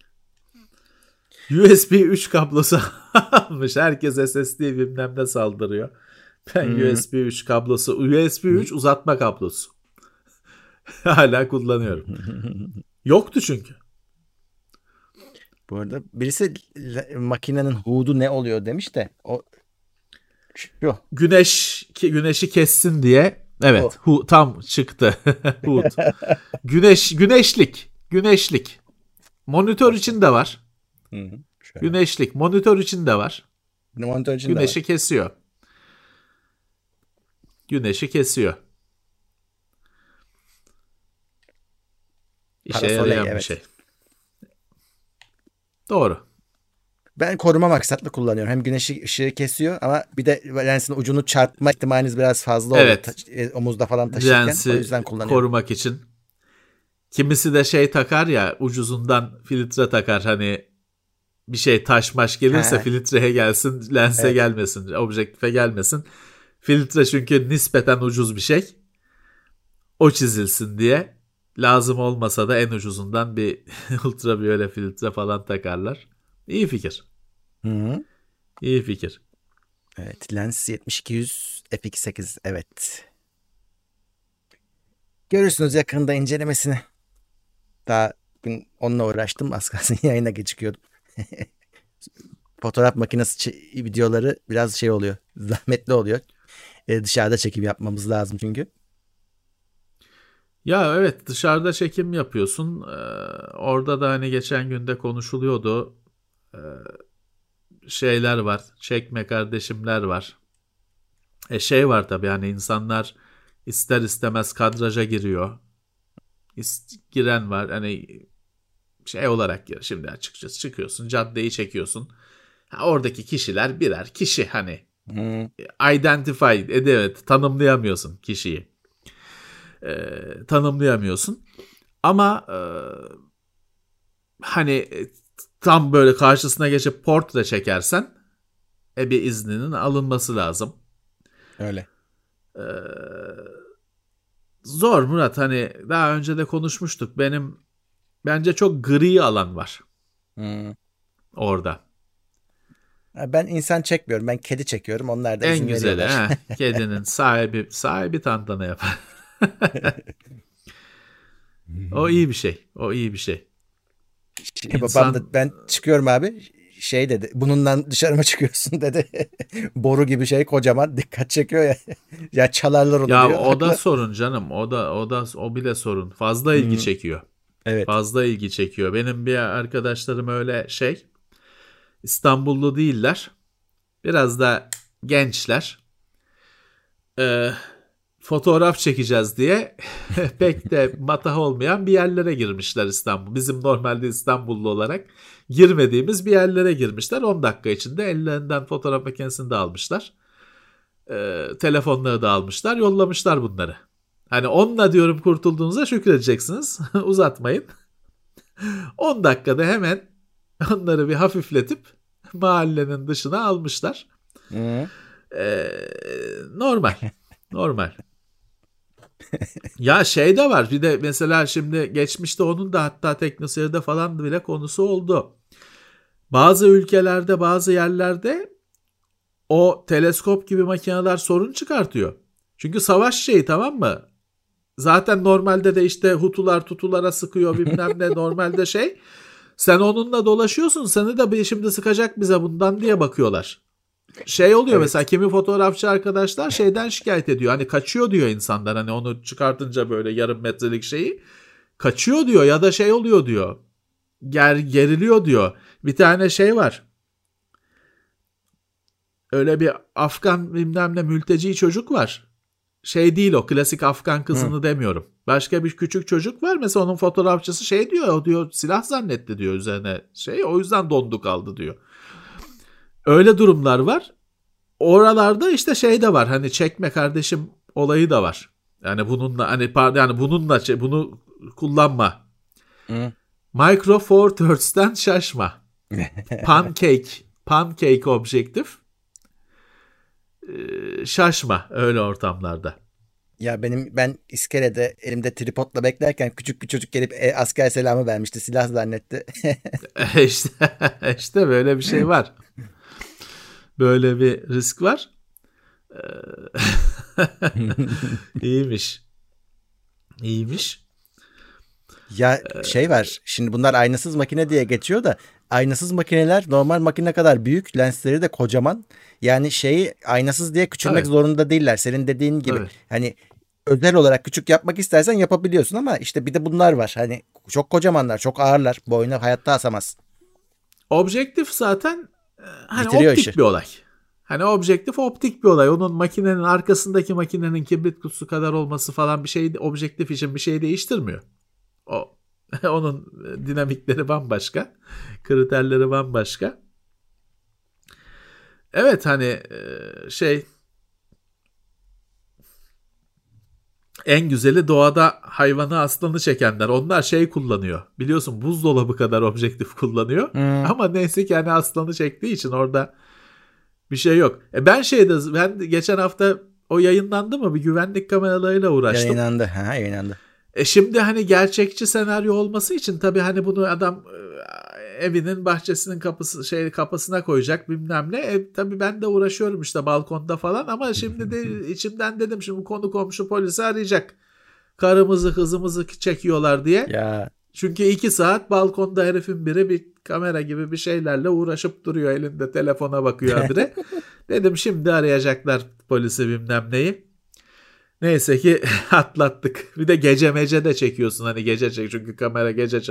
USB 3 kablosu almış. Herkes SSD bilmem ne saldırıyor. Ben USB 3 kablosu, USB 3 uzatma kablosu. Hala kullanıyorum. Yoktu çünkü. Bu arada birisi makinenin hudu ne oluyor demiş de o şu. Güneşi kessin diye. Evet, O. tam çıktı. HUD. Güneşlik. Monitör için de var. Şöyle. Güneşlik. Monitör için de var. Monitör için Güneşi de var. kesiyor. Güneşi kesiyor. İşe Parasoleil, yarayan bir evet. şey. Doğru. Ben koruma maksatlı kullanıyorum. Hem güneş ışığı kesiyor ama bir de lensin ucunu çarpma ihtimaliniz biraz fazla oluyor. Evet. Omuzda falan taşırken. Lensi O yüzden kullanıyorum. korumak için. Kimisi de şey takar ya, ucuzundan filtre takar, hani bir şey taşmaş gelirse filtreye gelsin, lense gelmesin, objektife gelmesin. Filtre çünkü nispeten ucuz bir şey. O çizilsin diye. Lazım olmasa da en ucuzundan bir ultraviyole filtre falan takarlar. İyi fikir. Hı-hı. İyi fikir. Evet, lens 7200 f2.8, evet. Görürsünüz yakında incelemesini. Daha bugün onunla uğraştım. Az kalsın yayına geçiyordum. Fotoğraf makinesi videoları biraz şey oluyor. Zahmetli oluyor. Dışarıda çekim yapmamız lazım çünkü. Ya evet, dışarıda çekim yapıyorsun. Orada da hani geçen günde konuşuluyordu. Şeyler var. Çekme kardeşimler var. Şey var tabii, hani insanlar ister istemez kadraja giriyor. Giren var. Hani şey olarak gir. Şimdi açıkçası çıkıyorsun, caddeyi çekiyorsun. Oradaki kişiler birer kişi, hani identify evet, tanımlayamıyorsun kişiyi. Tanımlayamıyorsun. Ama hani tam böyle karşısına geçip portre çekersen bir izninin alınması lazım. Öyle. Zor Murat, hani daha önce de konuşmuştuk. Bence çok gri alan var orada. Ben insan çekmiyorum. Ben kedi çekiyorum. Onlar da En izin güzeli veriyorlar. kedinin sahibi tantana yapar. O iyi bir şey. O iyi bir şey. Babam da ben çıkıyorum abi. Şey dedi. Bununla dışarı mı çıkıyorsun dedi. Boru gibi şey, kocaman, dikkat çekiyor ya. Ya çalarlar onu Ya diyor. o da sorun canım. O bile sorun. Fazla ilgi çekiyor. Evet. Fazla ilgi çekiyor. Benim bir arkadaşlarım öyle şey. İstanbullu değiller. Biraz da gençler. Fotoğraf çekeceğiz diye pek de matah olmayan bir yerlere girmişler İstanbul. Bizim normalde İstanbullu olarak girmediğimiz bir yerlere girmişler. 10 dakika içinde ellerinden fotoğraf makinesini de almışlar. Telefonları da almışlar, yollamışlar bunları. Hani onunla diyorum kurtulduğunuza şükredeceksiniz. Uzatmayın. 10 dakikada hemen onları bir hafifletip mahallenin dışına almışlar. Normal. Normal. Ya şey de var. Bir de mesela şimdi geçmişte onun da hatta TeknoSeyir'de falan bile konusu oldu. Bazı ülkelerde, bazı yerlerde o teleskop gibi makineler sorun çıkartıyor. Çünkü savaş şeyi, tamam mı? Zaten normalde de işte Hutular tutulara sıkıyor bilmem ne, normalde şey. Sen onunla dolaşıyorsun, seni de şimdi sıkacak bize bundan diye bakıyorlar. Şey oluyor, evet. Mesela kimi fotoğrafçı arkadaşlar şeyden şikayet ediyor. Hani kaçıyor diyor insanlar, hani onu çıkartınca böyle yarım metrelik şeyi. Kaçıyor diyor ya da şey oluyor diyor. Geriliyor diyor. Bir tane şey var. Öyle bir Afgan bilmem ne mülteci çocuk var. Şey değil, o klasik Afgan kızını demiyorum. Başka bir küçük çocuk var. Mesela onun fotoğrafçısı şey diyor. O diyor silah zannetti diyor üzerine şey. O yüzden dondu kaldı diyor. Öyle durumlar var. Oralarda işte şey de var. Hani çekme kardeşim olayı da var. Yani bununla hani yani bununla bunu kullanma. Micro Four Thirds'ten şaşma. Pancake objektif. Şaşma öyle ortamlarda. Ya ben iskelede elimde tripodla beklerken küçük bir çocuk gelip asker selamı vermişti. Silah zannetti. İşte, işte böyle bir şey var. Böyle bir risk var. Ee, İyiymiş. İyiymiş. Ya şey var. Şimdi bunlar aynasız makine diye geçiyor da aynasız makineler normal makine kadar büyük. Lensleri de kocaman. Yani şeyi aynasız diye küçülmek Tabii. zorunda değiller. Senin dediğin gibi. Tabii. Hani özel olarak küçük yapmak istersen yapabiliyorsun ama işte bir de bunlar var. Hani çok kocamanlar, çok ağırlar. Boyuna hayatta asamaz. Objektif zaten hani Bitiriyor işi. optik bir olay. Hani objektif optik bir olay. Onun makinenin arkasındaki makinenin kibrit kutusu kadar olması falan bir şey objektif için bir şey değiştirmiyor. O onun dinamikleri bambaşka, kriterleri bambaşka. Evet hani şey en güzeli doğada hayvanı aslanı çekenler. Onlar şey kullanıyor. Biliyorsun buzdolabı kadar objektif kullanıyor. Hmm. Ama neyse ki hani aslanı çektiği için orada bir şey yok. Ben geçen hafta o yayınlandı mı? Bir güvenlik kameralarıyla uğraştım. Yayınlandı. Ha, yayınlandı. Şimdi hani gerçekçi senaryo olması için tabii hani bunu adam evinin bahçesinin kapısına koyacak bilmem ne. Tabii ben de uğraşıyorum işte balkonda falan ama şimdi de içimden dedim şimdi konu komşu polisi arayacak. Karımızı kızımızı çekiyorlar diye. Ya Çünkü 2 saat balkonda herifin biri bir kamera gibi bir şeylerle uğraşıp duruyor. Elinde telefona bakıyor habire. Dedim şimdi arayacaklar polisi bilmem neyi. Neyse ki atlattık. Bir de gece mece de çekiyorsun. Hani gece çek çünkü kamera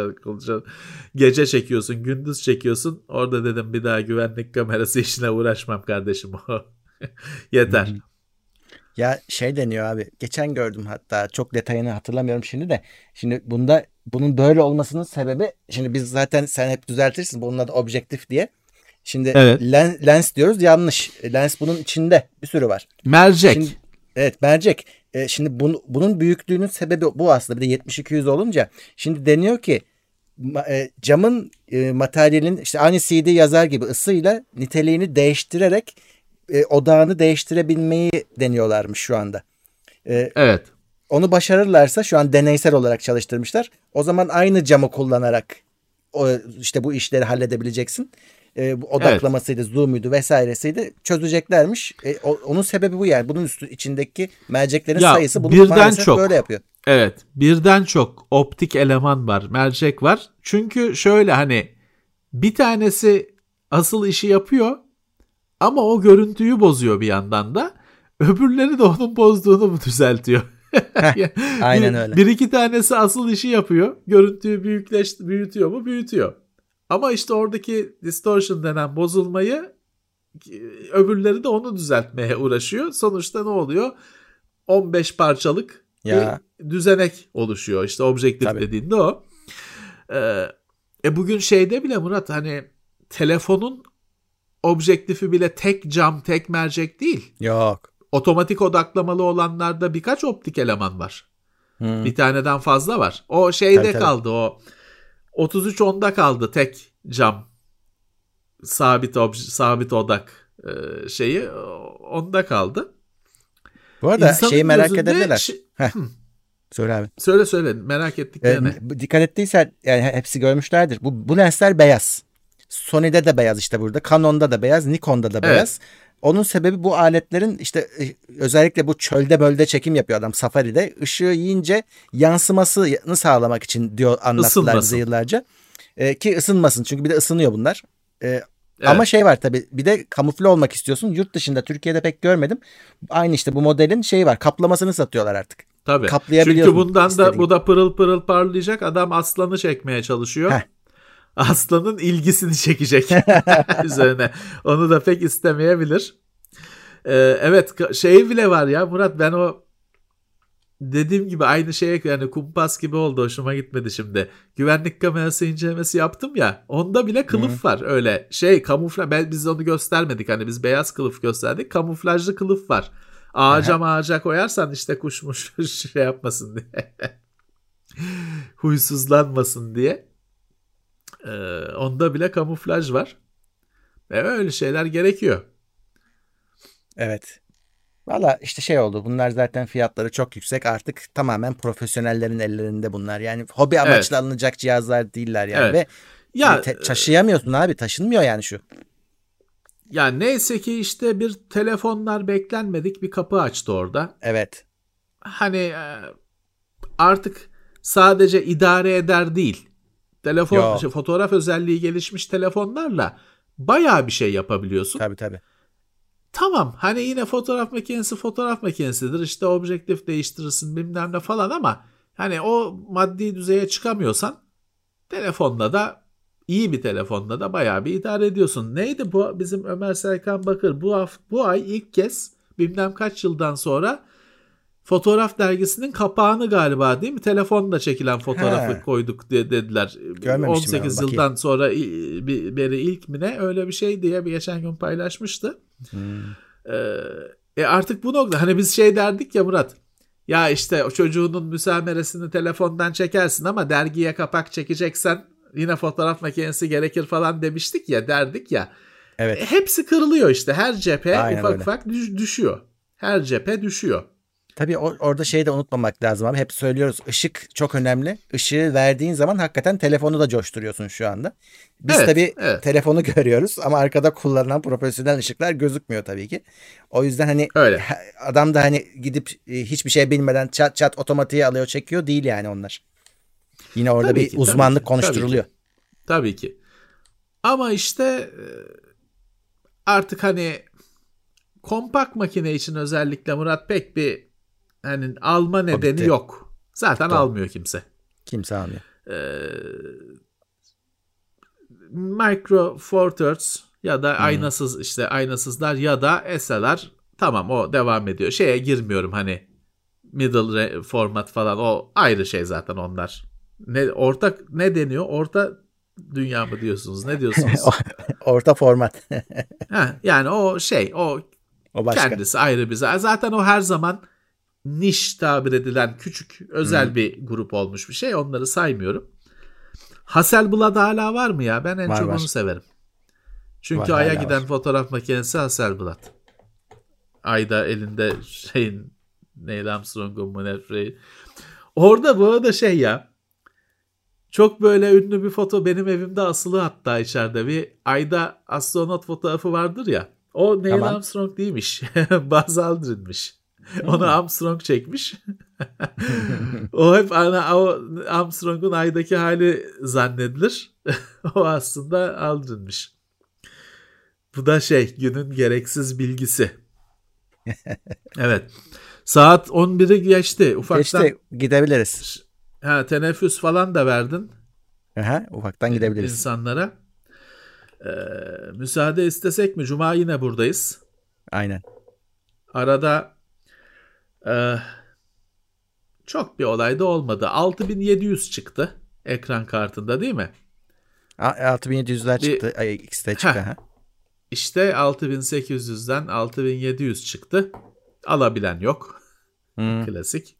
gece çekiyorsun, gündüz çekiyorsun. Orada dedim bir daha güvenlik kamerası işine uğraşmam kardeşim. Yeter. ya şey deniyor abi. Geçen gördüm hatta çok detayını hatırlamıyorum şimdi de. Şimdi bunun böyle olmasının sebebi şimdi biz zaten sen hep düzeltirsin bunun adı objektif diye. Şimdi Evet. lens diyoruz yanlış. Lens bunun içinde bir sürü var. Şimdi Mercek. evet mercek. Şimdi bunun büyüklüğünün sebebi bu aslında. Bir de 70-200 olunca şimdi deniyor ki camın materyalin işte aynı CD yazar gibi ısıyla niteliğini değiştirerek odağını değiştirebilmeyi deniyorlarmış şu anda. E, Evet. Onu başarırlarsa şu an deneysel olarak çalıştırmışlar. O zaman aynı camı kullanarak işte bu işleri halledebileceksin. Bu Evet. odaklamasıydı, zoom'uydu vesairesiydi çözeceklermiş. Onun sebebi bu yani. Bunun içindeki merceklerin Ya sayısı bunu birden maalesef böyle çok. yapıyor. Evet. Birden çok optik eleman var. Mercek var. Çünkü şöyle hani bir tanesi asıl işi yapıyor ama o görüntüyü bozuyor bir yandan da. Öbürleri de onun bozduğunu mu düzeltiyor? Heh, aynen öyle. Bir iki tanesi asıl işi yapıyor. Görüntüyü büyütüyor mu? Büyütüyor. Ama işte oradaki distortion denen bozulmayı öbürleri de onu düzeltmeye uğraşıyor. Sonuçta ne oluyor? 15 parçalık bir Ya düzenek oluşuyor. İşte objektif tabii. dediğinde o. Bugün şeyde bile Murat hani telefonun objektifi bile tek cam, tek mercek değil. Yok. Otomatik odaklamalı olanlarda birkaç optik eleman var. Hmm, Bir taneden fazla var. O tabii şeyde tabii. kaldı o 3310'da kaldı tek cam sabit odak şeyi onda kaldı. Bu arada şeyi İnsanın merak gözünde edebilirler. Heh, söyle abi. söyle merak ettiklerine. Dikkat ettiysen yani hepsi görmüşlerdir. Bu lensler beyaz. Sony'de de beyaz işte burada. Canon'da da beyaz, Nikon'da da Evet, beyaz. Onun sebebi bu aletlerin işte özellikle bu çölde bölde çekim yapıyor adam Safari'de. Işığı yiyince yansımasını sağlamak için diyor anlattılar bize ısınmasın. yıllarca. Ki ısınmasın çünkü bir de ısınıyor bunlar. E, Ama Evet, şey var tabii bir de kamufle olmak istiyorsun. Yurt dışında Türkiye'de pek görmedim. Aynı işte bu modelin şeyi var kaplamasını satıyorlar artık. tabii. Çünkü Kaplayabiliyorsun bundan da istediğin bu gibi. da pırıl pırıl parlayacak. Adam aslanı çekmeye çalışıyor. Heh. Aslanın ilgisini çekecek üzerine. Onu da pek istemeyebilir. Evet şey bile var ya Murat ben o dediğim gibi aynı şeye yani kumpas gibi oldu hoşuma gitmedi şimdi. Güvenlik kamerası incelemesi yaptım ya onda bile Hı. kılıf var öyle biz onu göstermedik hani biz beyaz kılıf gösterdik kamuflajlı kılıf var. Aha. Ağaca koyarsan işte kuşmuş şey yapmasın diye huysuzlanmasın diye. Onda bile kamuflaj var. Öyle şeyler gerekiyor. Evet. Valla işte şey oldu. Bunlar zaten fiyatları çok yüksek. Artık tamamen profesyonellerin ellerinde bunlar. Yani hobi amaçlı Evet. alınacak cihazlar değiller yani. Evet. Ve Ya taşıyamıyorsun abi. Taşınmıyor yani şu. ya neyse ki işte bir telefonlar beklenmedik bir kapı açtı orada. Evet. Hani artık sadece idare eder değil. Yo. Fotoğraf özelliği gelişmiş telefonlarla bayağı bir şey yapabiliyorsun. Tabii tabii. Tamam hani yine fotoğraf makinesidir. İşte objektif değiştirirsin bilmem ne falan ama hani o maddi düzeye çıkamıyorsan telefonla da iyi bir telefonla da bayağı bir idare ediyorsun. Neydi bu bizim Ömer Serkan Bakır bu ay ilk kez bilmem kaç yıldan sonra Fotoğraf dergisinin kapağını galiba değil mi? Telefonla çekilen fotoğrafı Ha, koyduk dediler. görmemiştim ben onu. 18 Bakayım. yıldan sonra beri ilk mi ne öyle bir şey diye bir geçen gün paylaşmıştı. Hmm. Artık bu nokta hani biz şey derdik ya Murat. Ya işte o çocuğunun müsameresini telefondan çekersin ama dergiye kapak çekeceksen yine fotoğraf makinesi gerekir falan demiştik ya derdik ya. Evet. Hepsi kırılıyor işte her cephe Aynen ufak öyle. ufak düşüyor. Her cephe düşüyor. Tabii orada şeyi de unutmamak lazım abi. Hep söylüyoruz, ışık çok önemli. Işığı verdiğin zaman hakikaten telefonu da coşturuyorsun şu anda. Biz Evet, tabii evet. telefonu görüyoruz ama arkada kullanılan profesyonel ışıklar gözükmüyor tabii ki. O yüzden hani Öyle. adam da hani gidip hiçbir şey bilmeden çat çat otomatiğe alıyor çekiyor değil yani onlar. Yine orada Tabii bir ki, tabii uzmanlık ki, tabii konuşturuluyor. ki, tabii ki. Ama işte artık hani kompakt makine için özellikle Murat pek bir hani alma O nedeni bitti. yok. Zaten Bitti o. almıyor kimse. Kimse almıyor. Ee, Micro Four Thirds ya da Hı. aynasız işte aynasızlar ya da SLR tamam o devam ediyor. Şeye girmiyorum hani middle format falan o ayrı şey zaten onlar. Ne ortak ne deniyor? Orta dünya mı diyorsunuz? Ne diyorsunuz? Orta format. Yani o şey o O başka. kendisi ayrı bir zaten o her zaman niş tabir edilen küçük Hı. özel bir grup olmuş bir şey. Onları saymıyorum. Hasselblad hala var mı ya? Ben en Var çok onu var. severim. Var Çünkü Ay'a hala giden var. fotoğraf makinesi Hasselblad. Ay'da elinde şeyin Neil Armstrong'un mu ne orada bu arada şey ya çok böyle ünlü bir foto benim evimde asılı hatta içeride bir Ay'da astronot fotoğrafı vardır ya. O Neil Tamam. Armstrong değilmiş. Buzz Aldrin'miş. Onu Hı. Armstrong çekmiş. O hep o Armstrong'un Ay'daki hali zannedilir. O aslında Aldrin'miş. Bu da şey günün gereksiz bilgisi. Evet. Saat 11'i geçti. Ufaktan Geçti, gidebiliriz. teneffüs falan da verdin Aha, ufaktan gidebiliriz. insanlara. Müsaade istesek mi? Cuma yine buradayız. Aynen. Arada e, çok bir olay da olmadı. 6700 çıktı ekran kartında değil mi? 6700'ler Bir çıktı. Ay, ikisi de çıktı. heh, Ha. işte 6800'den 6700 çıktı. Alabilen yok. Hı. Klasik.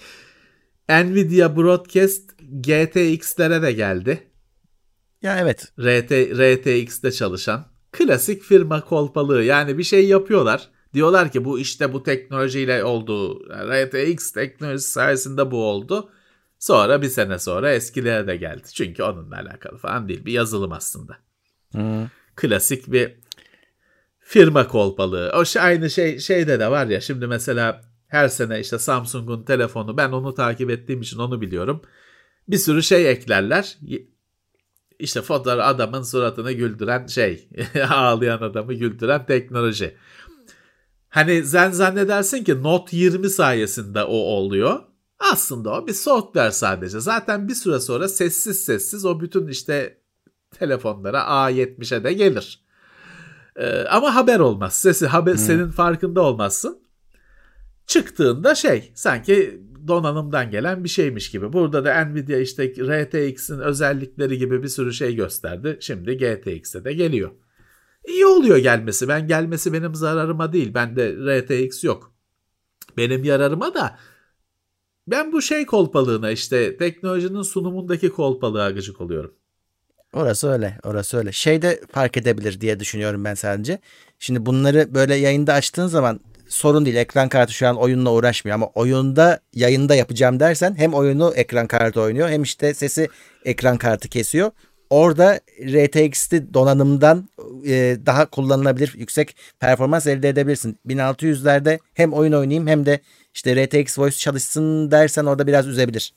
Nvidia Broadcast GTX'lere de geldi. Ya evet. RTX'te çalışan. Klasik firma kolpalığı. Yani bir şey yapıyorlar. Diyorlar ki bu işte bu teknolojiyle oldu. RTX teknolojisi sayesinde bu oldu. Sonra bir sene sonra eskilere de geldi. Çünkü onunla alakalı falan değil. Bir yazılım aslında. Hı. Klasik bir firma kolpalığı. Aynı şeyde de var ya. Şimdi mesela her sene işte Samsung'un telefonu ben onu takip ettiğim için onu biliyorum. Bir sürü şey eklerler. İşte fotoğraf adamın suratını güldüren şey. Ağlayan adamı güldüren teknoloji. Hani sen zannedersin ki Note 20 sayesinde o oluyor. Aslında o bir software sadece. Zaten bir süre sonra sessiz sessiz o bütün işte telefonlara A70'e de gelir. Ama haber olmaz. Hı. Senin farkında olmazsın. Çıktığında şey sanki donanımdan gelen bir şeymiş gibi. Burada da Nvidia işte RTX'in özellikleri gibi bir sürü şey gösterdi. Şimdi GTX'e de geliyor. İyi oluyor gelmesi. Gelmesi benim zararıma değil. Bende RTX yok. Benim yararıma da ben bu şey kolpalığına işte teknolojinin sunumundaki kolpalığa gıcık oluyorum. Orası öyle. Orası öyle. Şey de fark edebilir diye düşünüyorum ben sadece. Şimdi bunları böyle yayında açtığın zaman sorun değil. Ekran kartı şu an oyunla uğraşmıyor ama oyunda yayında yapacağım dersen hem oyunu ekran kartı oynuyor hem işte sesi ekran kartı kesiyor. Orada RTX'li donanımdan daha kullanılabilir yüksek performans elde edebilirsin. 1600'lerde hem oyun oynayayım hem de işte RTX Voice çalışsın dersen orada biraz üzebilir.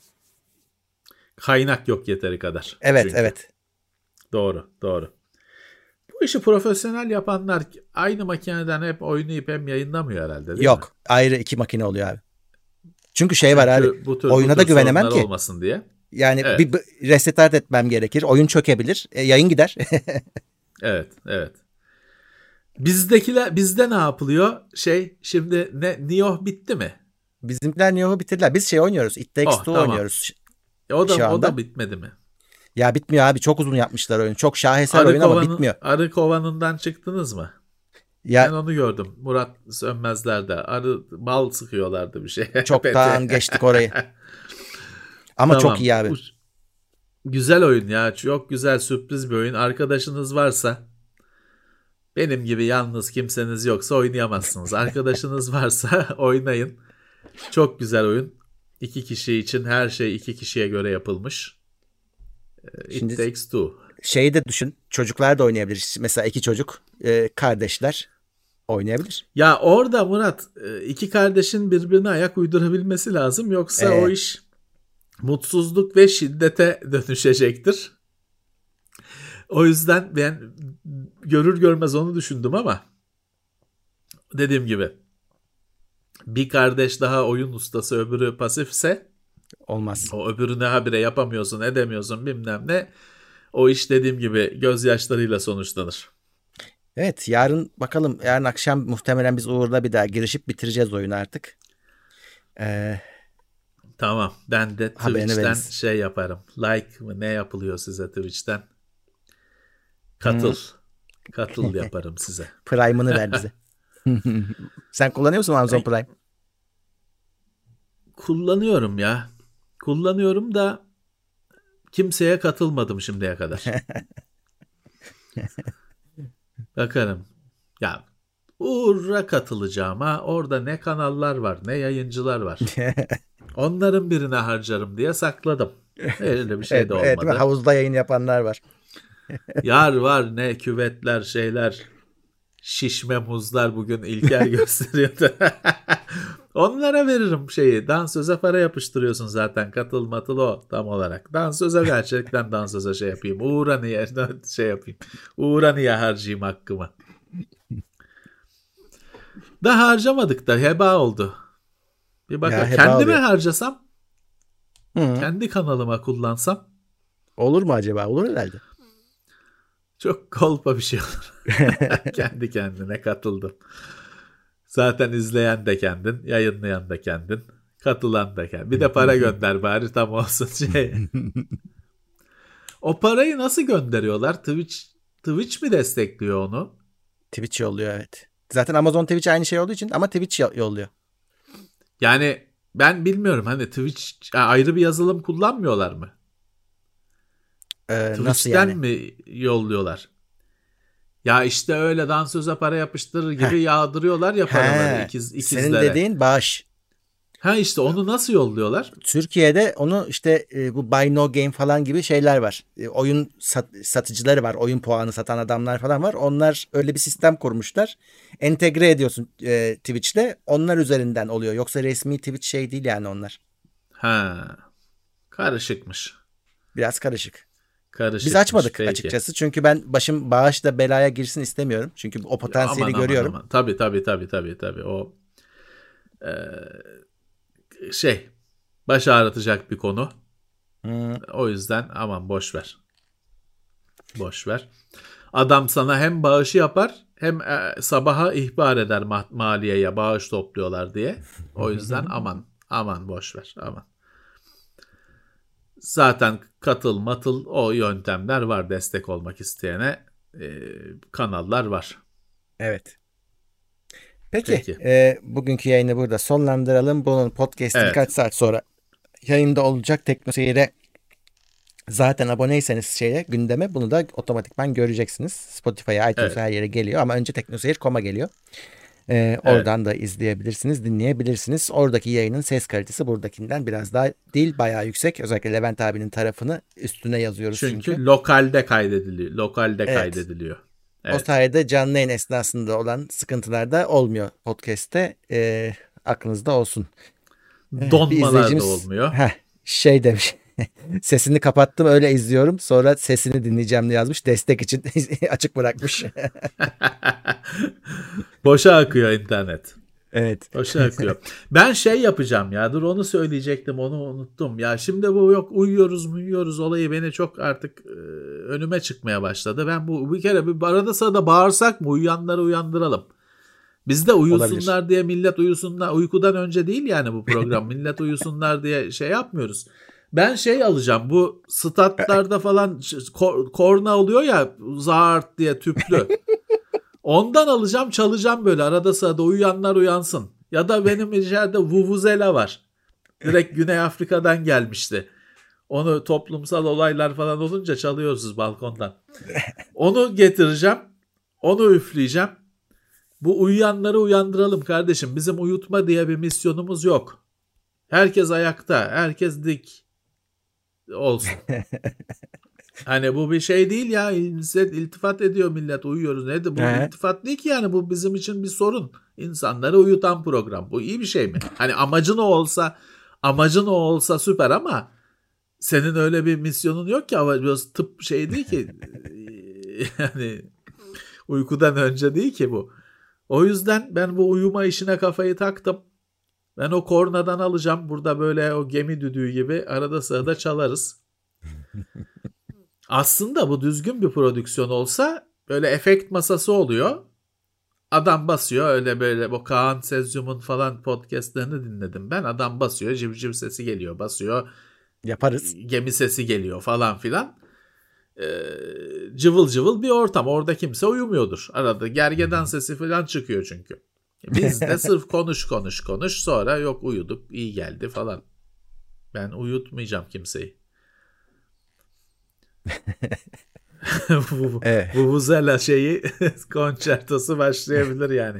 Kaynak yok yeteri kadar. Evet, çünkü. evet. Doğru. Bu işi profesyonel yapanlar aynı makineden hep oynayıp hem yayınlamıyor herhalde, değil mi? Yok. Ayrı 2 makine oluyor abi. Çünkü var abi. Bu tür Oyuna da güvenemem sorunlar ki. olmasın diye. Yani Evet. bir restart etmem gerekir. Oyun çökebilir. Yayın gider. Evet. Bizde ne yapılıyor? Şimdi Nioh bitti mi? Bizimkiler Nioh'u bitirdiler. Biz oynuyoruz. It Takes Two Tamam. oynuyoruz O şu anda. da bitmedi mi? Ya bitmiyor abi. Çok uzun yapmışlar oyunu. Çok şaheser oyun ama bitmiyor. Arı kovanından çıktınız mı? Ya, ben onu gördüm. Murat Sönmezler'de. Arı bal sıkıyorlardı bir şey. Çoktan geçtik orayı. Ama tamam. çok iyi abi. Güzel oyun ya. Çok güzel, sürpriz bir oyun. Arkadaşınız varsa, benim gibi yalnız kimseniz yoksa oynayamazsınız. Arkadaşınız varsa oynayın. Çok güzel oyun. 2 kişi için her şey 2 kişiye göre yapılmış. Şimdi It Takes Two. Şeyi de düşün. Çocuklar da oynayabilir. Mesela 2 çocuk kardeşler oynayabilir. Ya orada Murat, 2 kardeşin birbirine ayak uydurabilmesi lazım. Yoksa o iş mutsuzluk ve şiddete dönüşecektir. O yüzden ben görür görmez onu düşündüm ama dediğim gibi bir kardeş daha oyun ustası, öbürü pasifse Olmaz. O öbürüne habire yapamıyorsun, edemiyorsun bilmem ne. O iş dediğim gibi gözyaşlarıyla sonuçlanır. Evet, bakalım, yarın akşam muhtemelen biz Uğur'la bir daha girişip bitireceğiz oyunu artık. Tamam, ben de Haberini Twitch'ten veririz. yaparım. Like mı ne yapılıyor size Twitch'ten? Katıl yaparım size. Prime'ını ver bize. Sen kullanıyor musun Amazon Prime? Kullanıyorum ya. Kullanıyorum da kimseye katılmadım şimdiye kadar. Bakarım. Ya Uğur'a katılacağım ha. Orada ne kanallar var, ne yayıncılar var. Onların birine harcarım diye sakladım. Öyle bir şey de olmadı. Evet, havuzda yayın yapanlar var. Yar var, ne küvetler, şeyler. Şişme muzlar bugün İlker gösteriyordu. Onlara veririm şeyi. Dansöze para yapıştırıyorsun zaten. Katıl o tam olarak. Dansöze, gerçekten dansöze yapayım. Uğur'a niye yapayım. Uğur'a niye harcayayım hakkımı. Da harcamadık da heba oldu. Bir bak, kendime harcasam, kendi kanalıma kullansam. Olur mu acaba? Olur herhalde. Çok kolpa bir şey olur. Kendi kendine katıldım. Zaten izleyen de kendin, yayınlayan da kendin, katılan da kendin. Bir de para gönder bari tam olsun şey. O parayı nasıl gönderiyorlar? Twitch mi destekliyor onu? Twitch yolluyor, evet. Zaten Amazon Twitch aynı şey olduğu için ama Twitch yolluyor. Yani ben bilmiyorum, hani Twitch ayrı bir yazılım kullanmıyorlar mı? Nasıl yani? mi yolluyorlar? Ya işte öyle dansöze para yapıştırır gibi yağdırıyorlar ya paraları ikizlere. Senin dediğin bağış. İşte onu nasıl yolluyorlar? Türkiye'de onu işte bu Buy No Game falan gibi şeyler var. Oyun satıcıları var. Oyun puanı satan adamlar falan var. Onlar öyle bir sistem kurmuşlar. Entegre ediyorsun Twitch'le. Onlar üzerinden oluyor. Yoksa resmi Twitch şey değil yani onlar. Karışıkmış. Biraz karışık. Biz açmadık peki. açıkçası. Çünkü ben başım bağışla belaya girsin istemiyorum. Çünkü o potansiyeli görüyorum. Aman. Tabii. O baş ağrıtacak bir konu. O yüzden aman boş ver. Adam sana hem bağışı yapar hem sabaha ihbar eder maliyeye bağış topluyorlar diye. O yüzden aman boş ver. Zaten katıl o yöntemler var, destek olmak isteyene kanallar var. Evet. Peki. Bugünkü yayını burada sonlandıralım. Bunun podcast'i birkaç saat sonra yayında olacak. TeknoSeyir'e zaten aboneyseniz gündeme bunu da otomatikman göreceksiniz. Spotify'a, iTunes'a her yere geliyor ama önce teknoseyir.com'a geliyor. Oradan da izleyebilirsiniz, dinleyebilirsiniz. Oradaki yayının ses kalitesi buradakinden biraz daha değil, bayağı yüksek. Özellikle Levent abinin tarafını üstüne yazıyoruz çünkü. Çünkü lokalde kaydediliyor. Lokalde kaydediliyor. Evet. O sayede canlı yayın esnasında olan sıkıntılar da olmuyor podcast'te. Aklınızda olsun. Donmalar da olmuyor. Şey demiş. Sesini kapattım, öyle izliyorum. Sonra sesini dinleyeceğim diye yazmış. Destek için açık bırakmış. Boşa akıyor internet. Evet. Boşa akıyor. Ben şey yapacağım ya. Dur, onu söyleyecektim, onu unuttum. Ya şimdi bu yok uyuyoruz olayı beni çok artık önüme çıkmaya başladı. Ben bu bir kere bir arada sırada bağırsak mı, uyuyanları uyandıralım. Biz de uyusunlar olabilir diye, millet uyusunlar, uykudan önce değil yani bu program. Millet uyusunlar diye şey yapmıyoruz. Ben şey alacağım, bu statlarda falan korna oluyor ya, zart diye tüplü. Ondan alacağım, çalacağım böyle arada sırada, uyuyanlar uyansın. Ya da benim içeride vuvuzela var. Direkt Güney Afrika'dan gelmişti. Onu toplumsal olaylar falan olunca çalıyoruz balkondan. Onu getireceğim. Onu üfleyeceğim. Bu uyuyanları uyandıralım kardeşim. Bizim uyutma diye bir misyonumuz yok. Herkes ayakta, herkes dik olsun. Hani bu bir şey değil ya. İltifat ediyor millet, uyuyoruz. Nedir bu? İltifat değil ki yani, bu bizim için bir sorun. İnsanları uyutan program. Bu iyi bir şey mi? Hani amacın o olsa süper ama senin öyle bir misyonun yok ki. Ama tıp şey değil ki. Yani uykudan önce değil ki bu. O yüzden ben bu uyuma işine kafayı taktım. Ben o kornadan alacağım. Burada böyle o gemi düdüğü gibi arada sırada çalarız. Aslında bu düzgün bir prodüksiyon olsa böyle efekt masası oluyor. Adam basıyor, öyle böyle, bu Kaan Sezyum'un falan podcastlarını dinledim ben. Adam basıyor, civciv sesi geliyor, basıyor. Yaparız. Gemi sesi geliyor falan filan. Cıvıl cıvıl bir ortam. Orada kimse uyumuyordur. Arada gergedan sesi falan çıkıyor çünkü. Biz de sırf konuş sonra yok uyuduk, iyi geldi falan. Ben uyutmayacağım kimseyi. Bu Vuvuzela şeyi konçertosu başlayabilir yani.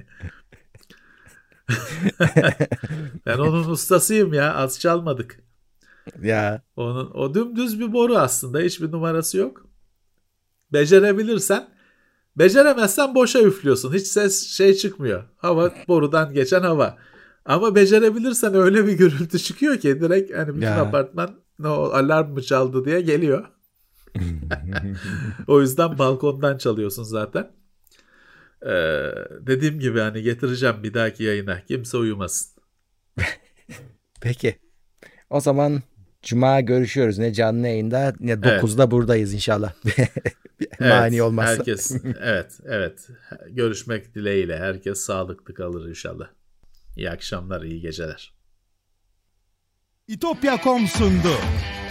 Ben onun ustasıyım ya, az çalmadık. Ya. O dümdüz bir boru aslında, hiçbir numarası yok. Becerebilirsen, beceremezsen boşa üflüyorsun. Hiç ses şey çıkmıyor. Hava, borudan geçen hava. Ama becerebilirsen öyle bir gürültü çıkıyor ki direkt hani bütün apartman alarm mı çaldı diye geliyor. O yüzden balkondan çalıyorsun zaten. Dediğim gibi hani getireceğim bir dahaki yayına. Kimse uyumasın. Peki. O zaman Cuma görüşüyoruz. Ne canlı yayında ne 9'da buradayız inşallah. Mani olmazsa. Herkes evet. Görüşmek dileğiyle. Herkes sağlıklı kalır inşallah. İyi akşamlar, iyi geceler. İtopya.com sundu.